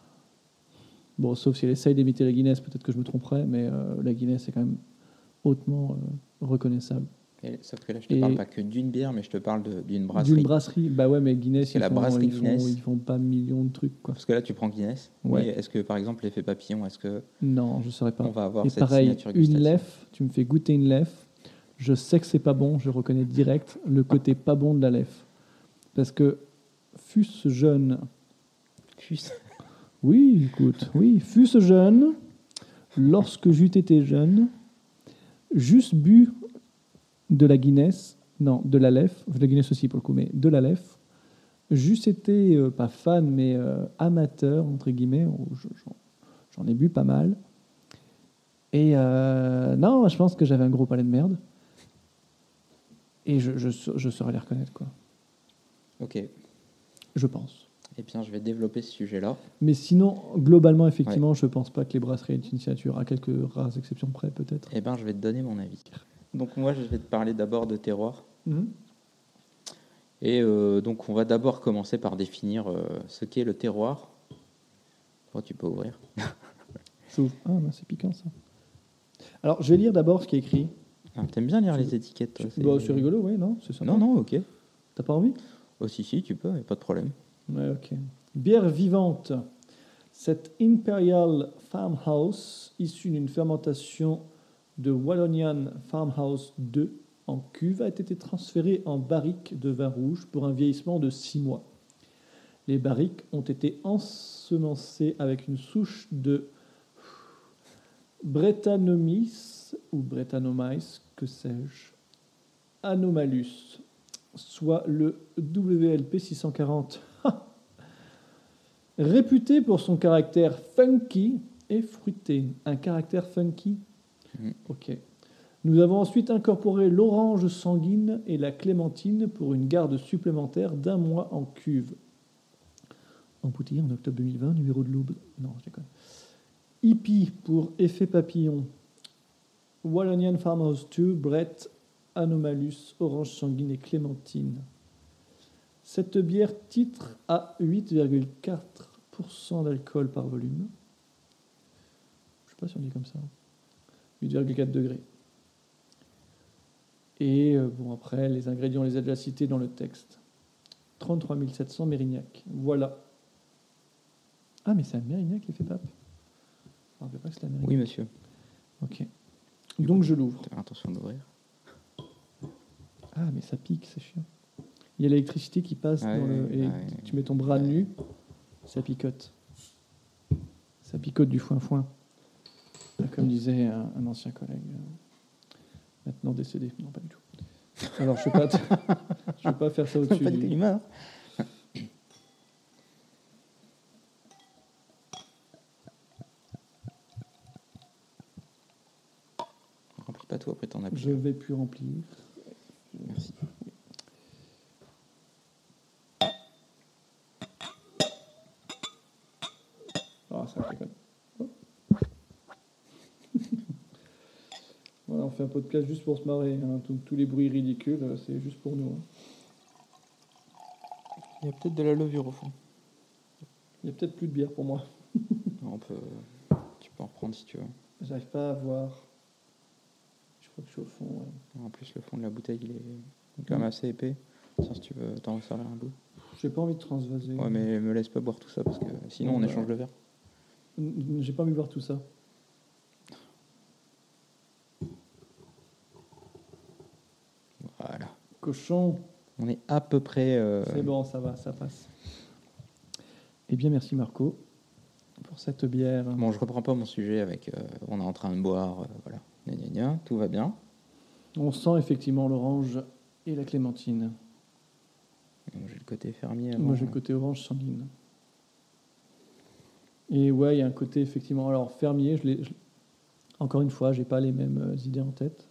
Bon, sauf si elle essaye d'imiter la Guinness, peut-être que je me tromperais, mais euh, la Guinness est quand même hautement euh, reconnaissable. Et, sauf que là, je te Et- parle pas que d'une bière, mais je te parle de- d'une brasserie. D'une brasserie, bah ouais, mais Guinness, Parce que ils la font, brasserie ils, font, Guinness- ils font pas millions de trucs, quoi. Parce que là, tu prends Guinness. Ouais. Mais est-ce que, par exemple, l'effet papillon, est-ce que Non, je ne saurais pas. on va avoir Et cette pareil, signature une gustative? lef, tu me fais goûter une lef, je sais que c'est pas bon, je reconnais direct le côté pas bon de la lef. Parce que fût-ce jeune, Fus. oui, écoute, oui, fût-ce jeune, lorsque j'eus été jeune, juste bu de la Guinness, non, de la lef, de la Guinness aussi pour le coup, mais de la lef, juste été, euh, pas fan, mais euh, amateur, entre guillemets, où je- j'en, j'en ai bu pas mal. Et euh, non, je pense que j'avais un gros palais de merde. Et je, je, je saurais les reconnaître, quoi. Ok. Eh Je pense. bien, je vais développer ce sujet-là. Mais sinon, globalement, effectivement, je pense pas que les brasseries aient une signature, à quelques rares exceptions près, peut-être. Eh bien, je vais te donner mon avis. Donc, moi, je vais te parler d'abord de terroir. Mhm. Et euh, donc, on va d'abord commencer par définir euh, ce qu'est le terroir. Oh, tu peux ouvrir. J'ouvre. Ah, bah, c'est piquant, ça. Alors, je vais lire d'abord ce qui est écrit. Ah, t'aimes bien lire Tu les veux- étiquettes, toi? Bah, c'est rigolo, oui, non? C'est sympa. Non, non, ok. T'as pas envie? Oh, si, si, tu peux, y a pas de problème. Ouais, ok. Bière vivante. Cette Imperial Farmhouse, issue d'une fermentation de Wallonian Farmhouse deux en cuve, a été transférée en barrique de vin rouge pour un vieillissement de six mois. Les barriques ont été ensemencées avec une souche de Brettanomyces ou Brettanomyces, que sais-je, Anomalus, soit le W L P six cent quarante. Réputé pour son caractère funky et fruité. Un caractère funky. Mm. Ok. Nous avons ensuite incorporé l'orange sanguine et la clémentine pour une garde supplémentaire d'un mois en cuve. Embouteillé en octobre deux mille vingt, numéro de l'aube. Non, je déconne. Hippie pour effet papillon. Wallonian Farmhouse deux, Brett, Anomalus, orange sanguine et clémentine. Cette bière titre à huit virgule quatre pour cent d'alcool par volume. Je ne sais pas si on dit comme ça. huit virgule quatre degrés. Et euh, bon, après, les ingrédients, on les a déjà cités dans le texte. trente-trois mille sept cents Mérignac. Voilà. Ah, mais c'est un Mérignac qui fait pape. Je ne rappelle pas que c'était un Mérignac. Oui, monsieur. Ok. Donc je l'ouvre. Faire attention d'ouvrir. Ah, mais ça pique, c'est chiant. Il y a l'électricité qui passe Ah dans ouais, le... et ah ouais. tu mets ton bras nu, ça picote. Ça picote du foin-foin. Comme disait un, un ancien collègue, euh, maintenant décédé. Non, pas du tout. Alors, je ne vais, pas je vais pas faire ça au-dessus. Pas de du- climat. Remplis pas tout, après t'en as plus. Je vais plus remplir. Merci. Ah, ça on fait un podcast juste pour se marrer. Hein. Tous- tous les bruits ridicules, euh, c'est juste pour nous. hein. Il y a peut-être de la levure au fond. Il y a peut-être plus de bière pour moi. On peut, tu peux en reprendre si tu veux. J'arrive pas à voir. Je crois que je suis au fond. ouais. En plus, le fond de la bouteille, il est quand même assez épais. Tiens, si tu veux t'en resservir un bout. J'ai pas envie de transvaser. Ouais, mais me laisse pas boire tout ça parce que sinon Bon, on bah. échange le verre. N- J'ai pas envie de voir tout ça. Voilà. Cochon. On est à peu près. euh, C'est bon, ça va, ça passe. Eh bien, merci Marco pour cette bière. Bon, je reprends pas mon sujet avec. euh, on est en train de boire, euh, voilà. Gna, gna, gna, tout va bien. On sent effectivement l'orange et la clémentine. Donc, j'ai le côté fermier. Moi, avant. j'ai le côté orange sanguine. Et ouais, il y a un côté effectivement. Alors, fermier, je l'ai. je- Encore une fois, j'ai pas les mêmes euh, idées en tête.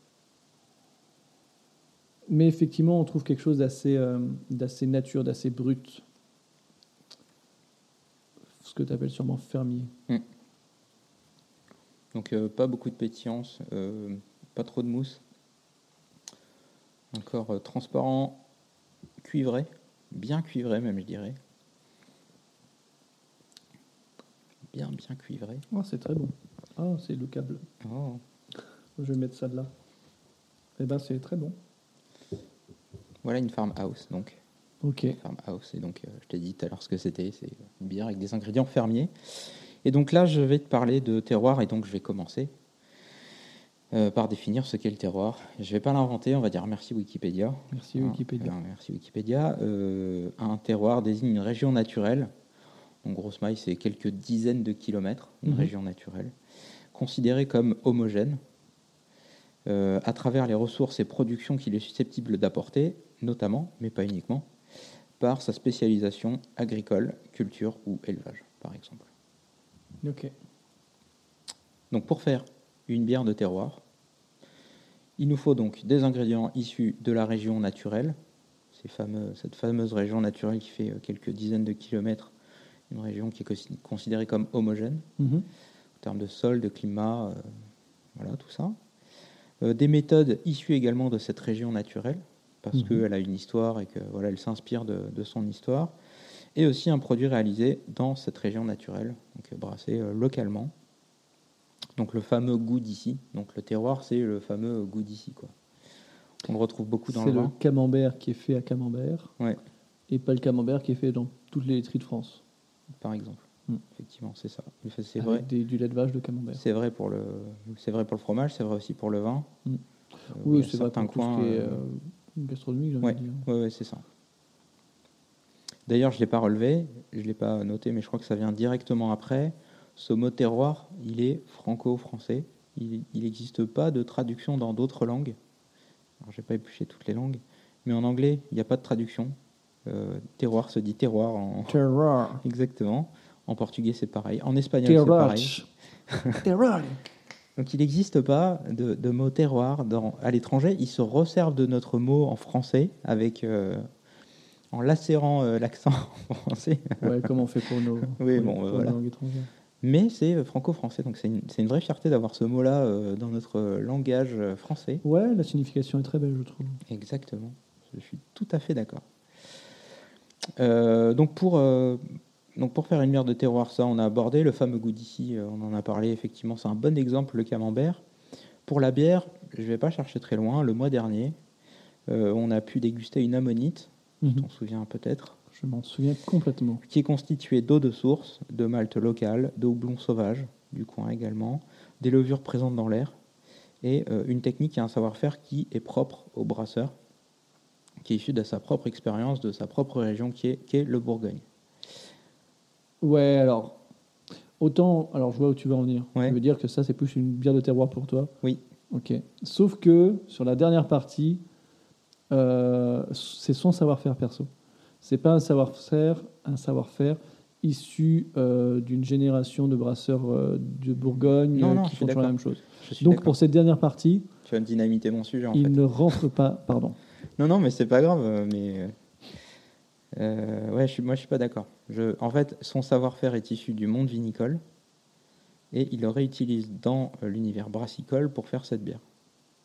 Mais effectivement, on trouve quelque chose d'assez, euh, d'assez nature, d'assez brut. Ce que tu appelles sûrement fermier. Donc, euh, pas beaucoup de pétillance, euh, pas trop de mousse. Encore euh, transparent, cuivré, bien cuivré même, je dirais. Bien, bien cuivré. Oh, c'est très bon. Ah, c'est le câble. Oh. Je vais mettre ça de là. Eh ben, c'est très bon. Voilà une farmhouse, donc. Ok. Farmhouse. Et donc, euh, je t'ai dit tout à l'heure ce que c'était. C'est une bière avec des ingrédients fermiers. Et donc là, je vais te parler de terroir. Et donc, je vais commencer euh, par définir ce qu'est le terroir. Je ne vais pas l'inventer. On va dire merci Wikipédia. Merci Hein, Wikipédia. euh, merci Wikipédia. Euh, un terroir désigne une région naturelle. Donc, grosse maille, c'est quelques dizaines de kilomètres, une Mhm. région naturelle, considérée comme homogène, euh, à travers les ressources et productions qu'il est susceptible d'apporter, notamment, mais pas uniquement, par sa spécialisation agricole, culture ou élevage, par exemple. Ok. Donc, pour faire une bière de terroir, il nous faut donc des ingrédients issus de la région naturelle, ces fameux, cette fameuse région naturelle qui fait euh, quelques dizaines de kilomètres, une région qui est consi- considérée comme homogène, Mhm. en termes de sol, de climat, euh, voilà, tout ça. Euh, des méthodes issues également de cette région naturelle, parce Mhm. qu'elle a une histoire et que voilà, elle s'inspire de, de son histoire. Et aussi un produit réalisé dans cette région naturelle, donc euh, brassé euh, localement. Donc le fameux goût d'ici. Donc le terroir, c'est le fameux goût d'ici, quoi. On le retrouve beaucoup dans C'est le le vin. camembert qui est fait à Camembert Ouais, et pas le camembert qui est fait dans toutes les laiteries de France. par exemple. Mm. Effectivement, c'est ça. C'est Avec vrai. des- du lait de vache de camembert. C'est vrai pour le, c'est vrai pour le fromage, c'est vrai aussi pour le vin. Mm. Euh, Oui, il y a c'est vrai certains pour tout ce coins, qui est euh, euh, gastronomique, j'ai envie Ouais, de dire. ouais, ouais, c'est ça. D'ailleurs, je ne l'ai pas relevé, je ne l'ai pas noté, mais je crois que ça vient directement après. Ce mot terroir, il est franco-français. Il n'existe pas de traduction dans d'autres langues. Alors, je n'ai pas épluché toutes les langues, mais en anglais, il n'y a pas de traduction. Euh, terroir se dit terroir en... Terroir. Exactement. En portugais, c'est pareil. En espagnol, c'est pareil. Terroir. Terroir. Donc, il n'existe pas de, de mot terroir dans, à l'étranger. Ils se resservent de notre mot en français avec, euh, en lacérant euh, l'accent en français. Ouais, comme on fait pour nos, Oui, pour- bon, pour euh, nos voilà. langues étrangères. Mais c'est euh, franco-français. Donc, c'est une, c'est une vraie fierté d'avoir ce mot-là euh, dans notre euh, langage euh, français. Ouais, la signification est très belle, je trouve. Exactement. Je suis tout à fait d'accord. Euh, donc, pour, euh, donc, pour faire une bière de terroir, ça, on a abordé. Le fameux goût d'ici, euh, on en a parlé. Effectivement, c'est un bon exemple, le camembert. Pour la bière, je ne vais pas chercher très loin. Le mois dernier, euh, on a pu déguster une ammonite, tu Mhm. t'en souviens peut-être, Je m'en souviens complètement. qui est constituée d'eau de source, de malt local, de houblon sauvage, du coin également, des levures présentes dans l'air, et euh, une technique et un savoir-faire qui est propre au brasseur, qui est issu de sa propre expérience, de sa propre région, qui est, qui est le Bourgogne. Ouais, alors, autant, alors je vois où tu veux en venir. Ouais. Tu veux dire que ça, c'est plus une bière de terroir pour toi. Oui. Ok. Sauf que sur la dernière partie, euh, c'est son savoir-faire perso. C'est pas un savoir-faire, un savoir-faire issu euh, d'une génération de brasseurs euh, de Bourgogne Non, euh, non, je qui suis font toujours la d'accord. même chose. Je suis Donc d'accord. pour cette dernière partie, Tu vas me dynamiter mon sujet, en il fait. ne rentre pas. Pardon. Non, non, mais c'est pas grave, euh, mais... euh, ouais, je suis, moi, je suis pas d'accord. Je, en fait, son savoir-faire est issu du monde vinicole, et il le réutilise dans euh, l'univers brassicole pour faire cette bière.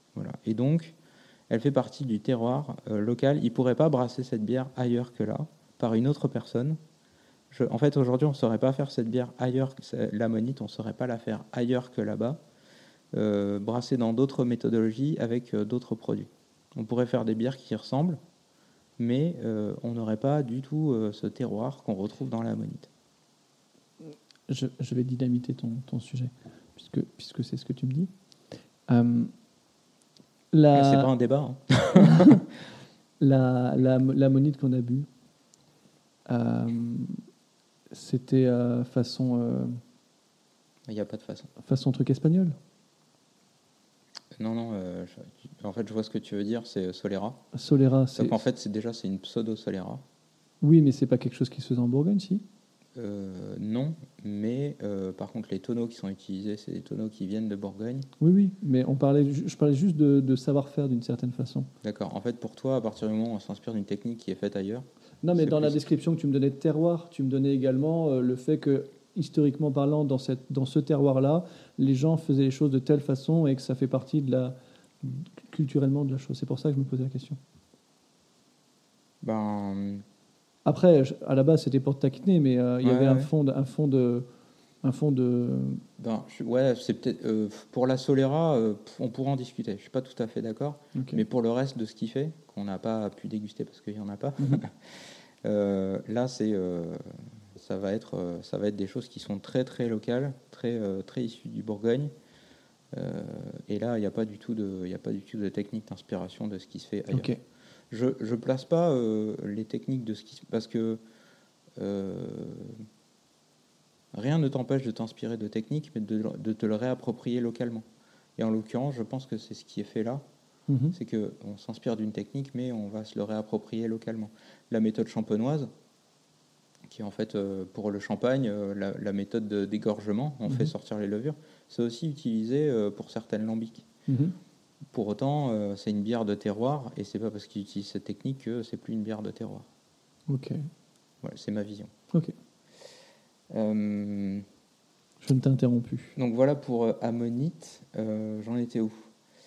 Et donc, elle fait partie du terroir euh, local. Il ne pourrait pas brasser cette bière ailleurs que là, par une autre personne. Je, en fait, aujourd'hui, on ne saurait pas faire cette bière ailleurs que l'ammonite, on ne saurait pas la faire ailleurs que là-bas, euh, brasser dans d'autres méthodologies avec euh, d'autres produits. On pourrait faire des bières qui y ressemblent, mais euh, on n'aurait pas du tout euh, ce terroir qu'on retrouve dans l'ammonite. Je, je vais dynamiter ton, ton sujet, puisque, puisque c'est ce que tu me dis. Euh, la, C'est pas un débat. Hein. la, la, l'ammonite qu'on a bu, euh, c'était euh, façon, euh, Il n'y a pas de façon. façon truc espagnol. Non, non, euh, je, en fait, je vois ce que tu veux dire, c'est Solera. Solera, c'est... Donc, en fait, c'est déjà, c'est une pseudo-Solera. Oui, mais c'est pas quelque chose qui se faisait en Bourgogne, si euh, Non, mais euh, par contre, les tonneaux qui sont utilisés, c'est des tonneaux qui viennent de Bourgogne. Oui, oui, mais on parlait, je parlais juste de, de savoir-faire d'une certaine façon. D'accord. En fait, pour toi, à partir du moment où on s'inspire d'une technique qui est faite ailleurs... Non, mais c'est dans plus... la description que tu me donnais de terroir, tu me donnais également euh, le fait que, historiquement parlant, dans, cette, dans ce terroir-là, les gens faisaient les choses de telle façon et que ça fait partie de la... culturellement de la chose. C'est pour ça que je me posais la question. Ben... Après, à la base, c'était pour te taquiner, mais euh, il y ouais, avait ouais. un fond de... Un fond de, un fond de... Ben, je, ouais, c'est peut-être... Euh, pour la Solera, euh, on pourra en discuter. Je ne suis pas tout à fait d'accord. Okay. Mais pour le reste de ce qu'il fait, qu'on n'a pas pu déguster parce qu'il n'y en a pas, Mm-hmm. euh, là, c'est... Euh, ça va être, euh, ça va être des choses qui sont très, très locales, très, euh, très issues du Bourgogne. Euh, et là, il n'y a pas du tout de, il n'y a pas du tout de technique d'inspiration de ce qui se fait ailleurs. Okay. Je ne place pas euh, les techniques de ce qui se... Parce que euh, rien ne t'empêche de t'inspirer de techniques, mais de, de te le réapproprier localement. Et en l'occurrence, je pense que c'est ce qui est fait là. Mm-hmm. C'est qu'on s'inspire d'une technique, mais on va se le réapproprier localement. La méthode champenoise, qui est en fait euh, pour le champagne, euh, la, la méthode de, d'égorgement, on mm-hmm. fait sortir les levures, c'est aussi utilisé euh, pour certaines lambics. Mm-hmm. Pour autant, euh, c'est une bière de terroir, et c'est pas parce qu'ils utilisent cette technique que c'est plus une bière de terroir. Ok. Voilà, c'est ma vision. Ok. Euh, Je ne t'ai interrompu. donc voilà pour euh, Ammonite. Euh, j'en étais où ?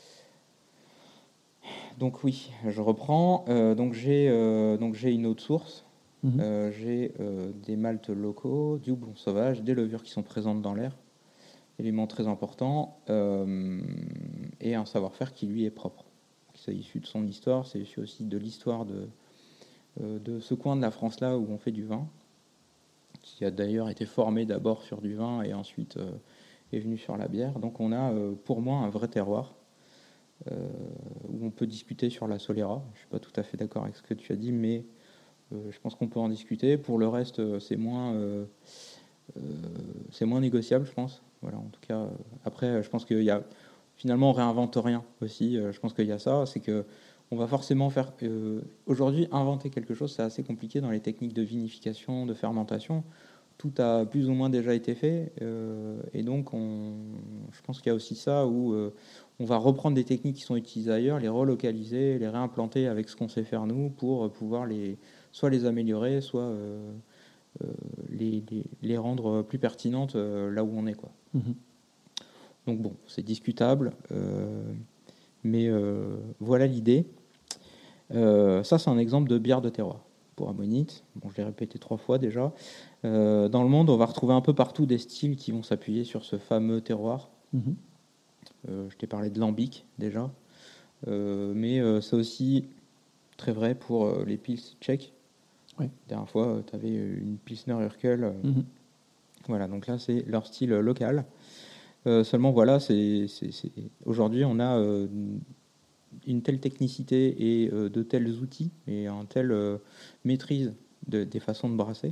Donc oui, je reprends. Euh, donc j'ai euh, donc j'ai une autre source. Mm-hmm. Euh, j'ai euh, des maltes locaux, du houblon sauvage, des levures qui sont présentes dans l'air, élément très important, euh, et un savoir-faire qui lui est propre. C'est issu de son histoire, c'est issu aussi de l'histoire de, euh, de ce coin de la France-là où on fait du vin, qui a d'ailleurs été formé d'abord sur du vin et ensuite euh, est venu sur la bière. Donc on a euh, pour moi un vrai terroir, euh, où on peut discuter sur la Solera. Je ne suis pas tout à fait d'accord avec ce que tu as dit, mais Euh, je pense qu'on peut en discuter. Pour le reste, euh, c'est moins, euh, euh, c'est moins négociable, je pense. Voilà, en tout cas. Euh, après, je pense qu'il y a finalement, on réinvente rien aussi. Euh, je pense qu'il y a ça, c'est que on va forcément faire. Euh, aujourd'hui, inventer quelque chose, c'est assez compliqué dans les techniques de vinification, de fermentation. Tout a plus ou moins déjà été fait, euh, et donc, on, je pense qu'il y a aussi ça où euh, on va reprendre des techniques qui sont utilisées ailleurs, les relocaliser, les réimplanter avec ce qu'on sait faire nous pour pouvoir les soit les améliorer, soit euh, euh, les, les, les rendre plus pertinentes euh, là où on est, quoi. Mm-hmm. Donc bon, c'est discutable, euh, mais euh, voilà l'idée. Euh, ça, c'est un exemple de bière de terroir pour Ammonite. Bon, je l'ai répété trois fois déjà. Euh, dans le monde, on va retrouver un peu partout des styles qui vont s'appuyer sur ce fameux terroir. Mm-hmm. Euh, je t'ai parlé de lambic déjà, euh, mais euh, c'est aussi très vrai pour euh, les pils tchèques. Oui. La dernière fois, euh, tu avais une Pilsner Urquell. Euh, mm-hmm. Voilà, donc là, c'est leur style euh, local. Euh, seulement, voilà, c'est, c'est, c'est... aujourd'hui, on a euh, une telle technicité et euh, de tels outils et une telle euh, maîtrise de, des façons de brasser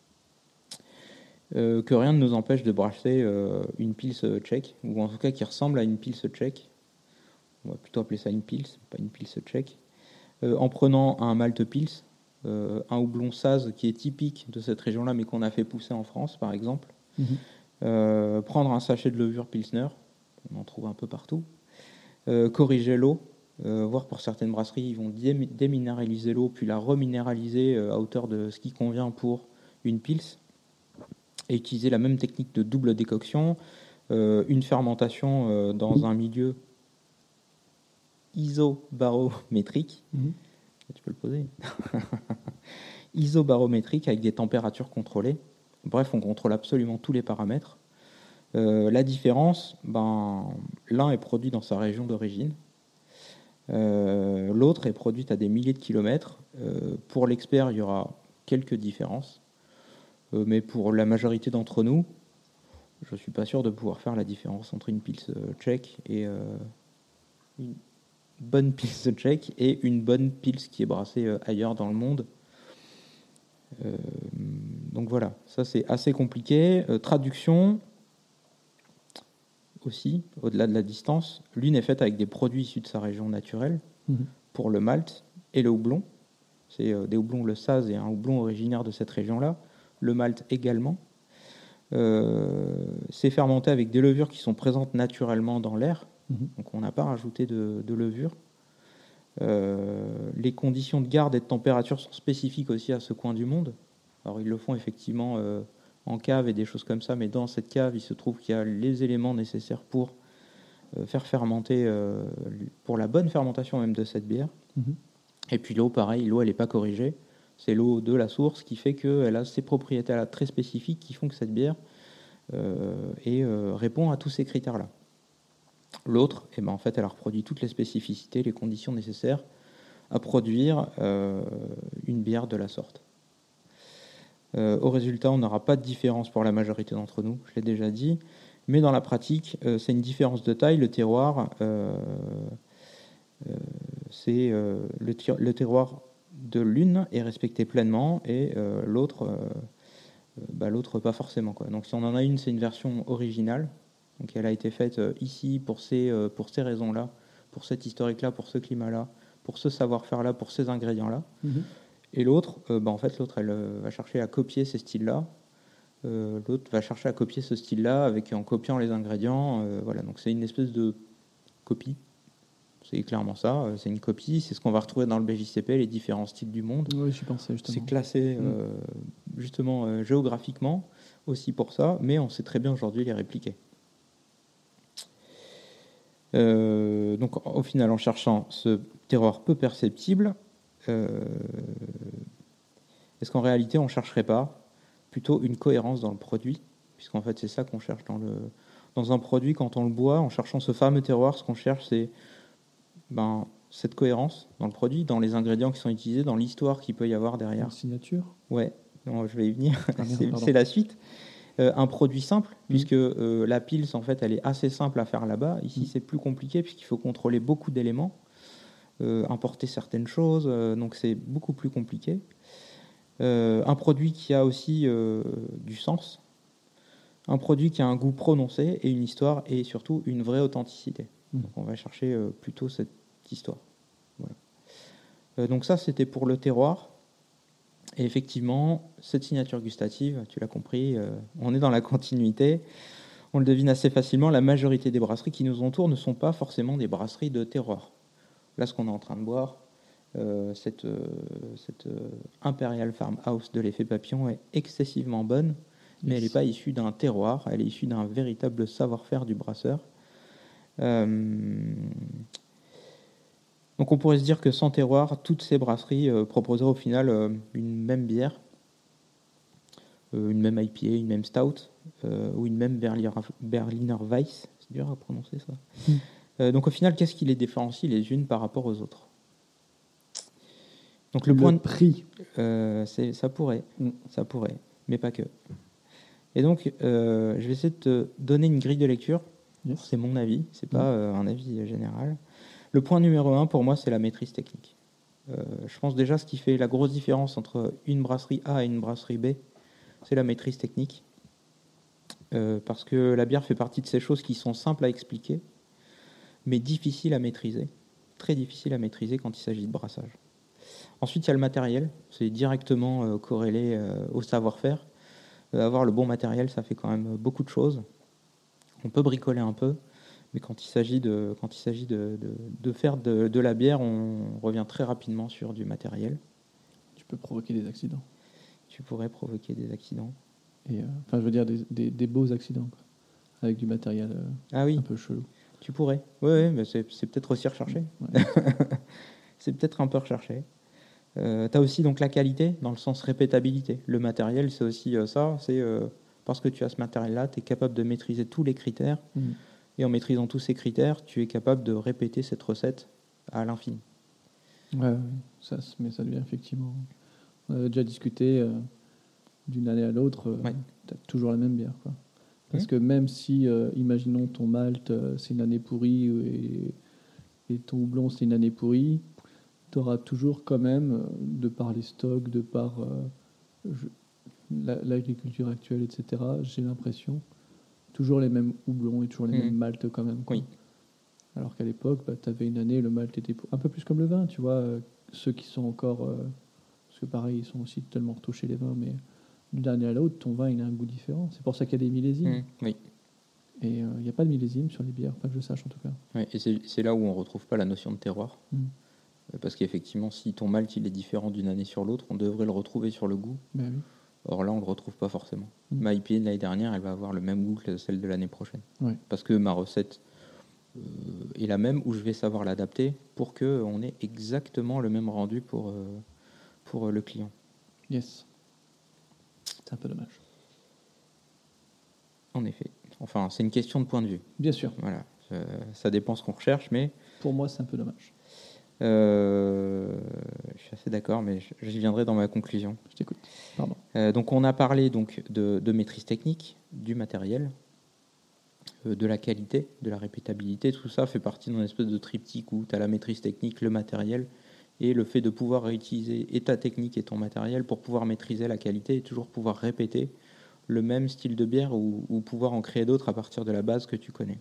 euh, que rien ne nous empêche de brasser euh, une pils tchèque, ou en tout cas qui ressemble à une pils tchèque. On va plutôt appeler ça une pils, pas une pils tchèque. Euh, en prenant un malt pils, euh, un houblon Saz qui est typique de cette région-là, mais qu'on a fait pousser en France, par exemple. Mm-hmm. Euh, prendre un sachet de levure Pilsner, on en trouve un peu partout. Euh, corriger l'eau, euh, voire pour certaines brasseries, ils vont dé- déminéraliser l'eau, puis la reminéraliser euh, à hauteur de ce qui convient pour une pils, et utiliser la même technique de double décoction, euh, une fermentation euh, dans un milieu isobarométrique. Mhm. Tu peux le poser. Isobarométrique avec des températures contrôlées. Bref, on contrôle absolument tous les paramètres. Euh, la différence, ben, l'un est produit dans sa région d'origine. Euh, l'autre est produite à des milliers de kilomètres. Euh, pour l'expert, il y aura quelques différences. Euh, mais pour la majorité d'entre nous, je ne suis pas sûr de pouvoir faire la différence entre une Pils tchèque et euh, une bonne Pils tchèque et une bonne Pils qui est brassée euh, ailleurs dans le monde. Euh, donc voilà, ça c'est assez compliqué. Euh, traduction aussi, au-delà de la distance, l'une est faite avec des produits issus de sa région naturelle, Mhm. pour le malt et le houblon. C'est euh, des houblons le Saz et un houblon originaire de cette région-là. Le malt également. Euh, c'est fermenté avec des levures qui sont présentes naturellement dans l'air. Mhm. Donc on n'a pas rajouté de, de levure. Euh, les conditions de garde et de température sont spécifiques aussi à ce coin du monde. Alors ils le font effectivement euh, en cave et des choses comme ça, mais dans cette cave, il se trouve qu'il y a les éléments nécessaires pour euh, faire fermenter, euh, pour la bonne fermentation même de cette bière. Mhm. Et puis l'eau, pareil, l'eau elle n'est pas corrigée. C'est l'eau de la source qui fait qu'elle a ses propriétés là, très spécifiques qui font que cette bière euh, et, euh, répond à tous ces critères-là. L'autre, eh ben, en fait, elle a reproduit toutes les spécificités, les conditions nécessaires à produire euh, une bière de la sorte. Euh, au résultat, on n'aura pas de différence pour la majorité d'entre nous, je l'ai déjà dit, mais dans la pratique, euh, c'est une différence de taille. Le terroir, euh, euh, c'est euh, le, ti- le terroir de l'une est respecté pleinement et euh, l'autre, euh, bah, l'autre pas forcément, quoi. Donc si on en a une, c'est une version originale. Donc elle a été faite euh, ici pour ces, euh, pour ces raisons-là, pour cet historique-là, pour ce climat-là, pour ce savoir-faire-là, pour ces ingrédients-là. Mhm. Et l'autre, euh, bah, en fait, l'autre, elle euh, va chercher à copier ces styles-là. Euh, l'autre va chercher à copier ce style-là avec, en copiant les ingrédients. Euh, voilà, donc c'est une espèce de copie. C'est clairement ça. euh, C'est une copie. C'est ce qu'on va retrouver dans le B J C P, les différents styles du monde. Oui, j'y pensais justement. C'est classé euh, justement euh, géographiquement aussi pour ça, mais on sait très bien aujourd'hui les répliquer. Euh, donc au final, en cherchant ce terroir peu perceptible, euh, est-ce qu'en réalité on ne chercherait pas plutôt une cohérence dans le produit, puisqu'en fait c'est ça qu'on cherche dans, le, dans un produit quand on le boit, en cherchant ce fameux terroir, ce qu'on cherche c'est ben, cette cohérence dans le produit, dans les ingrédients qui sont utilisés, dans l'histoire qu'il peut y avoir derrière. Une signature. Ouais, non, je vais y venir. Ah, merde, c'est, pardon. c'est la suite. Euh, un produit simple, Mhm. puisque euh, la Pils, en fait, elle est assez simple à faire là-bas. Ici, Mhm. c'est plus compliqué, puisqu'il faut contrôler beaucoup d'éléments, euh, importer certaines choses, euh, donc c'est beaucoup plus compliqué. Euh, un produit qui a aussi euh, du sens, un produit qui a un goût prononcé et une histoire, et surtout une vraie authenticité. Mhm. Donc on va chercher euh, plutôt cette histoire. Voilà. Euh, donc ça, c'était pour le terroir. Et effectivement, cette signature gustative, tu l'as compris, euh, on est dans la continuité. On le devine assez facilement, la majorité des brasseries qui nous entourent ne sont pas forcément des brasseries de terroir. Là, ce qu'on est en train de boire, euh, cette, euh, cette euh, Imperial Farmhouse de l'effet papillon est excessivement bonne, mais Yes. elle n'est pas issue d'un terroir, elle est issue d'un véritable savoir-faire du brasseur. Euh, Donc on pourrait se dire que sans terroir, toutes ces brasseries euh, proposeraient au final euh, une même bière, euh, une même I P A, une même stout, euh, ou une même Berliner, Berliner Weiss. C'est dur à prononcer ça. Mm. Euh, donc au final, qu'est-ce qui les différencie les unes par rapport aux autres? Donc le, Le point de prix. euh, c'est, ça pourrait, Mm. ça pourrait, mais pas que. Et donc euh, je vais essayer de te donner une grille de lecture. Yes. C'est mon avis, c'est pas euh, un avis général. Le point numéro un, pour moi, c'est la maîtrise technique. Euh, je pense déjà ce qui fait la grosse différence entre une brasserie A et une brasserie B, c'est la maîtrise technique. Euh, parce que la bière fait partie de ces choses qui sont simples à expliquer, mais difficiles à maîtriser. Très difficiles à maîtriser quand il s'agit de brassage. Ensuite, il y a le matériel. C'est directement euh, corrélé euh, au savoir-faire. Euh, avoir le bon matériel, ça fait quand même beaucoup de choses. On peut bricoler un peu, mais quand il s'agit de, quand il s'agit de, de, de faire de, de la bière, on revient très rapidement sur du matériel. Tu peux provoquer des accidents. Tu pourrais provoquer des accidents. Et, euh, enfin, je veux dire des, des, des beaux accidents, quoi. Avec du matériel euh, Ah oui, un peu chelou. Tu pourrais. Oui, ouais, mais c'est, c'est peut-être aussi recherché. Ouais. C'est peut-être un peu recherché. Euh, tu as aussi donc la qualité dans le sens répétabilité. Le matériel, c'est aussi euh, ça. C'est euh, parce que tu as ce matériel-là, tu es capable de maîtriser tous les critères. Mm. Et en maîtrisant tous ces critères, tu es capable de répéter cette recette à l'infini. Ouais, ouais, ça, se- mais ça devient effectivement. On avait déjà discuté euh, d'une année à l'autre, euh, Ouais. tu as toujours la même bière. Quoi. Parce Mmh. que même si, euh, imaginons ton malt, euh, c'est une année pourrie et, et ton houblon, c'est une année pourrie, tu auras toujours quand même, euh, de par les stocks, de par euh, je- la- l'agriculture actuelle, et cetera, j'ai l'impression, toujours les mêmes houblons et toujours les Mhm. mêmes maltes quand même. Quoi. Oui. Alors qu'à l'époque, bah, tu avais une année, le malt était un peu plus comme le vin, tu vois. euh, ceux qui sont encore. euh, parce que pareil, ils sont aussi tellement retouchés les vins, mais d'une année à l'autre, ton vin, il a un goût différent. C'est pour ça qu'il y a des millésimes. Mmh, oui. Et il n'y a pas de millésime sur les bières, pas que je sache en tout cas. Ouais, et c'est, c'est là où on ne retrouve pas la notion de terroir. Mm. Euh, Parce qu'effectivement, si ton malt il est différent d'une année sur l'autre, on devrait le retrouver sur le goût. Ben oui. Or là, on ne le retrouve pas forcément. Mm. Ma I P A de l'année dernière, elle va avoir le même goût que celle de l'année prochaine. Ouais. Parce que ma recette euh, est la même, où je vais savoir l'adapter pour qu'on ait exactement le même rendu pour, euh, pour euh, le client. Yes. C'est un peu dommage. En effet. Enfin, c'est une question de point de vue. Bien sûr. Voilà. Euh, ça dépend ce qu'on recherche, mais Pour moi, c'est un peu dommage. euh, je suis assez d'accord, mais je- j'y viendrai dans ma conclusion. Je t'écoute. Pardon. Euh, donc on a parlé donc de, de maîtrise technique, du matériel, euh, de la qualité, de la répétabilité. Tout ça fait partie d'une espèce de triptyque où tu as la maîtrise technique, le matériel, et le fait de pouvoir réutiliser et ta technique et ton matériel pour pouvoir maîtriser la qualité et toujours pouvoir répéter le même style de bière ou, ou pouvoir en créer d'autres à partir de la base que tu connais.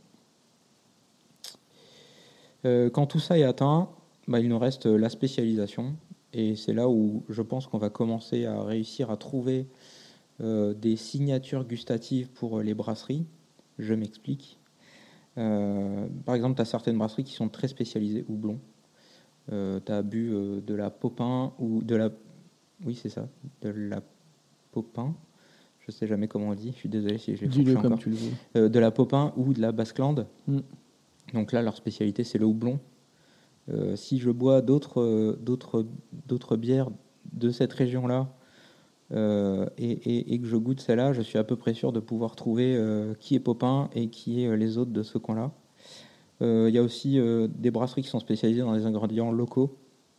Euh, quand tout ça est atteint, bah, il nous reste la spécialisation. Et c'est là où je pense qu'on va commencer à réussir à trouver euh, des signatures gustatives pour les brasseries. Je m'explique. Euh, par exemple, tu as certaines brasseries qui sont très spécialisées houblon. Euh, tu as bu euh, de la Popin ou de la... Oui, c'est ça. De la Popin. Je sais jamais comment on dit. Je suis désolé si je l'ai Dis-le fourché comme encore. tu le veux. Euh, de la Popin ou de la Basquelande. Mm. Donc là, leur spécialité, c'est le houblon. Euh, si je bois d'autres, euh, d'autres, d'autres bières de cette région-là euh, et, et- et que je goûte celle-là, je suis à peu près sûr de pouvoir trouver euh, qui est Popin et qui est euh, les autres de ce coin-là. Euh, Il y a aussi euh, des brasseries qui sont spécialisées dans les ingrédients locaux.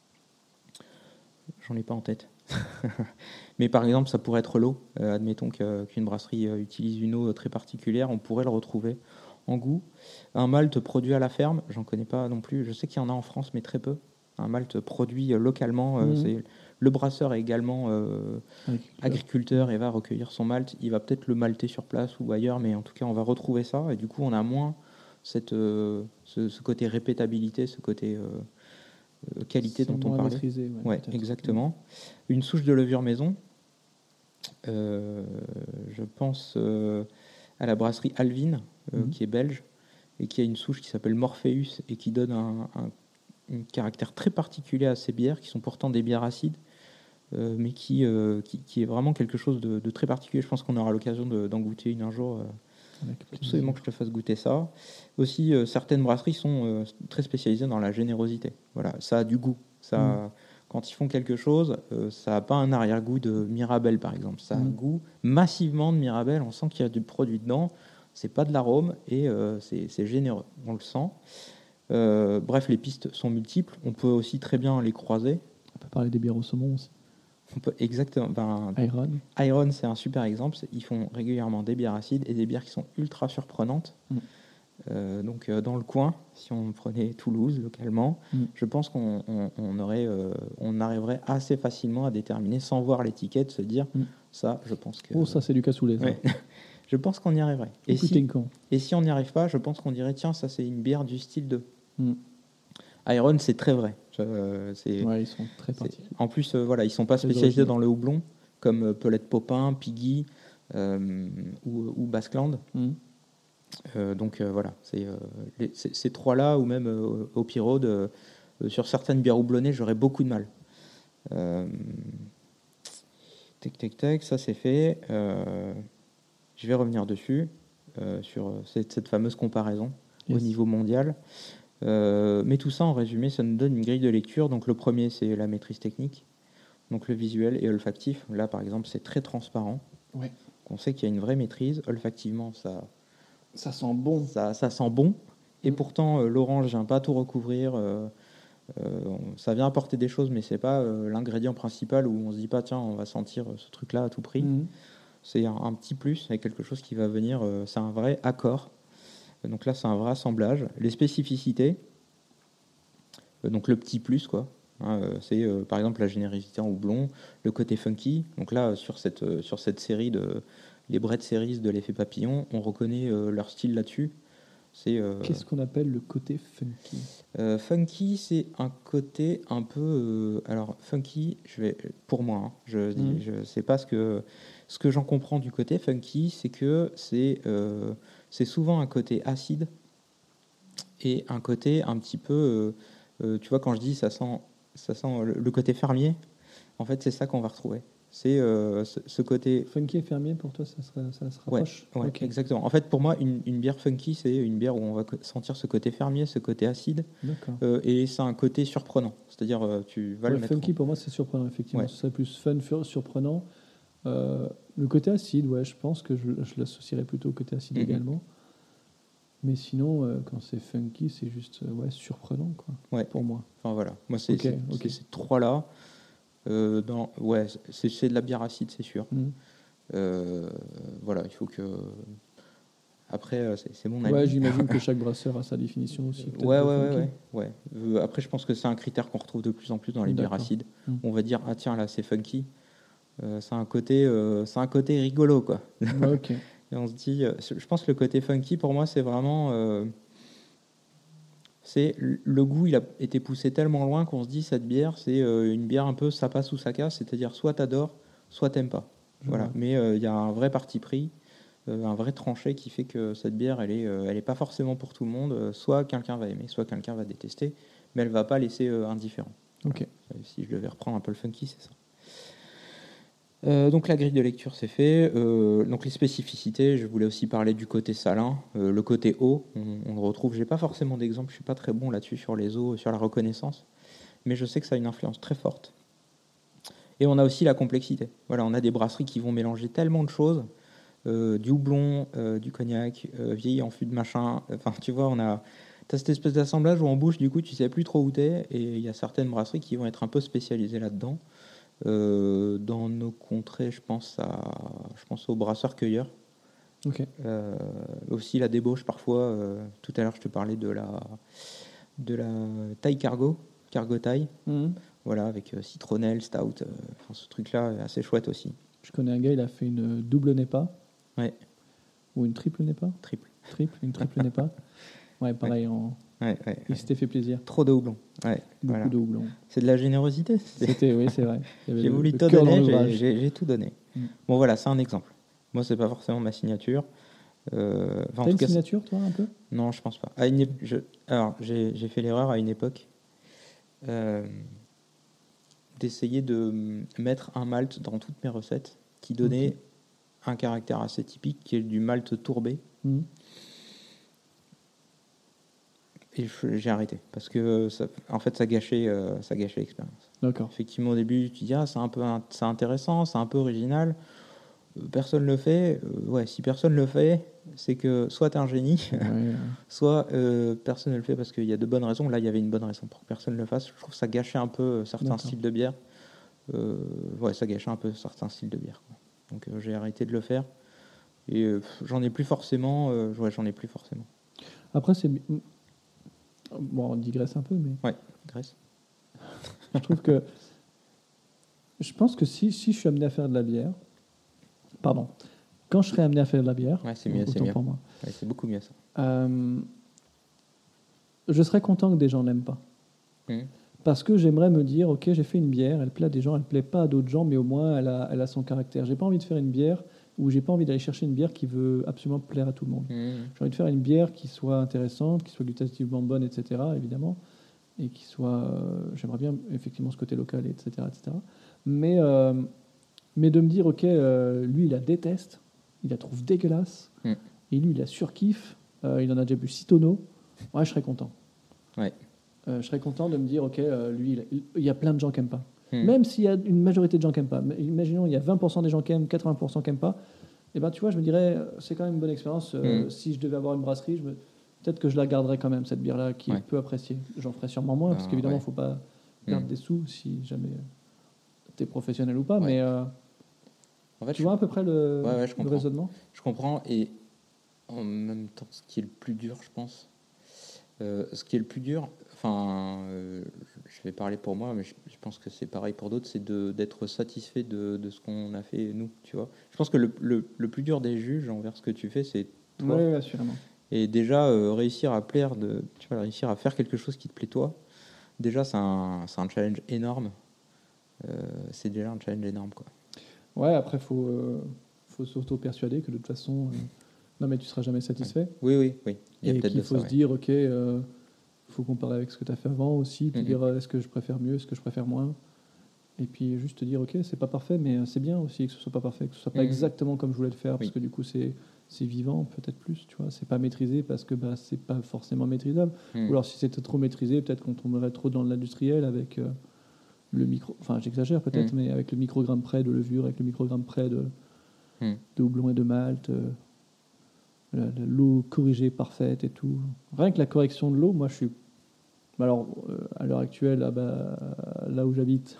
J'en ai pas en tête. Mais par exemple, ça pourrait être l'eau. Euh, admettons que- qu'une brasserie euh, utilise une eau très particulière, on pourrait le retrouver en goût. Un malt produit à la ferme, j'en connais pas non plus. Je sais qu'il y en a en France, mais très peu. Un malt produit euh, localement. euh, Mhm. c'est, le brasseur est également euh, Agriculteur. agriculteur et va recueillir son malt. Il va peut-être le malter sur place ou ailleurs, mais en tout cas, on va retrouver ça. Et du coup, on a moins cette, euh, ce, ce côté répétabilité, ce côté euh, euh, qualité C'est dont on moins parlait. maîtrisé, ouais, Ouais, peut-être. exactement. Une souche de levure maison. Euh, je pense euh, à la brasserie Alvin, euh, Mhm. qui est belge, et qui a une souche qui s'appelle Morpheus et qui donne un, un- un caractère très particulier à ces bières, qui sont pourtant des bières acides, euh, mais qui, euh, qui, qui est vraiment quelque chose de, de très particulier. Je pense qu'on aura l'occasion de- d'en goûter une un jour. euh, Avec Il faut absolument que je te fasse goûter ça. Aussi, euh, certaines brasseries sont euh, très spécialisées dans la générosité. Voilà, ça a du goût. Ça, Mm. Quand ils font quelque chose, euh, ça n'a pas un arrière-goût de Mirabelle, par exemple. Ça a un Mm. goût massivement de Mirabelle. On sent qu'il y a du produit dedans. C'est pas de l'arôme et euh, c'est c'est généreux. On le sent. Euh, bref, les pistes sont multiples. On peut aussi très bien les croiser. On peut parler des bières au saumon aussi. On peut exactement. Ben, Iron. Iron, c'est un super exemple. C'est- Ils font régulièrement des bières acides et des bières qui sont ultra surprenantes. Mm. Euh, donc, euh, dans le coin, si on prenait Toulouse localement, Mm. je pense qu'on on- on aurait, euh, on arriverait assez facilement à déterminer, sans voir l'étiquette, se dire Mm. ça, je pense que. Oh, ça, c'est du cassoulet. ça. Ouais. Je pense qu'on y arriverait. Et Écoutez, si, une con. et si on n'y arrive pas, je pense qu'on dirait tiens, ça, c'est une bière du style de. Mm. Iron, c'est très vrai. Euh, c'est, Ouais, ils sont très c'est- particuliers. En plus, euh, voilà, ils sont pas Très spécialisés originaux. dans le houblon, comme euh, Paulette Popin, Piggy euh, ou, ou Basquelande. Mm. Euh, donc euh, voilà, c'est, euh, les- ces, ces trois-là, ou même euh, au Pirode, euh, euh, sur certaines bières houblonnées, j'aurais beaucoup de mal. Euh, tac, tac, tac, ça c'est fait. Euh, je vais revenir dessus, euh, sur cette, cette fameuse comparaison. au Yes. niveau mondial. Euh, mais tout ça, en résumé, ça nous donne une grille de lecture. Donc le premier, c'est la maîtrise technique, donc le visuel et olfactif. Là, par exemple, c'est très transparent. Ouais. On sait qu'il y a une vraie maîtrise. Olfactivement, ça, Ça sent bon. ça, ça sent bon. Et Mm. pourtant, euh, l'orange vient pas tout recouvrir. euh, euh, on- ça vient apporter des choses, mais c'est pas euh, l'ingrédient principal où on se dit pas tiens, on va sentir euh, ce truc-là à tout prix. Mhm. C'est un, un petit plus, c'est quelque chose qui va venir. euh, c'est un vrai accord. Euh, Donc là, c'est un vrai assemblage. Les spécificités, euh, donc le petit plus, quoi. Hein, euh, c'est euh, par exemple la générosité en houblon, le côté funky. Donc là, euh, sur cette, euh, sur cette série de les Bread Series de l'effet papillon, on reconnaît euh, leur style là-dessus. C'est euh, Qu'est-ce qu'on appelle le côté funky? euh, funky, c'est un côté un peu. euh, alors funky, je vais pour moi, hein, je dis, Mhm. je sais pas ce que ce que j'en comprends du côté funky, c'est que c'est euh, c'est souvent un côté acide et un côté un petit peu. euh, euh, tu vois, quand je dis ça sent ça sent le, le côté fermier, en fait, c'est ça qu'on va retrouver. C'est euh, ce, ce côté. Funky et fermier, pour toi, ça, serait- ça se Ouais, rapproche? ouais, Ok. exactement. En fait, pour moi, une, une bière funky, c'est une bière où on va co- sentir ce côté fermier, ce côté acide, D'accord. euh, et c'est un côté surprenant. C'est-à-dire, euh, tu vas Ouais, le mettre. funky, pour moi, c'est surprenant, effectivement. Ouais. Ce serait plus fun, fur- surprenant. Euh, le côté acide, ouais, je pense que je, je l'associerais plutôt au côté acide Mhm. également. Mais sinon, euh, quand c'est funky, c'est juste euh, ouais, surprenant, quoi, Ouais. pour moi. Enfin voilà, moi c'est Ok, c'est- ok. c'est ces trois-là. Euh, dans, ouais, c'est c'est de la bière acide, c'est sûr. Mhm. Euh, voilà, il faut que. Après, euh, c'est c'est mon avis. Ouais, j'imagine que chaque brasseur a sa définition aussi. peut-être, Ouais, de ouais, ouais, funky. ouais, ouais. Euh, après, je pense que c'est un critère qu'on retrouve de plus en plus dans les bières D'accord. acides. Mm. On va dire, ah tiens, là, c'est funky. Euh, c'est un côté, euh, c'est un côté rigolo, quoi. Ouais, ok. Et on se dit, euh, je pense que le côté funky, pour moi, c'est vraiment, euh, c'est le goût, il a été poussé tellement loin qu'on se dit, cette bière, c'est euh, une bière un peu ça passe ou ça casse, c'est-à-dire soit t'adores, soit t'aimes pas. Je Voilà. vois. Mais euh, il y a un vrai parti pris, euh, un vrai tranché qui fait que cette bière, elle est, euh, elle est pas forcément pour tout le monde. Euh, soit quelqu'un va aimer, soit quelqu'un va détester, mais elle va pas laisser euh, indifférent. Ok. Euh, Si je devais reprendre un peu le funky, c'est ça. Euh, donc la grille de lecture c'est fait. Euh, donc les spécificités, je voulais aussi parler du côté salin, euh, le côté eau. On, on le retrouve. J'ai pas forcément d'exemple, je suis pas très bon là-dessus sur les eaux, sur la reconnaissance, mais je sais que ça a une influence très forte. Et on a aussi la complexité. Voilà, on a des brasseries qui vont mélanger tellement de choses, euh, du houblon, euh, du cognac, euh, vieilli en fût de machin. Enfin, tu vois, on a t'as cette espèce d'assemblage où en bouche, du coup, tu sais plus trop où t'es. Et il y a certaines brasseries qui vont être un peu spécialisées là-dedans. Euh, dans nos contrées, je pense à, je pense aux brasseurs-cueilleurs. Ok. Euh, aussi la débauche parfois. euh, tout à l'heure, je te parlais de la, de la taille cargo, cargo taille. Mhm. Voilà, avec euh, citronnelle, stout. euh, enfin, ce truc-là est assez chouette aussi. Je connais un gars, il a fait une double NEPA. Ouais. Ou une triple NEPA. Triple. Triple, une triple NEPA. Ouais, pareil, en... Ouais, ouais, il ouais. s'était fait plaisir. Trop de houblon. Ouais, Beaucoup voilà. de houblon. C'est de la générosité. C'est- C'était, oui, c'est vrai. Il y avait J'ai le- voulu le tout cœur dans donner, j'ai- l'ouvrage. j'ai j'ai tout donné. Mm. Bon voilà, c'est un exemple. Moi, c'est pas forcément ma signature. Euh, enfin, en T'as tout une cas, signature, toi, un peu? non, je pense pas. À une ép- je- Alors, j'ai j'ai fait l'erreur à une époque euh, d'essayer de m- mettre un malt dans toutes mes recettes qui donnait Ok. un caractère assez typique, qui est du malt tourbé. Mhm. Et je- j'ai arrêté parce que ça, en fait, ça gâchait, euh, ça gâchait l'expérience. D'accord. Effectivement, au début, tu dis ah, c'est un peu, in- c'est intéressant, c'est un peu original. Euh, Personne le fait. Euh, ouais, si personne le fait, c'est que soit t'es un génie, Ouais, ouais. soit euh, personne ne le fait parce qu'il y a de bonnes raisons. Là, il y avait une bonne raison pour que personne ne le fasse. Je trouve que ça gâchait un peu euh, certains D'accord. styles de bière. Euh, ouais, ça gâchait un peu certains styles de bière, quoi. Donc euh, j'ai arrêté de le faire. Et euh, pff, j'en ai plus forcément. euh, ouais, j'en ai plus forcément. Après, c'est. bi- Bon, on digresse un peu, mais Ouais, Grèce. je trouve que. Je pense que si, si je suis amené à faire de la bière. Pardon. Quand je serai amené à faire de la bière. Ouais, c'est mieux, c'est autant mieux. pour moi. Ouais, c'est beaucoup mieux ça. euh, je serais content que des gens n'aiment pas. Mhm. Parce que j'aimerais me dire, ok, j'ai fait une bière, elle plaît à des gens, elle plaît pas à d'autres gens, mais au moins elle a, elle a son caractère. J'ai pas envie de faire une bière où j'ai pas envie d'aller chercher une bière qui veut absolument plaire à tout le monde. Mhm. J'ai envie de faire une bière qui soit intéressante, qui soit gustativement bonne, et cetera, évidemment, et qui soit... euh, j'aimerais bien, effectivement, ce côté local, et cetera, et cetera. Mais, euh, mais de me dire, ok, euh, lui, il la déteste, il la trouve dégueulasse, Mm. et lui, il la surkiffe, euh, il en a déjà bu six tonneaux, Ouais, je serais content. Ouais. Euh, je serais content de me dire, ok, euh, lui, il, il- il y a plein de gens qui n'aiment pas. Hmm. Même s'il y a une majorité de gens qui n'aiment pas. Mais imaginons, il y a vingt pour cent des gens qui aiment, quatre-vingts pour cent qui n'aiment pas. Et ben, tu vois, je me dirais, euh, c'est quand même une bonne expérience. Euh, Hmm. Si je devais avoir une brasserie, je me- peut-être que je la garderais quand même, cette bière-là, qui est Ouais. peu appréciée. J'en ferais sûrement moins, parce Ah, qu'évidemment, il ouais. ne faut pas perdre Hmm. des sous si jamais tu es professionnel ou pas. Ouais. Mais euh, En fait, tu je, vois à peu près le, Ouais, ouais, je le comprends. raisonnement. je comprends. Et en même temps, ce qui est le plus dur, je pense, euh, ce qui est le plus dur, enfin, euh, je vais parler pour moi, mais je, je pense que c'est pareil pour d'autres, c'est de, d'être satisfait de, de ce qu'on a fait, nous, tu vois. Je pense que le, le, le plus dur des juges envers ce que tu fais, c'est toi. Oui, assurément. Et déjà, euh, réussir à plaire, de, tu vois, réussir à faire quelque chose qui te plaît toi, déjà, c'est un, c'est un challenge énorme. Euh, c'est déjà un challenge énorme, quoi. Ouais, après, il faut, euh, faut s'auto-persuader que de toute façon, euh, non, mais tu seras jamais satisfait. Oui, oui, oui. Il y a Et peut-être qu'il de faut ça, se ouais. dire, ok, il faut comparer avec ce que tu as fait avant aussi, puis Mhm. dire euh, est-ce que je préfère mieux, est-ce que je préfère moins. Et puis juste te dire, ok, c'est pas parfait, mais euh, c'est bien aussi que ce soit pas parfait, que ce soit pas Mhm. exactement comme je voulais le faire, parce Oui. que du coup, c'est c'est vivant, peut-être plus, tu vois. C'est pas maîtrisé parce que bah, c'est pas forcément maîtrisable. Mhm. Ou alors, si c'était trop maîtrisé, peut-être qu'on tomberait trop dans l'industriel avec euh, le micro. Enfin, j'exagère peut-être, Mhm. mais avec le microgramme près de levure, avec le microgramme près de, Mhm. de houblon et de malt, euh, la- la- l'eau corrigée parfaite et tout. Rien que la correction de l'eau, moi je suis. Alors, euh, à l'heure actuelle, ah bah, là où j'habite,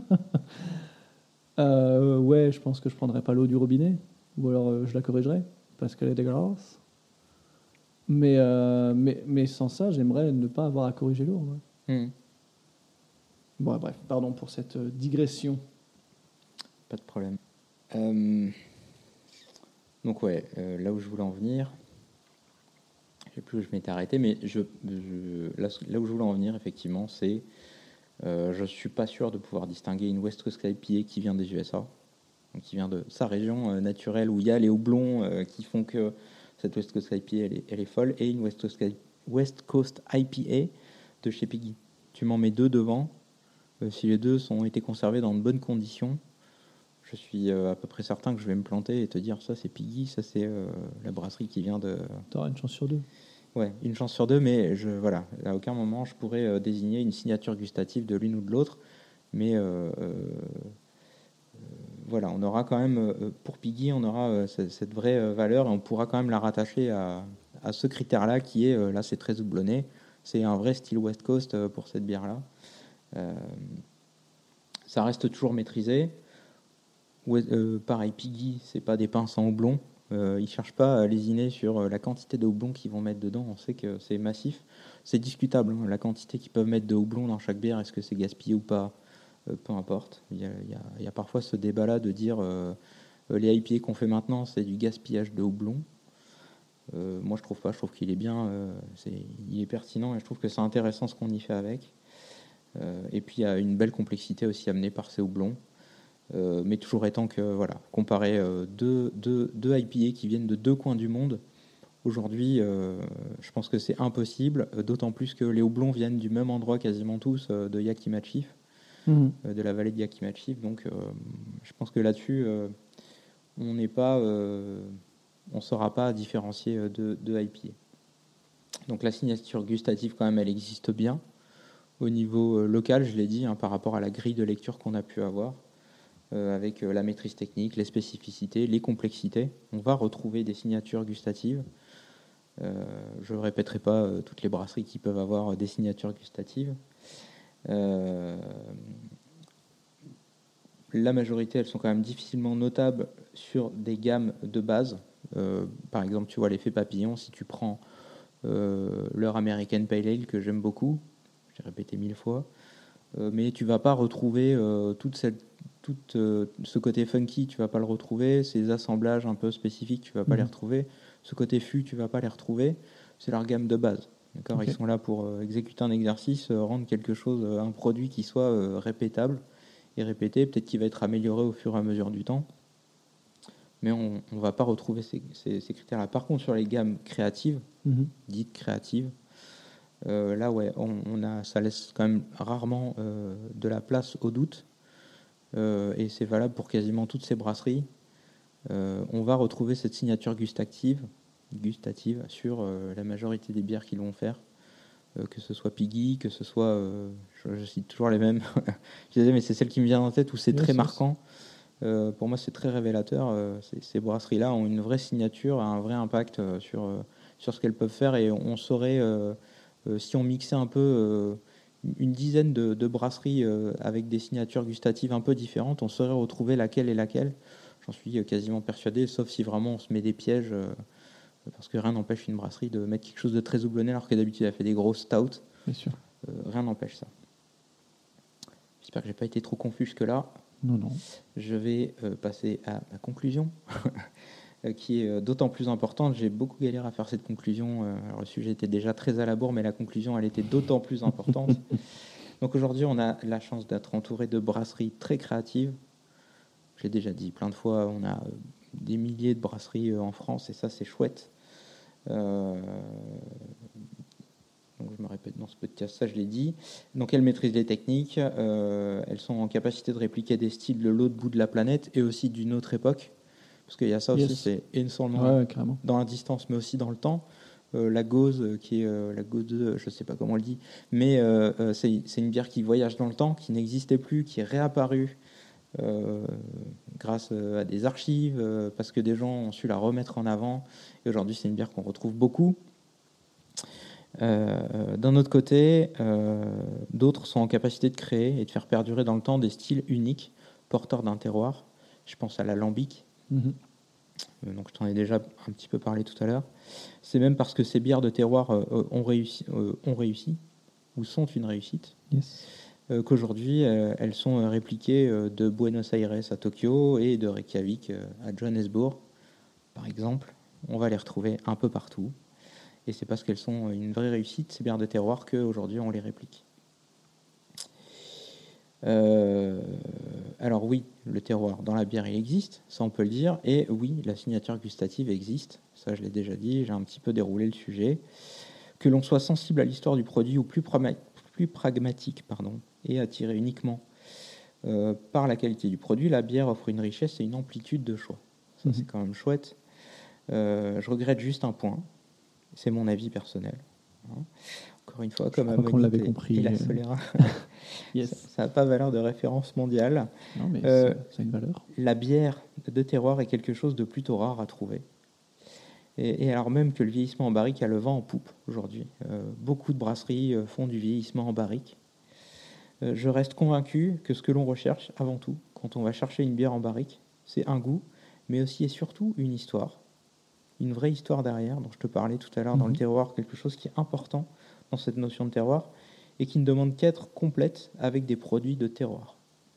euh, ouais, je pense que je prendrais pas l'eau du robinet, ou alors euh, je la corrigerais, parce qu'elle est dégueulasse. Mais, euh, mais, mais sans ça, j'aimerais ne pas avoir à corriger l'eau. ouais. Mhm. Bon, bref, pardon pour cette euh, digression. Pas de problème. Euh, donc ouais, euh, là où je voulais en venir, je sais plus où je m'étais arrêté, mais je, je- là, là où je voulais en venir, effectivement, c'est euh, je suis pas sûr de pouvoir distinguer une West Coast I P A qui vient des U S A, donc qui vient de sa région euh, naturelle où il y a les houblons euh, qui font que cette West Coast I P A elle est, elle est folle, et une West Coast, I- West Coast I P A de chez Piggy. Tu m'en mets deux devant, euh, si les deux ont été conservés dans de bonnes conditions, je suis euh, à peu près certain que je vais me planter et te dire ça c'est Piggy, ça c'est euh, la brasserie qui vient de... T'auras une chance sur deux. Ouais, une chance sur deux, mais je, voilà, à aucun moment je pourrais euh, désigner une signature gustative de l'une ou de l'autre. Mais euh, euh, voilà, on aura quand même, euh, pour Piggy, on aura euh, cette, cette vraie euh, valeur et on pourra quand même la rattacher à, à ce critère-là qui est, euh, là c'est très houblonné, c'est un vrai style West Coast euh, pour cette bière-là. Euh, ça reste toujours maîtrisé. Ouais, euh, pareil, Piggy, c'est pas des pains sans houblon. Euh, ils cherchent pas à lésiner sur euh, la quantité de houblon qu'ils vont mettre dedans. On sait que c'est massif. C'est discutable, hein, la quantité qu'ils peuvent mettre de houblon dans chaque bière. Est-ce que c'est gaspillé ou pas? Euh, Peu importe. Il y a, il y a- il y a parfois ce débat-là de dire euh, euh, les I P A qu'on fait maintenant, c'est du gaspillage de houblon. Euh, moi, je trouve pas. Je trouve qu'il est bien. euh, c'est, il est pertinent et je trouve que c'est intéressant ce qu'on y fait avec. Euh, et puis, il y a une belle complexité aussi amenée par ces houblons. Euh, mais toujours étant que, voilà, comparer euh, deux, deux, deux I P A qui viennent de deux coins du monde, aujourd'hui, euh, je pense que c'est impossible, euh, d'autant plus que les houblons viennent du même endroit quasiment tous, euh, de Yakima Chief, Mhm. euh, de la vallée de Yakima Chief. Donc, euh, je pense que là-dessus, euh, on n'est pas, euh, on saura pas différencier euh, deux, deux I P A. Donc, la signature gustative, quand même, elle existe bien. Au niveau euh, local, je l'ai dit, hein, par rapport à la grille de lecture qu'on a pu avoir. Euh, avec euh, la maîtrise technique, les spécificités, les complexités. On va retrouver des signatures gustatives. Euh, je ne répéterai pas euh, toutes les brasseries qui peuvent avoir euh, des signatures gustatives. Euh, la majorité, elles sont quand même difficilement notables sur des gammes de base. Euh, par exemple, tu vois l'effet papillon, si tu prends euh, leur American Pale Ale, que j'aime beaucoup, j'ai répété mille fois, euh, mais tu ne vas pas retrouver euh, toute cette tout euh, ce côté funky, tu vas pas le retrouver. Ces assemblages un peu spécifiques, tu vas pas Mhm. les retrouver. Ce côté fût, tu vas pas les retrouver. C'est leur gamme de base. D'accord, Ok. ils sont là pour euh, exécuter un exercice, euh, rendre quelque chose, euh, un produit qui soit euh, répétable et répété. Peut-être qu'il va être amélioré au fur et à mesure du temps, mais on ne va pas retrouver ces, ces, ces critères-là. Par contre, sur les gammes créatives, Mhm. dites créatives, euh, là, ouais, on, on a, ça laisse quand même rarement euh, de la place au doute. Euh, et c'est valable pour quasiment toutes ces brasseries. Euh, on va retrouver cette signature gustative gustative sur euh, la majorité des bières qu'ils vont faire, euh, que ce soit Piggy, que ce soit, euh, je, je cite toujours les mêmes, je disais, mais c'est celle qui me vient en tête où c'est Yes, très yes. marquant. Euh, pour moi, c'est très révélateur. Euh, ces, ces brasseries-là ont une vraie signature, un vrai impact euh, sur, euh, sur ce qu'elles peuvent faire, et on, on saurait, euh, euh, si on mixait un peu euh, une dizaine de, de brasseries euh, avec des signatures gustatives un peu différentes, on saurait retrouver laquelle est laquelle. J'en suis quasiment persuadé, sauf si vraiment on se met des pièges, euh, parce que rien n'empêche une brasserie de mettre quelque chose de très houblonné alors que d'habitude elle fait des grosses stouts. Bien sûr. Euh, rien n'empêche ça. J'espère que j'ai pas été trop confus jusque-là. Non, non. Je vais euh, passer à ma conclusion, euh, qui est euh, d'autant plus importante. J'ai beaucoup galéré à faire cette conclusion. Euh, alors, le sujet était déjà très à la bourre, mais la conclusion, elle était d'autant plus importante. Donc aujourd'hui, on a la chance d'être entouré de brasseries très créatives. Je l'ai déjà dit plein de fois, on a euh, des milliers de brasseries euh, en France, et ça, c'est chouette. Euh, donc je me répète dans ce podcast, ça je l'ai dit. Donc elles maîtrisent les techniques, euh, elles sont en capacité de répliquer des styles de l'autre bout de la planète et aussi d'une autre époque, parce qu'il y a ça aussi, Yes. c'est énormément Ouais, ouais, carrément. dans la distance, mais aussi dans le temps. Euh, la Gauze, euh, qui est euh, la Gauze deux, je ne sais pas comment on le dit, mais euh, euh, c'est, c'est une bière qui voyage dans le temps, qui n'existait plus, qui est réapparue euh, grâce euh, à des archives, euh, parce que des gens ont su la remettre en avant. Et aujourd'hui, c'est une bière qu'on retrouve beaucoup. Euh, d'un autre côté, euh, d'autres sont en capacité de créer et de faire perdurer dans le temps des styles uniques, porteurs d'un terroir. Je pense à l'alambic. Mhm. Euh, donc je t'en ai déjà un petit peu parlé tout à l'heure. C'est même parce que ces bières de terroir euh, ont, réussi, euh, ont réussi, ou sont une réussite, Yes. euh, qu'aujourd'hui euh, elles sont euh, répliquées euh, de Buenos Aires à Tokyo et de Reykjavik euh, à Johannesburg, par exemple. On va les retrouver un peu partout. Et c'est parce qu'elles sont une vraie réussite, ces bières de terroir, qu'aujourd'hui on les réplique. Euh, alors oui, le terroir dans la bière il existe, ça on peut le dire, et oui, la signature gustative existe, ça je l'ai déjà dit, j'ai un petit peu déroulé le sujet. Que l'on soit sensible à l'histoire du produit ou plus, pragma- plus pragmatique, pardon, et attiré uniquement euh, par la qualité du produit, la bière offre une richesse et une amplitude de choix. Ça Mhm. c'est quand même chouette. Euh, je regrette juste un point, c'est mon avis personnel. Hein. Encore une fois, comme crois qu'on Ammonite l'avait et- compris. et la Solera, Yes. ça n'a pas valeur de référence mondiale. Non, mais Euh, c'est- ça a une valeur. La bière de terroir est quelque chose de plutôt rare à trouver. Et, et alors même que le vieillissement en barrique a le vent en poupe aujourd'hui. Euh, beaucoup de brasseries euh, font du vieillissement en barrique. Euh, je reste convaincu que ce que l'on recherche avant tout, quand on va chercher une bière en barrique, c'est un goût, mais aussi et surtout une histoire. Une vraie histoire derrière, dont je te parlais tout à l'heure dans Mhm. le terroir, quelque chose qui est important dans cette notion de terroir, et qui ne demande qu'être complète avec des produits de terroir.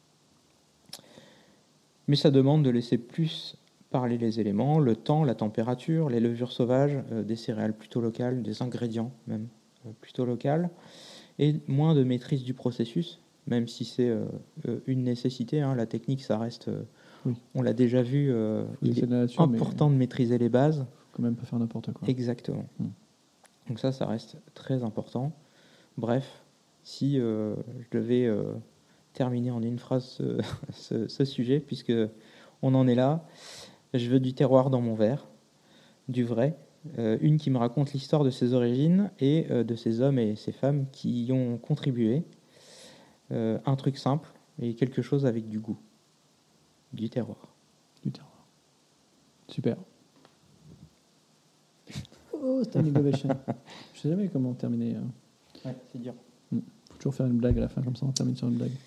Mais ça demande de laisser plus parler les éléments, le temps, la température, les levures sauvages, euh, des céréales plutôt locales, des ingrédients même euh, plutôt locaux, et moins de maîtrise du processus, même si c'est euh, euh, une nécessité. Hein, la technique, ça reste, euh, Oui. on l'a déjà vu, euh, Faut il laisser est de la nature, mais important de maîtriser les bases. faut quand même pas faire n'importe quoi. Exactement. Mm. Donc ça, ça reste très important. Bref, si euh, je devais euh, terminer en une phrase ce, ce, ce sujet, puisque on en est là, je veux du terroir dans mon verre, du vrai, euh, une qui me raconte l'histoire de ses origines et euh, de ces hommes et ces femmes qui y ont contribué. Euh, un truc simple et quelque chose avec du goût, du terroir. Du terroir. Super. Oh, standing ovation. Je sais jamais comment terminer. hein. Ouais, c'est dur. Faut toujours faire une blague à la fin, comme ça on termine sur une blague.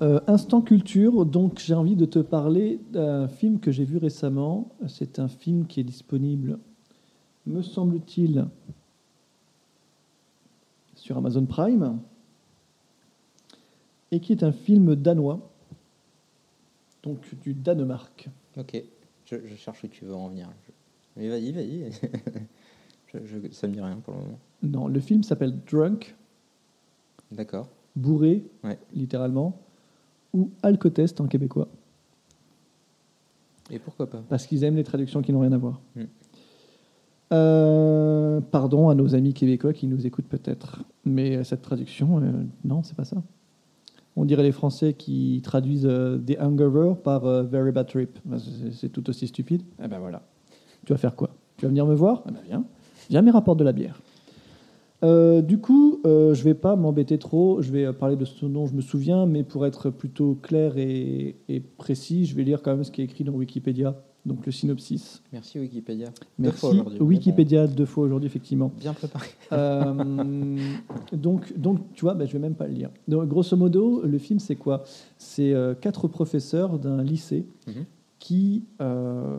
Euh, instant culture, donc j'ai envie de te parler d'un film que j'ai vu récemment. C'est un film qui est disponible, me semble-t-il, sur Amazon Prime, et qui est un film danois, donc du Danemark. Ok, je, je cherche où tu veux en venir. Je- Mais vas-y, vas-y. je, je- ça me dit rien pour le moment. Non, le film s'appelle Drunk, D'accord. bourré, Ouais. littéralement, ou Alcotest en québécois, Et pourquoi pas? parce qu'ils aiment les traductions qui n'ont rien à voir. Hmm. Euh, pardon à nos amis québécois qui nous écoutent peut-être, mais cette traduction, euh, non, c'est pas ça. On dirait les Français qui traduisent euh, The Hangover par euh, Very Bad Trip. Ben, c'est, c'est tout aussi stupide. Eh ben voilà. Tu vas faire quoi? Tu vas venir me voir? Eh ben viens. Viens, mais rapporte de la bière. Euh, du coup, euh, je vais pas m'embêter trop. Je vais euh, parler de ce dont je me souviens, mais pour être plutôt clair et, et précis, je vais lire quand même ce qui est écrit dans Wikipédia, donc le synopsis. Merci Wikipédia. Deux Merci fois aujourd'hui. Wikipédia deux fois aujourd'hui, effectivement. Bon, bien préparé. Euh, donc, donc, tu vois, ben, je vais même pas le lire. Donc, grosso modo, le film, c'est quoi? C'est euh, quatre professeurs d'un lycée Mhm. qui... euh,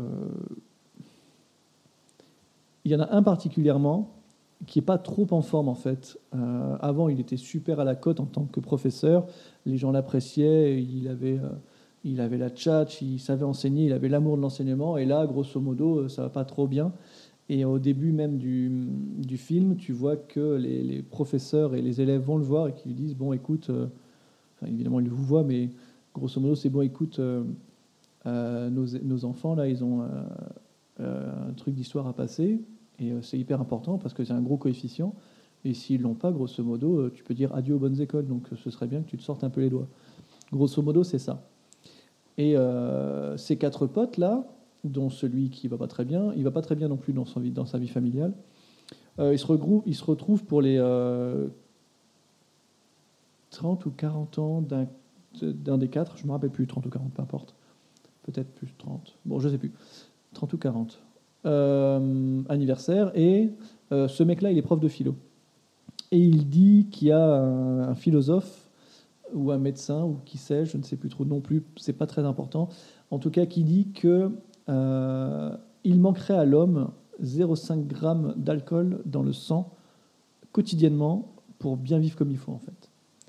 il y en a un particulièrement qui n'est pas trop en forme, en fait. Euh, avant, il était super à la cote en tant que professeur. Les gens l'appréciaient. Il avait, euh, il avait la tchatche, il savait enseigner, il avait l'amour de l'enseignement. Et là, grosso modo, ça va pas trop bien. Et au début même du, du film, tu vois que les, les professeurs et les élèves vont le voir et qui lui disent, bon, écoute, euh, enfin, évidemment, ils vous voient, mais grosso modo, c'est bon, écoute, euh, euh, nos, nos enfants, là, ils ont euh, euh, un truc d'histoire à passer, et euh, c'est hyper important parce que c'est un gros coefficient, et s'ils l'ont pas, grosso modo, euh, tu peux dire adieu aux bonnes écoles, donc euh, ce serait bien que tu te sortes un peu les doigts. Grosso modo, c'est ça. Et euh, ces quatre potes-là, dont celui qui va pas très bien, il va pas très bien non plus dans, son vie, dans sa vie familiale. Euh, il, se regrou- il se retrouve pour les euh, trente ou quarante ans d'un, d'un des quatre, je me rappelle plus, trente ou quarante, peu importe. Peut-être plus trente, bon, je sais plus, trente ou quarante. Euh, anniversaire, et euh, ce mec-là, il est prof de philo. Et il dit qu'il y a un, un philosophe ou un médecin, ou qui sais, je ne sais plus trop non plus, c'est pas très important, en tout cas qui dit que euh, il manquerait à l'homme zéro virgule cinq grammes d'alcool dans le sang quotidiennement pour bien vivre comme il faut en fait.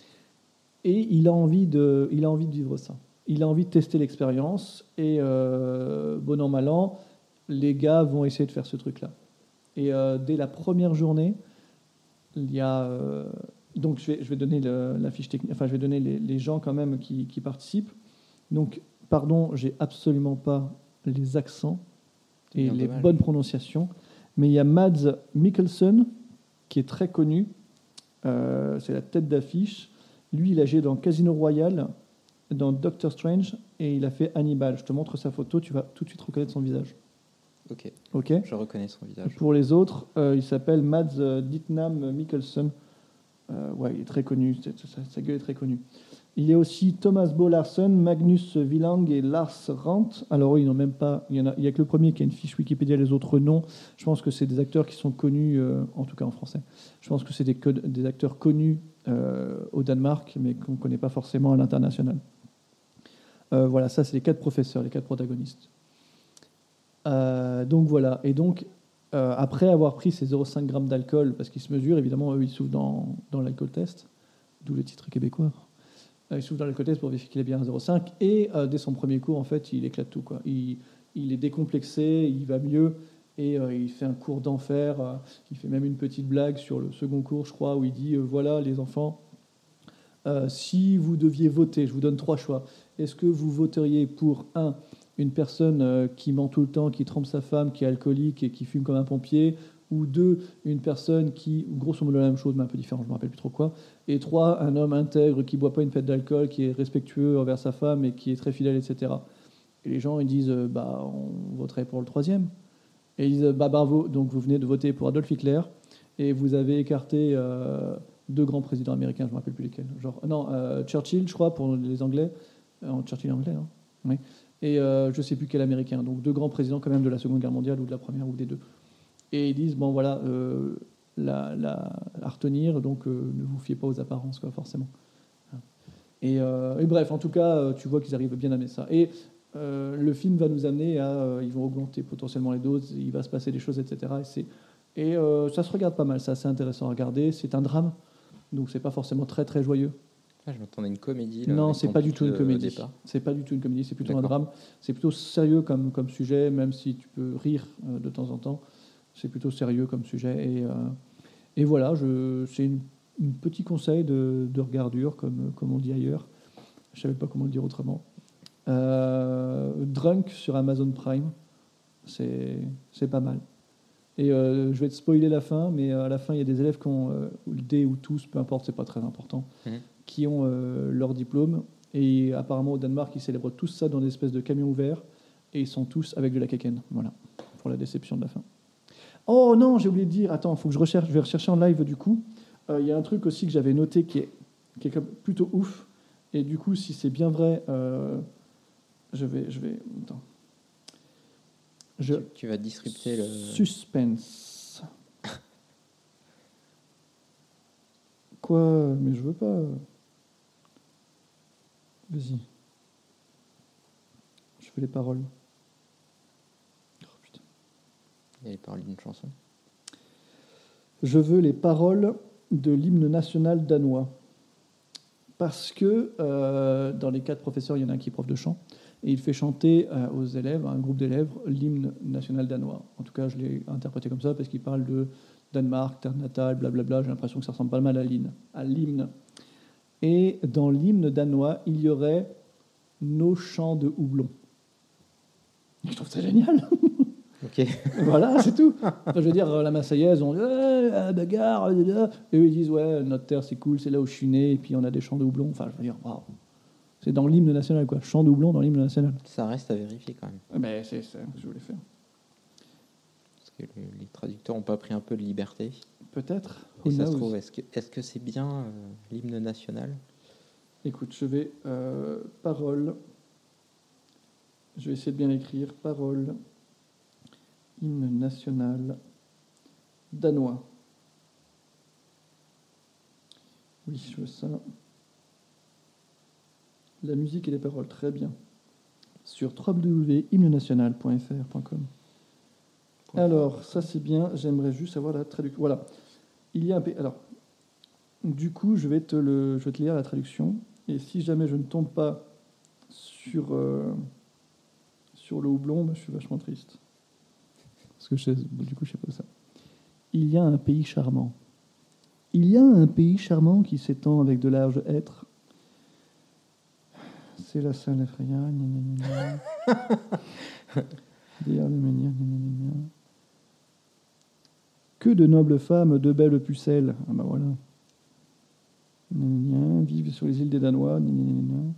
Et il a envie de, il a envie de vivre ça. Il a envie de tester l'expérience et euh, bon an mal an, les gars vont essayer de faire ce truc-là. Et euh, dès la première journée, il y a euh, donc je vais, je vais donner le, la fiche technique, enfin je vais donner les, les gens quand même qui, qui participent. Donc pardon, j'ai absolument pas les accents et Bien les dommage. bonnes prononciations, mais il y a Mads Mikkelsen qui est très connu, euh, c'est la tête d'affiche. Lui, il a joué dans Casino Royale, dans Doctor Strange, et il a fait Hannibal. Je te montre sa photo, tu vas tout de suite reconnaître son visage. Ok, Ok. je reconnais son visage. Pour les autres, euh, il s'appelle Mads euh, Dietnam Mikkelsen. Euh, ouais, il est très connu, c'est- sa, sa gueule est très connue. Il y a aussi Thomas Bo Larsen, Magnus Vilang et Lars Randt. Alors eux, ils n'ont même pas, il y en a, il y a que le premier qui a une fiche Wikipédia, les autres non. Je pense que c'est des acteurs qui sont connus, euh, en tout cas en français. Je pense que c'est des, co- des acteurs connus euh, au Danemark, mais qu'on ne connaît pas forcément à l'international. Euh, voilà, ça c'est les quatre professeurs, les quatre protagonistes. Euh, donc voilà, et donc euh, après avoir pris ces zéro virgule cinq grammes d'alcool, parce qu'ils se mesurent, évidemment, eux ils souffrent dans, dans l'alcool test, d'où le titre québécois. Euh, il s'ouvre dans l'alcool test pour vérifier qu'il est bien à zéro virgule cinq, et euh, dès son premier cours, en fait, il éclate tout, quoi. Il, il est décomplexé, il va mieux, et euh, il fait un cours d'enfer. Euh, il fait même une petite blague sur le second cours, je crois, où il dit euh, voilà, les enfants, euh, si vous deviez voter, je vous donne trois choix. Est-ce que vous voteriez pour un, une personne euh, qui ment tout le temps, qui trompe sa femme, qui est alcoolique et qui fume comme un pompier, ou deux, une personne qui, grosso modo la même chose, mais un peu différent, je ne me rappelle plus trop quoi, et trois, un homme intègre qui ne boit pas une pète d'alcool, qui est respectueux envers sa femme et qui est très fidèle, et cetera. Et les gens, ils disent, euh, bah, on voterait pour le troisième. Et ils disent, bah, bravo, donc vous venez de voter pour Adolf Hitler, et vous avez écarté euh, deux grands présidents américains, je ne me rappelle plus lesquels. Genre, non, euh, Churchill, je crois, pour les Anglais. Euh, Churchill anglais, hein. Oui. Et euh, je ne sais plus quel américain. Donc deux grands présidents quand même de la Seconde Guerre mondiale, ou de la Première, ou des deux. Et ils disent, bon voilà, euh, la, la, à retenir, donc euh, ne vous fiez pas aux apparences, quoi, forcément. Et, euh, et bref, en tout cas, euh, tu vois qu'ils arrivent bien à amener ça. Et euh, le film va nous amener à... euh, ils vont augmenter potentiellement les doses, il va se passer des choses, et cetera. Et, c'est, et euh, ça se regarde pas mal, c'est assez intéressant à regarder. C'est un drame, donc c'est pas forcément très très joyeux. Ah, je m'attendais à une comédie. Là, Non, avec c'est ton pas du pitch tout une de comédie. départ. C'est pas du tout une comédie, c'est plutôt un D'accord. drame. C'est plutôt sérieux comme, comme sujet, même si tu peux rire euh, de temps en temps. C'est plutôt sérieux comme sujet. Et, euh, et voilà, je, c'est une, un petit conseil de, de regardure, comme, comme on dit ailleurs. Je savais pas comment le dire autrement. Euh, Drunk sur Amazon Prime, c'est, c'est pas mal. Et euh, je vais te spoiler la fin, mais à la fin, il y a des élèves qui ont, euh, ou le D ou tous, peu importe, c'est pas très important, Mhm. qui ont euh, leur diplôme. Et apparemment, au Danemark, ils célèbrent tous ça dans des espèces de camions ouverts. Et ils sont tous avec de la Kaken. Voilà, pour la déception de la fin. Oh non, j'ai oublié de dire, attends, faut que je recherche, je vais rechercher en live du coup. Euh, Il y a un truc aussi que j'avais noté qui est, qui est comme plutôt ouf. Et du coup, si c'est bien vrai, euh, je vais... Je vais attends. Je... Tu, tu vas disrupter le. Suspense. Quoi? Mais je veux pas. Vas-y. Je veux les paroles. Oh, putain. Il avait parlé d'une chanson. Je veux les paroles de l'hymne national danois. Parce que euh, dans les quatre professeurs, il y en a un qui est prof de chant. Et il fait chanter euh, aux élèves, à un groupe d'élèves, l'hymne national danois. En tout cas, je l'ai interprété comme ça parce qu'il parle de Danemark, terre natale, blablabla. J'ai l'impression que ça ressemble pas mal à l'hymne. À l'hymne. Et dans l'hymne danois, il y aurait nos chants de houblon. Je trouve ça génial. Ok. Voilà, c'est tout. Enfin, je veux dire, la Marseillaise, on dit ouais, la bagarre, et eux ils disent ouais, notre terre c'est cool, c'est là où je suis né, et puis on a des chants de houblon. Enfin, je veux dire, waouh. C'est dans l'hymne national, quoi. Chant de houblon dans l'hymne national. Ça reste à vérifier quand même. Mais c'est ça que je voulais faire. Parce que le- les traducteurs n'ont pas pris un peu de liberté. Peut-être. Et Who ça se knows. trouve, est-ce que est-ce que c'est bien euh, l'hymne national? Écoute, je vais euh, parole. Je vais essayer de bien écrire. Parole. Hymne national danois. Oui, je veux ça. La musique et les paroles, très bien. Sur w w w point hymne national point f r point com. Alors, ça c'est bien. J'aimerais juste avoir la traduction. Voilà. Il y a un pays. Alors, du coup, je vais te le, je vais te lire la traduction. Et si jamais je ne tombe pas sur euh, sur le houblon, bah, je suis vachement triste. Parce que je sais, du coup, je sais pas ça. Il y a un pays charmant. Il y a un pays charmant qui s'étend avec de larges hêtres. C'est la salle effrayante. gna, gna, gna, gna. Derrière le menhir, gna, gna, gna, gna. Que de nobles femmes, de belles pucelles. Ah ben voilà. Gna, gna, gna. Vivent sur les îles des Danois. Gna, gna, gna, gna.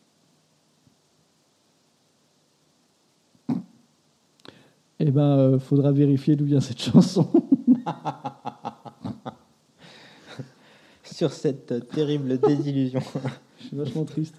Eh ben, euh, faudra vérifier d'où vient cette chanson. Sur cette euh, terrible désillusion. Je suis vachement triste.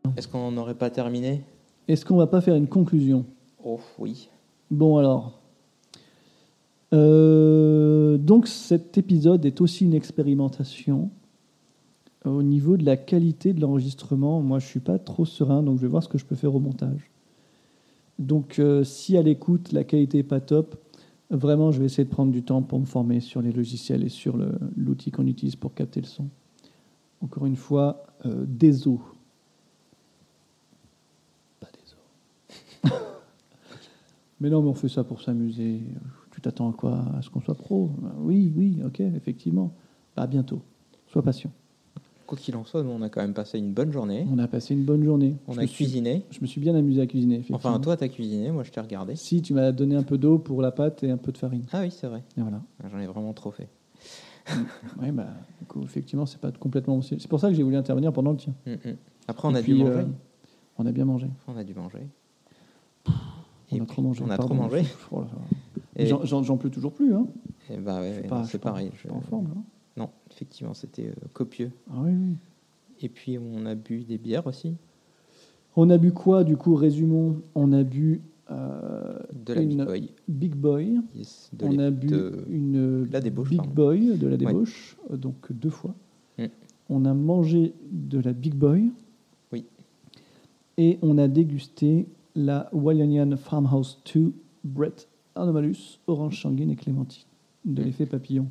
Est-ce qu'on n'aurait pas terminé? Est-ce qu'on va pas faire une conclusion? Oh oui. Bon alors. Euh, donc cet épisode est aussi une expérimentation. Au niveau de la qualité de l'enregistrement, moi je suis pas trop serein, donc je vais voir ce que je peux faire au montage. Donc euh, si à l'écoute la qualité est pas top, vraiment je vais essayer de prendre du temps pour me former sur les logiciels et sur le, l'outil qu'on utilise pour capter le son. Encore une fois, euh, désolé. Pas désolé. Mais non, mais on fait ça pour s'amuser. Tu t'attends à quoi? À ce qu'on soit pro? Oui, oui, ok, effectivement. À bientôt. Sois patient. Quoi qu'il en soit, nous, on a quand même passé une bonne journée. On a passé une bonne journée. On Je a me suis- cuisiné. Je me suis bien amusé à cuisiner, effectivement. Enfin, toi, t'as cuisiné, moi, je t'ai regardé. Si, tu m'as donné un peu d'eau pour la pâte et un peu de farine. Ah oui, c'est vrai. Et voilà. J'en ai vraiment trop fait. Oui, bah, du coup, effectivement, c'est pas complètement... C'est pour ça que j'ai voulu intervenir pendant le tien. Mm, mm. Après, on Et a puis, dû manger. euh, on a bien mangé. On a dû manger. On Et a puis, trop mangé. On a pardon. trop mangé. Oh là là. Et, J'en, j'en, j'en peux toujours plus. Hein. et bah ouais, Je suis ouais, pas- non, je suis c'est pas- pareil. je suis je- pas en forme. Là. Non, effectivement, c'était euh, copieux. Ah oui, oui. Et puis, on a bu des bières aussi. On a bu quoi, du coup? Résumons. On a bu euh, De la une Big Boy. Big Boy. Yes, de On l'é- a bu de- une la débauche, Big pardon. Boy de la débauche, euh, donc deux fois. Mm. On a mangé de la Big Boy. Oui. Et on a dégusté la Wallanian Farmhouse deux Brett Anomalus, orange sanguine et clémentine, de Mm. l'effet papillon.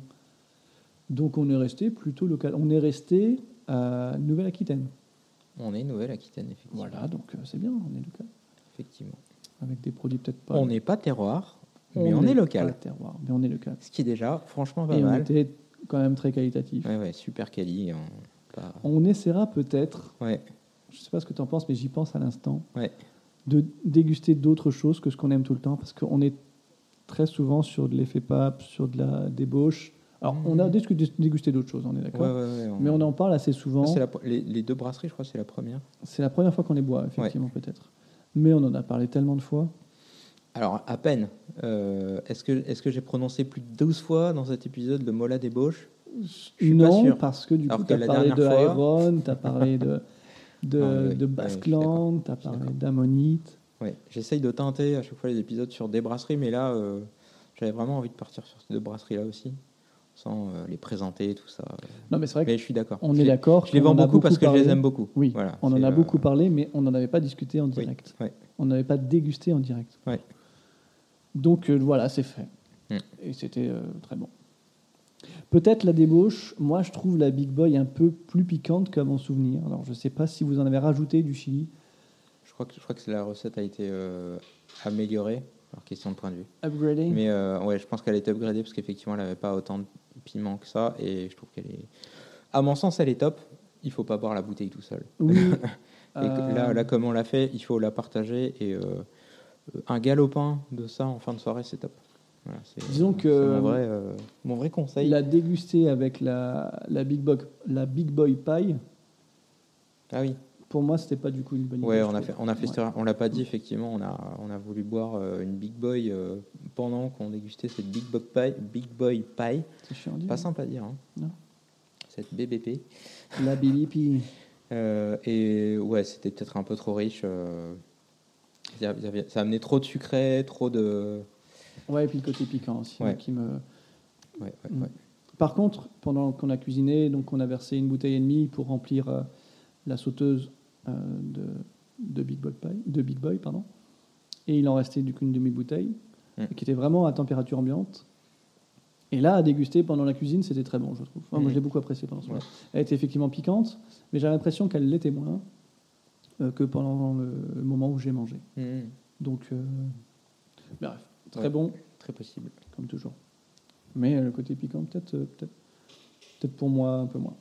Donc on est resté plutôt local. On est resté à Nouvelle-Aquitaine. On est Nouvelle-Aquitaine, effectivement. Voilà, donc euh, c'est bien, on est local. Effectivement. Avec des produits peut-être pas... On n'est pas terroir, mais on est local. Pas terroir, mais on est local. Ce qui est déjà, franchement, pas Et on mal. était quand même très qualitatif. Ouais, ouais, super quali. on- pas- On essaiera peut-être, Ouais, je ne sais pas ce que tu en penses, mais j'y pense à l'instant, ouais. de déguster d'autres choses que ce qu'on aime tout le temps, parce qu'on est très souvent sur de l'effet pape, sur de la débauche. Alors, on a dégusté dégusté d'autres choses, on est Ouais, d'accord, ouais, ouais, on- mais on en parle assez souvent. Ah, c'est la pro- les, les deux brasseries, je crois, c'est la première. C'est la première fois qu'on les boit, effectivement, peut-être. Mais on en a parlé tellement de fois. Alors, à peine. Euh, est-ce que, est-ce que j'ai prononcé plus de douze fois dans cet épisode le mot la débauche? Je suis pas Non, sûr. parce que du Alors coup, que tu as la parlé de dernière fois- Aéron, tu as parlé de, de, Ah, oui, de oui, Basqueland, je suis tu as Je suis parlé d'accord. d'Ammonite. Ouais, j'essaye de teinter à chaque fois les épisodes sur des brasseries, mais là, euh, j'avais vraiment envie de partir sur ces deux brasseries-là aussi, sans euh, les présenter, tout ça. Non, mais c'est vrai Mais je suis d'accord. qu'on Je est les- d'accord. Je les qu'on vends en a beaucoup parce que je parlé. les aime beaucoup. Oui, Voilà, on en c'est, a euh, beaucoup parlé, mais on n'en avait pas discuté en oui, direct. ouais. On n'avait pas dégusté en direct. Ouais. Donc euh, voilà, c'est fait. Mm. Et c'était euh, très bon. Peut-être la débauche, moi je trouve la Big Boy un peu plus piquante qu'à mon souvenir. Alors je ne sais pas si vous en avez rajouté du chili. Je crois que, je crois que la recette a été euh, améliorée, alors question de point de vue. Upgrading. Mais euh, ouais, je pense qu'elle a été upgradée parce qu'effectivement, elle n'avait pas autant de piment que ça, et je trouve qu'elle est... À mon sens, elle est top. Il faut pas boire la bouteille tout seul. Oui. Et que là, Euh, là, comme on l'a fait, il faut la partager, et euh, un galopin de ça en fin de soirée, c'est top. Voilà, c'est, Disons c'est que- mon vrai, euh, mon vrai conseil. La déguster avec la, la, Big Boy, la Big Boy Pie, Ah oui. pour moi c'était pas du coup une bonne idée. Ouais, je on a trouve. fait, on a fait, Ouais. cette erreur. On l'a pas dit effectivement. On a, on a voulu boire euh, une Big Boy euh, pendant qu'on dégustait cette Big Boy Pie. Big Boy Pie. C'est chiant à dire. Pas simple à dire. Hein. Non. Cette B B P. La B B P. Euh, et ouais, c'était peut-être un peu trop riche. euh, il y avait- il y avait- ça amenait trop de sucré, trop de. Ouais, et puis le côté piquant aussi, Ouais. qui me... Ouais, ouais, Mm. ouais. Par contre, pendant qu'on a cuisiné, donc on a versé une bouteille et demie pour remplir euh, la sauteuse euh, de, de Big Boy Pie, de Big Boy, pardon. Et il en restait du coup une demi-bouteille Mm. qui était vraiment à température ambiante. Et là, à déguster pendant la cuisine, c'était très bon, je trouve. Enfin, Moi, Mm. je l'ai beaucoup apprécié pendant ce Ouais. moment. Elle était effectivement piquante, mais j'ai l'impression qu'elle l'était moins euh, que pendant le, le moment où j'ai mangé. Mmh, Donc, euh, bref, très Ouais. bon, très possible. comme toujours. Mais euh, le côté piquant, peut-être, euh, peut-être, peut-être pour moi un peu moins.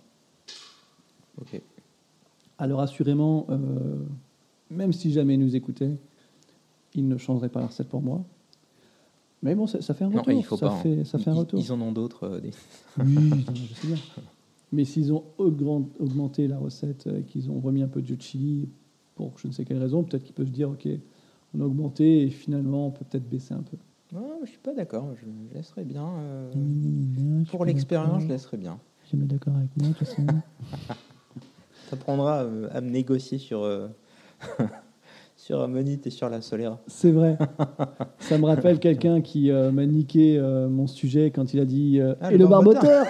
Ok. Alors assurément, euh, même si jamais ils nous écoutaient, ils ne changeraient pas la recette pour moi. Mais bon, ça, ça fait un Non, retour. il faut ça pas. hein. fait, ça fait un Ils- retour. Ils en ont d'autres. euh, des... Oui, non, je sais bien. Mais s'ils ont augment- augmenté la recette, euh, qu'ils ont remis un peu de jus de chili pour je ne sais quelle raison, peut-être qu'ils peuvent se dire, ok, on a augmenté et finalement on peut peut-être baisser un peu. Non, je suis pas d'accord. Je je laisserais bien. euh, Mmh, Pour l'expérience, je laisserais bien. Jamais d'accord avec moi, de toute façon. Ça prendra euh, à me négocier sur, euh, Sur Ammonite et sur la Solera. C'est vrai. Ça me rappelle quelqu'un qui euh, m'a niqué euh, mon sujet quand il a dit euh, Ah, et le le barboteur.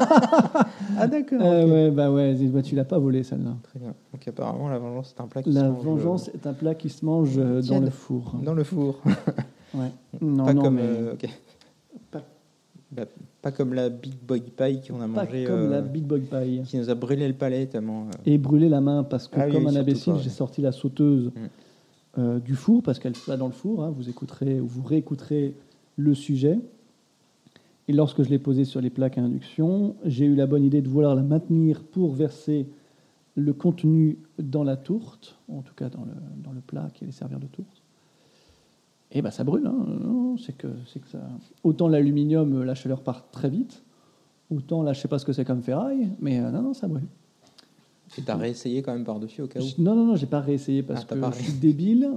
Ah d'accord. Euh, ok. ouais, bah ouais, bah, tu l'as pas volé celle-là. Très bien. Donc apparemment la vengeance c'est un plat qui La se mange, vengeance est un plat qui se mange euh, dans tiède. le four. euh, dans le four. Ouais. Non, pas non, comme mais euh, ok. Pas- Bah, pas comme la Big Boy Pie qu'on a pas mangé, comme euh, la Big Boy Pie. qui nous a brûlé le palais tellement. euh, Et brûler la main parce que Ah oui, comme oui, un surtout imbécile, ça, ouais. j'ai sorti la sauteuse Mm. euh, du four parce qu'elle va dans le four. Hein, vous écouterez ou vous réécouterez le sujet. Et lorsque je l'ai posée sur les plaques à induction, j'ai eu la bonne idée de vouloir la maintenir pour verser le contenu dans la tourte, en tout cas dans le, dans le plat qui allait servir de tourte. Et ben ça brûle. Hein. Non, c'est que, c'est que ça... Autant l'aluminium, la chaleur part très vite. Autant là, je sais pas ce que c'est comme ferraille, mais euh, non, non, ça brûle. Et t'as réessayé quand même par-dessus au cas où. Je- Non, non, non, j'ai pas réessayé parce Ah, t'as que pas je suis débile.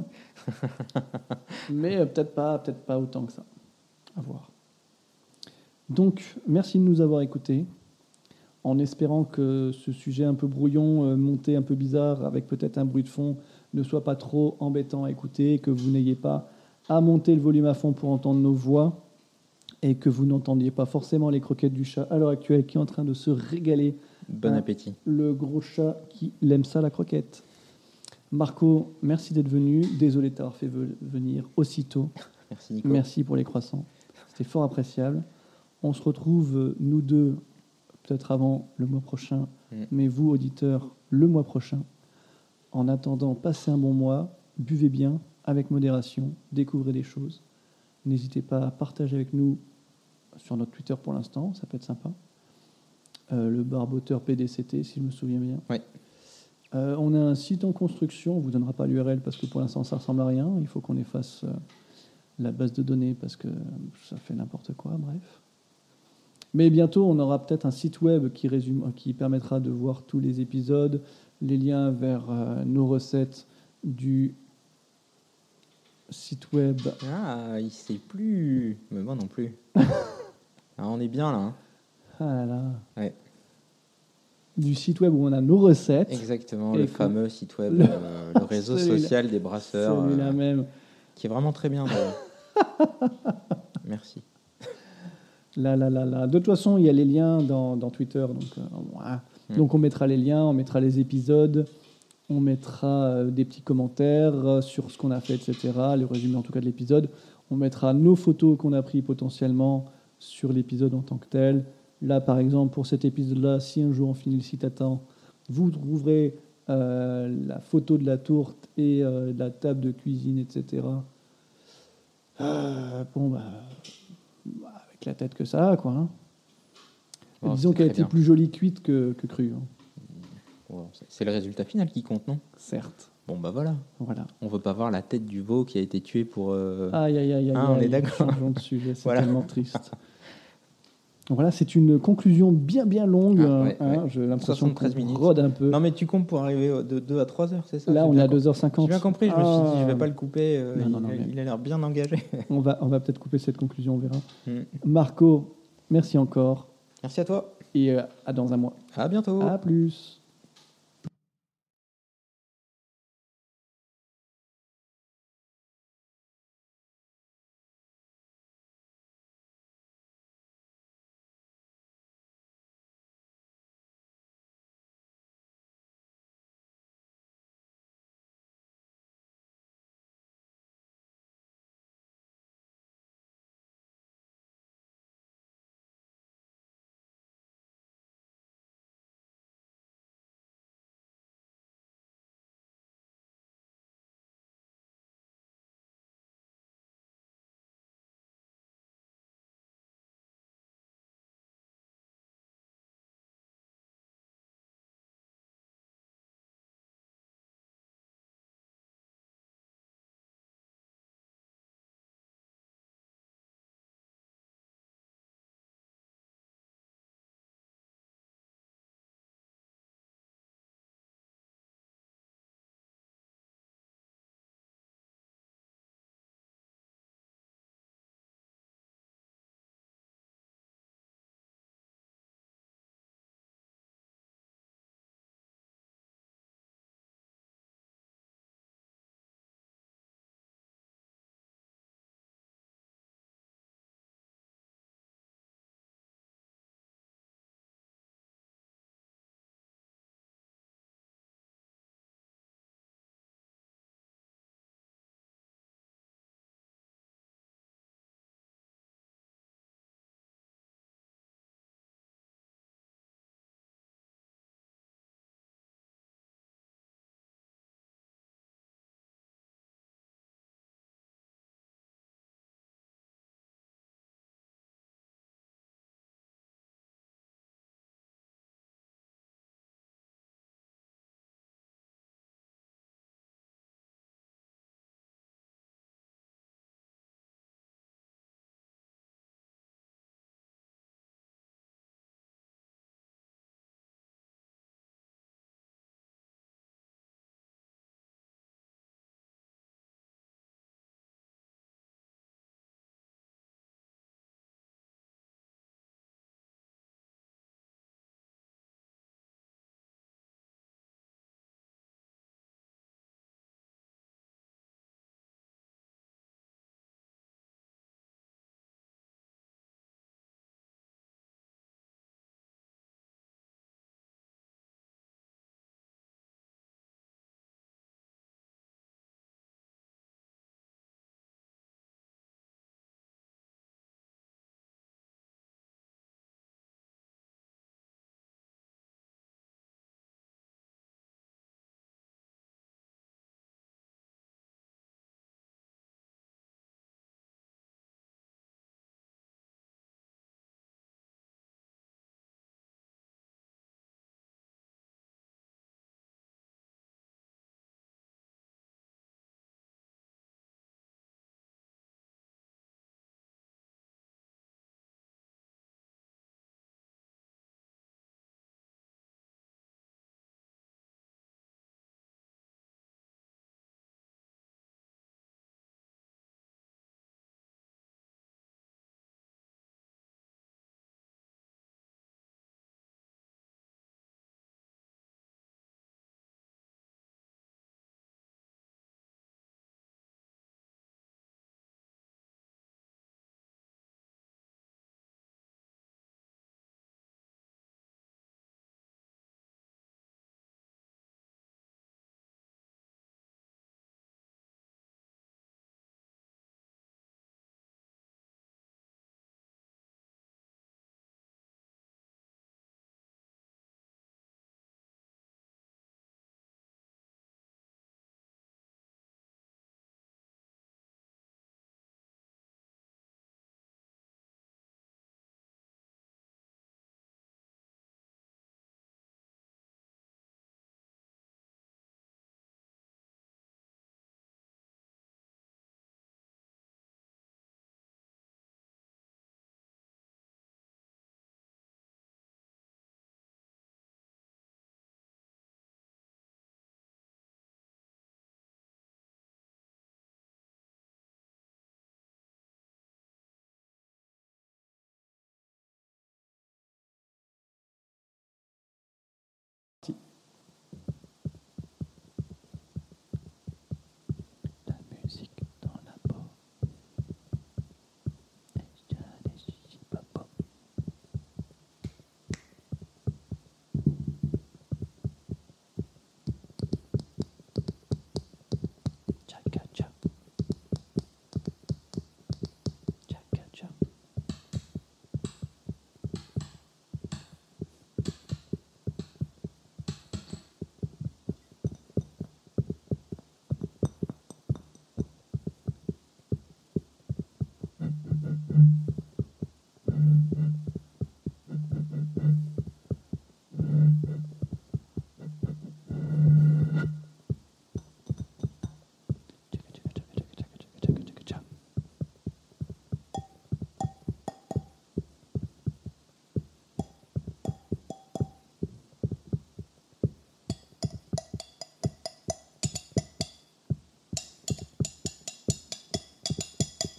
Mais euh, peut-être pas, peut-être pas autant que ça. À voir. Donc, merci de nous avoir écoutés. En espérant que ce sujet un peu brouillon, euh, monté un peu bizarre, avec peut-être un bruit de fond, ne soit pas trop embêtant à écouter, que vous n'ayez pas à monter le volume à fond pour entendre nos voix, et que vous n'entendiez pas forcément les croquettes du chat à l'heure actuelle qui est en train de se régaler. Bon Ah. appétit. Le gros chat qui l'aime ça, la croquette. Marco, merci d'être venu. Désolé de t'avoir fait ve- venir aussitôt. Merci Nico. Merci pour les croissants. C'était fort appréciable. On se retrouve, euh, nous deux, peut-être avant le mois prochain, Mm. mais vous, auditeurs, le mois prochain. En attendant, passez un bon mois, buvez bien, avec modération, découvrez des choses. N'hésitez pas à partager avec nous sur notre Twitter pour l'instant, ça peut être sympa. Euh, le barboteur P D C T, si je me souviens bien. Ouais. Euh, on a un site en construction, on ne vous donnera pas l'U R L parce que pour l'instant ça ressemble à rien. Il faut qu'on efface euh, la base de données parce que ça fait n'importe quoi, bref. Mais bientôt on aura peut-être un site web qui, résume, qui permettra de voir tous les épisodes, les liens vers euh, nos recettes du site web. Ah, il sait plus. Mais moi non plus. Ah, on est bien là. hein. Ah là là. Ouais. Du site web où on a nos recettes. Exactement, Et le que- fameux site web, le- euh, le réseau Celui-là- social des brasseurs, Celui-là euh, même. qui est vraiment très bien d'ailleurs. Merci. Là, là, là, là. De toute façon, il y a les liens dans, dans Twitter. Donc, euh, voilà. Mm. donc, on mettra les liens, on mettra les épisodes, on mettra euh, des petits commentaires euh, sur ce qu'on a fait, et cetera. Le résumé, en tout cas, de l'épisode. On mettra nos photos qu'on a prises potentiellement sur l'épisode en tant que tel. Là, par exemple, pour cet épisode-là, si un jour on finit le site à temps, vous trouverez euh, la photo de la tourte et euh, de la table de cuisine, et cetera. Euh, bon, bah, avec la tête que ça a, quoi. hein. Bon, Disons c'est qu'elle très était bien. plus jolie cuite que, que crue. hein. Bon, c'est- c'est le résultat final qui compte, non? Certes. Bon bah voilà. Voilà. On veut pas voir la tête du veau qui a été tué pour. euh, Aïe, aïe, aïe, aïe. Ah, on aïe. est d'accord. Changeons de sujet, c'est Voilà. tellement triste. Voilà, c'est une conclusion bien, bien longue. Ah, ouais, hein. ouais. J'ai l'impression qu'on soixante-treize minutes. rôde un peu. Non mais tu comptes pour arriver au- de deux à trois heures, c'est ça? Là, J'ai on est bien à com- deux heures cinquante. J'ai bien compris, je me suis dit, je vais Ah. pas le couper, euh, Non, il, non, non, a- mais- il a l'air bien engagé. On va, on va peut-être couper cette conclusion, on verra. Mm. Marco, merci encore. Merci à toi, Et euh, à dans un mois. à bientôt. À plus.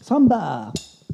Samba.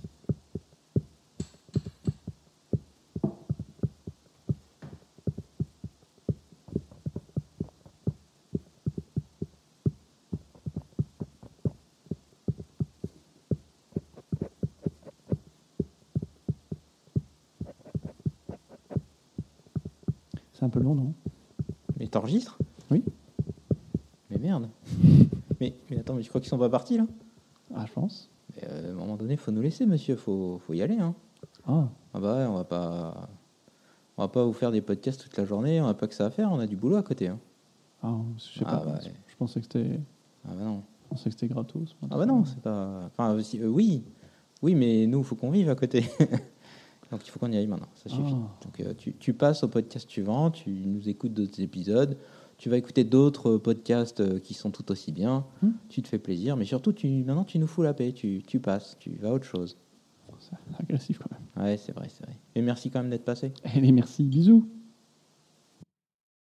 C'est un peu long, non? Mais t'enregistres? Oui. Mais merde. mais, mais attends, mais je crois qu'ils sont pas partis là. Ah, je pense. Mais, euh, à un moment donné, faut nous laisser, monsieur. Faut, faut y aller. Hein. Ah, Ah bah ouais, on va pas, on va pas vous faire des podcasts toute la journée. On a pas que ça à faire. On a du boulot à côté. Hein. ah je sais Ah, pas. bah, ouais. Je pensais que c'était, Ah bah non. je pensais que c'était gratos. Ah bah non, c'est pas. Enfin, si- euh, oui, oui, mais nous, faut qu'on vive à côté. Donc il faut qu'on y aille maintenant. Ça suffit. Ah. Donc euh, tu, tu passes au podcast suivant. Tu nous écoutes d'autres épisodes. Tu vas écouter d'autres podcasts euh, qui sont tout aussi bien. Hmm. Tu te fais plaisir, mais surtout, tu, maintenant, tu nous fous la paix. Tu, tu passes, tu vas à autre chose. C'est agressif quand même. Ouais, c'est vrai, c'est vrai. Mais merci quand même d'être passé. Allez, merci, bisous.